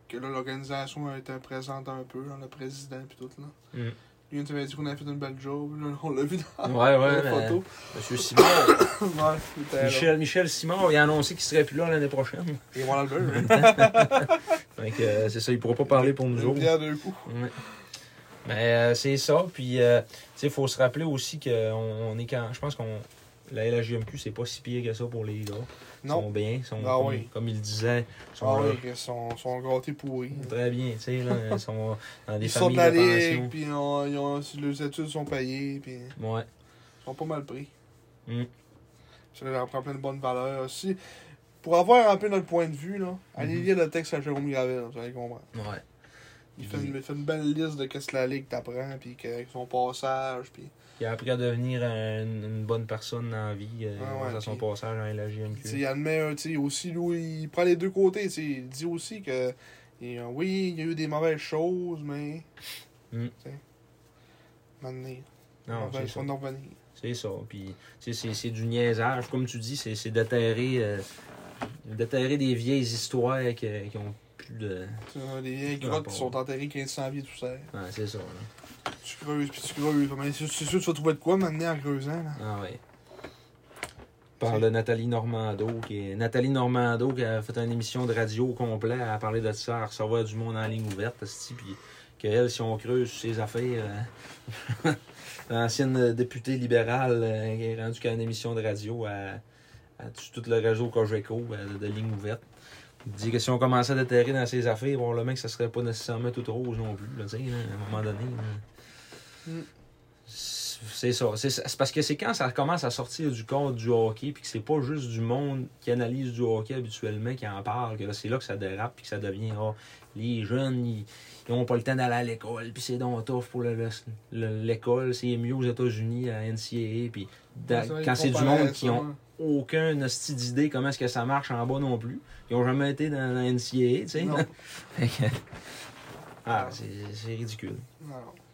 que là, l'organisation a été présente un peu, là, le président et tout. Là. Mm. Lui, on avait dit qu'on avait fait une belle job. Là, on l'a vu dans Ouais, ouais, la mais photo. Monsieur Simard, Ouais, il était là. Michel, Michel Simard, il a annoncé qu'il serait plus là l'année prochaine. Et voilà le beurre. Fait que, euh, c'est ça, il pourra pas parler pour nous Une autres. bière deux coups. Ouais. Mais euh, c'est ça, puis euh, tu sais, il faut se rappeler aussi qu'on on est quand. Je pense qu'on. La L H J M Q, c'est pas si pire que ça pour les gars. Ils sont Non. bien, ils sont, Ah comme, oui. comme il le disait, ils sont Ah là, oui, ils sont, sont gâtés pourris. très bien, tu sais, là, ils sont dans des Ils sortent familles de la de ligue, pension. puis on- ils ont- leurs études sont payées, puis Ouais. ils sont pas mal pris. Mm. Ça leur prend plein de bonnes valeurs aussi. Pour avoir un peu notre point de vue, là, allez Mhm. lire le texte à Jérôme Gravel, vous allez comprendre. Ouais. Il fait une, il fait une belle liste de qu'est-ce que la ligue t'apprend, puis que, son passage, puis... Il a appris à devenir un- une bonne personne dans la vie euh, Ah ouais, grâce à son puis- passage dans la J M Tu sais, Q. il admet, euh, tu sais, aussi, lui, il prend les deux côtés, tu sais, il dit aussi que, et, euh, oui, il y a eu des mauvaises choses, mais, Mm. tu sais, maintenant, Non, on va c'est ça. en revenir. C'est ça. Puis, tu sais, c'est, c'est du niaisage. Comme tu dis, c'est, c'est déterrer, euh, déterrer des vieilles histoires qui, qui ont plus de. Tu sais, les vieilles Peu grottes importe. qui sont enterrées quinze cents pieds tout ça. Ouais, c'est ça. Là. Tu creuses, puis tu creuses. Mais c'est c'est sûr que tu vas trouver de quoi maintenant en creusant, là. Ah ouais. On parle de Nathalie Normando, qui est Nathalie Normando qui a fait une émission de radio au complet à parler de ça, à recevoir du monde en ligne ouverte, esti, puis qu'elle, si on creuse sur ses affaires, euh, l'ancienne députée libérale euh, qui est rendue qu'à une émission de radio à, à tout tout le réseau Cogeco euh, de, de ligne ouverte. Il dit que si on commençait à déterrer dans ses affaires, probablement que ça serait pas nécessairement tout rose non plus, là, tu sais, là, à un moment donné. là. Mm. C'est ça. C'est, c'est parce que c'est quand ça commence à sortir du cadre du hockey, puis que c'est pas juste du monde qui analyse du hockey habituellement qui en parle, que là, c'est là que ça dérape, puis que ça devient ah, les jeunes, ils, ils ont pas le temps d'aller à l'école, puis c'est donc tough pour le, le- le- l'école, c'est mieux aux États-Unis, à N C A A, puis dans- Ouais, c'est vrai, quand ils c'est du comparaient monde ça, qui ont hein. aucun hostie d'idée comment est-ce que ça marche en bas non plus, ils ont jamais été dans la N C A A, tu sais. Non. Fait que- ah, c'est, c'est ridicule. Non.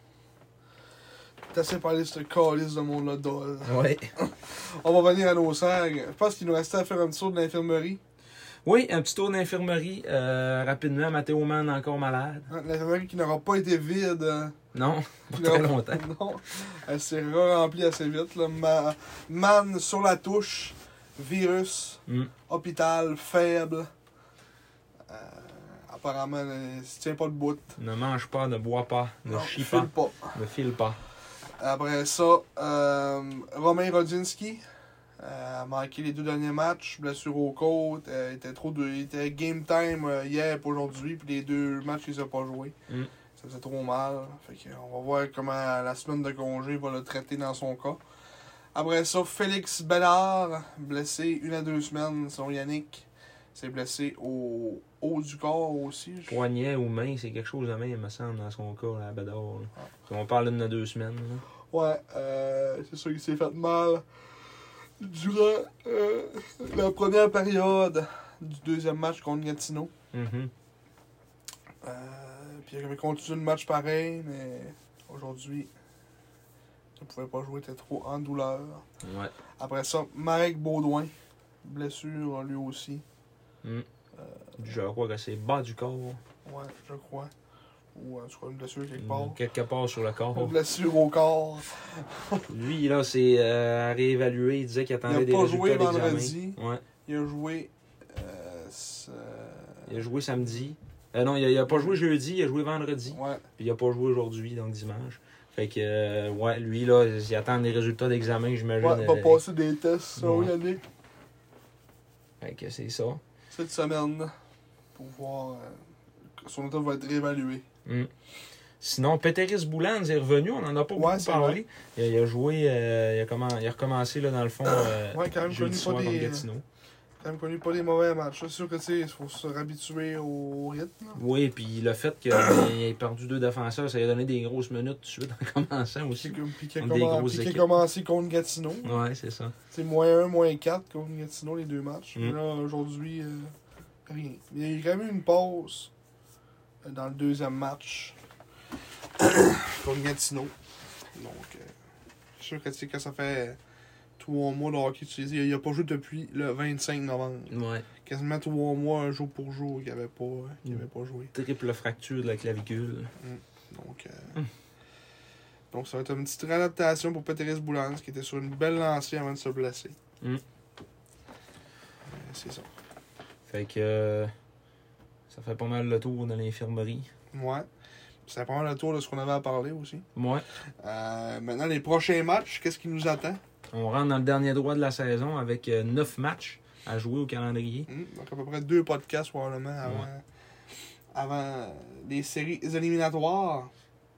T'as assez parlé de ce calice de monde-là d'ol. Ouais. On va venir à nos sags. Je pense qu'il nous restait à faire un petit tour de l'infirmerie. Oui, un petit tour d'infirmerie. Euh, rapidement, Mathéo Mann encore malade. Hein, L'infirmerie qui n'aura pas été vide. euh, Non, pas qui très n'aura- longtemps. Non. Elle s'est remplie assez vite. Là. Ma... Man sur la touche. Virus. Mm. Hôpital. Faible. Euh, apparemment, elle ne se tient pas de bout. Ne mange pas, ne bois pas, ne Non, chie file pas, pas. ne file pas. Après ça, euh, Romain Rodzinski euh, a manqué les deux derniers matchs, blessure aux côtes, euh, il était trop de, il était game time euh, hier pour aujourd'hui, puis les deux matchs il a pas joué. Mm. Ça faisait trop mal. Fait que on va voir comment la semaine de congé va le traiter dans son cas. Après ça, Félix Bellard, blessé une à deux semaines. Son Yannick s'est blessé au haut du corps aussi. Je- Poignet ou main, c'est quelque chose de même, il me semble, dans son cas, à Bédard. là. On parle d'une à deux semaines. là. Ouais, euh, c'est sûr qu'il s'est fait mal durant euh, la première période du deuxième match contre Gatineau. Mhm. Euh, puis il avait continué le match pareil, mais aujourd'hui, il ne pouvait pas jouer, il était trop en douleur. Ouais. Après ça, Marek Baudouin, blessure lui aussi. Mm. Je crois que c'est bas du corps. Ouais, je crois. Ou en tout cas une blessure quelque part. Quelque part sur le Une corps. blessure au corps. Lui, là, c'est euh, à réévaluer. Il disait qu'il attendait Il a des pas résultats joué d'examen. vendredi. Ouais. Il a joué. Euh, ce- Il a joué samedi. Euh, non, il a, il a pas joué jeudi, il a joué vendredi. Ouais. Puis il a pas joué aujourd'hui, donc dimanche. Fait que, euh, ouais, lui, là, il attend des résultats d'examen, j'imagine. Ouais, il va euh, passer des tests, ça, ouais. Yannick, Fait que c'est ça. cette semaine. Pour voir. euh, son état va être réévalué. Mm. Sinon, Peteris Boulan est revenu, on en a pas Ouais, beaucoup c'est parlé. Il a, il a joué, euh, il, a commen- il a recommencé là, dans le fond euh, Ouais, quand même jeudi connu soir pas contre des. Gatineau. Quand même connu pas des mauvais matchs. C'est sûr que tu sais, il faut se réhabituer au rythme. là. Oui, puis le fait qu'il ait perdu deux défenseurs, ça lui a donné des grosses minutes tout de suite en commençant aussi. Puis, puis qui a, Contre des commen- grosses puis qui a équipes. commencé contre Gatineau. Ouais, c'est ça. C'est moins un, moins quatre contre Gatineau, les deux matchs. Mm. Mais là, aujourd'hui, euh, rien. Mais il y a quand même eu une pause euh, dans le deuxième match contre Gatineau. Donc, euh, je suis sûr que tu sais, quand ça fait trois mois de hockey. Tu sais, il n'a pas joué depuis le vingt-cinq novembre. Ouais. Quasiment trois mois, jour pour jour, qu'il n'avait pas, qu'il avait pas joué. Triple fracture de la clavicule. Donc, euh, mm. donc ça va être une petite réadaptation pour Patrice Boulans, qui était sur une belle lancée avant de se blesser. Mm. Euh, c'est ça. Fait que euh, ça fait pas mal le tour dans l'infirmerie. Ouais. C'est pas mal le tour de ce qu'on avait à parler aussi. Ouais. Euh, maintenant, les prochains matchs, qu'est-ce qui nous attend? On rentre dans le dernier droit de la saison avec euh, neuf matchs à jouer au calendrier. Mm. Donc, à peu près deux podcasts probablement avant, Ouais. avant les séries éliminatoires.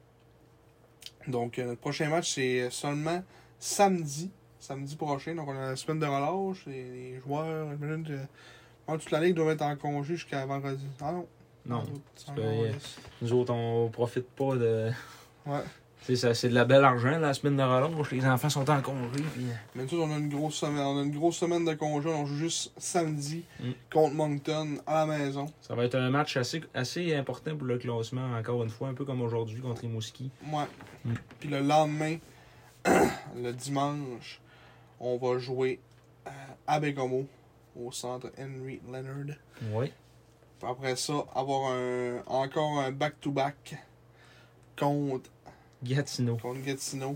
Donc, euh, notre prochain match, c'est seulement samedi. Samedi prochain. Donc, on a la semaine de relâche. Les, les joueurs, j'imagine que ouais, toute la ligue doit être en congé jusqu'à vendredi. Ah non. Non. C'est que, encore- euh, Nous autres, on profite pas de. Ouais. C'est ça, c'est de la belle argent, la semaine de relâche. Les enfants sont en congé. Puis... Mais nous autres, on a une grosse semaine. On a une grosse semaine de congé. On joue juste samedi Mm. contre Moncton à la maison. Ça va être un match assez, assez important pour le classement, encore une fois, un peu comme aujourd'hui contre Rimouski. Ouais. Mm. Puis le lendemain, le dimanche, on va jouer euh, à Bécomo, au centre Henry Leonard. Oui. Puis après ça, avoir un, encore un back-to-back contre, Gatineau. contre Gatineau.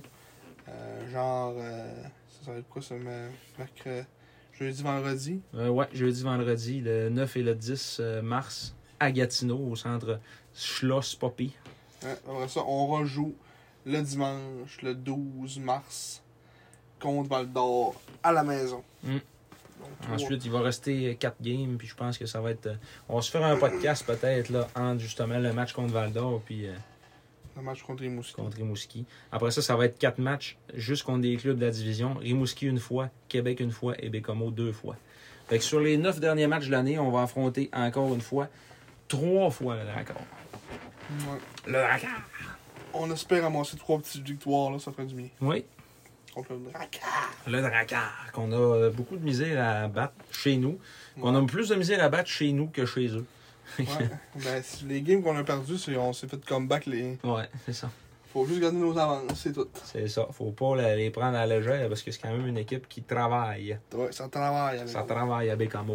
Euh, genre, euh, ça, ça va être quoi ça, mercredi, jeudi, vendredi? Euh, ouais, jeudi, vendredi, le neuf et le dix mars, à Gatineau, au centre Schloss Poppy. Ouais, après ça, on rejoue le dimanche, le douze mars, contre Val-d'Or, à la maison. Mm. Donc, trois- Ensuite, il va rester quatre games, puis je pense que ça va être... euh, On va se faire un podcast peut-être, là, entre justement le match contre Val-d'Or, puis euh, le match contre les Mouskets. contre Rimouski. Après ça, ça va être quatre matchs, juste contre des clubs de la division. Rimouski une fois, Québec une fois, et Bécomo deux fois. Fait que sur les neuf derniers matchs de l'année, on va affronter encore une fois, trois fois le Dracard. Ouais. Le Dracard! On espère ramasser trois petites victoires, là, ça ferait du bien. Oui, Contre le Dracard. le Dracard, qu'on a euh, beaucoup de misère à battre chez nous. Qu'on a plus de misère à battre chez nous que chez eux. Ouais. Ben, si les games qu'on a perdus, c'est on s'est fait comeback. Les... Ouais, c'est ça. Faut juste garder nos avances, c'est tout. C'est ça. Faut pas la- les prendre à la légère parce que c'est quand même une équipe qui travaille. Ouais, ça travaille. Avec Ça nous. travaille à Bécamo.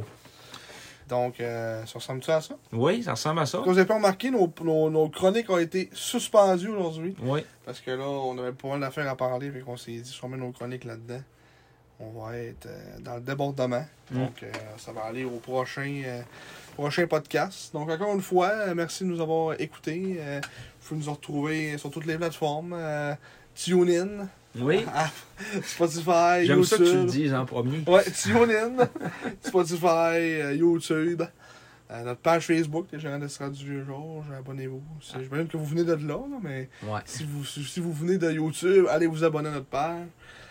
Donc, euh, ça ressemble-tu à ça? Oui, ça ressemble à ça. Comme vous avez pas remarqué, nos, nos, nos chroniques ont été suspendues aujourd'hui. Oui. Parce que là, on avait pas mal d'affaires à parler, fait qu'on s'est dit, si on met nos chroniques là-dedans, on va être euh, dans le débordement. Mm. Donc, euh, ça va aller au prochain, euh, prochain podcast. Donc, encore une fois, euh, merci de nous avoir écoutés. Euh, vous pouvez nous retrouver sur toutes les plateformes. Euh, TuneIn, Oui. ah, Spotify, J'aime ça que tu le YouTube. dises en premier. Ouais, TuneIn, Spotify, euh, YouTube. Euh, notre page Facebook, les gérants d'Estrade du Vieux-Georges, abonnez-vous. C'est- J'imagine que vous venez de là, là, mais Ouais. si vous, si si vous venez de YouTube, allez vous abonner à notre page.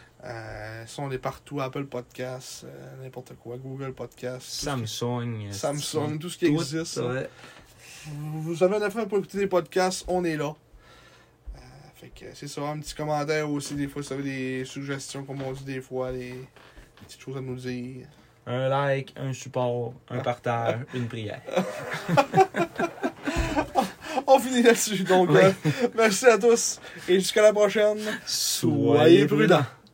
Euh, ça, on est partout, Apple Podcasts, euh, n'importe quoi, Google Podcasts, tout ce qui- Samsung. Samsung, tout ce qui Tout, existe. hein. ouais. Vous, vous avez un affaire pour écouter des podcasts, on est là. Euh, fait que c'est ça, un petit commentaire aussi, des fois, si vous avez des suggestions, comme on dit des fois, des, des petites choses à nous dire. Un like, un support, un partage, une prière. On finit là-dessus, donc Oui. euh, merci à tous et jusqu'à la prochaine. Soyez prudents.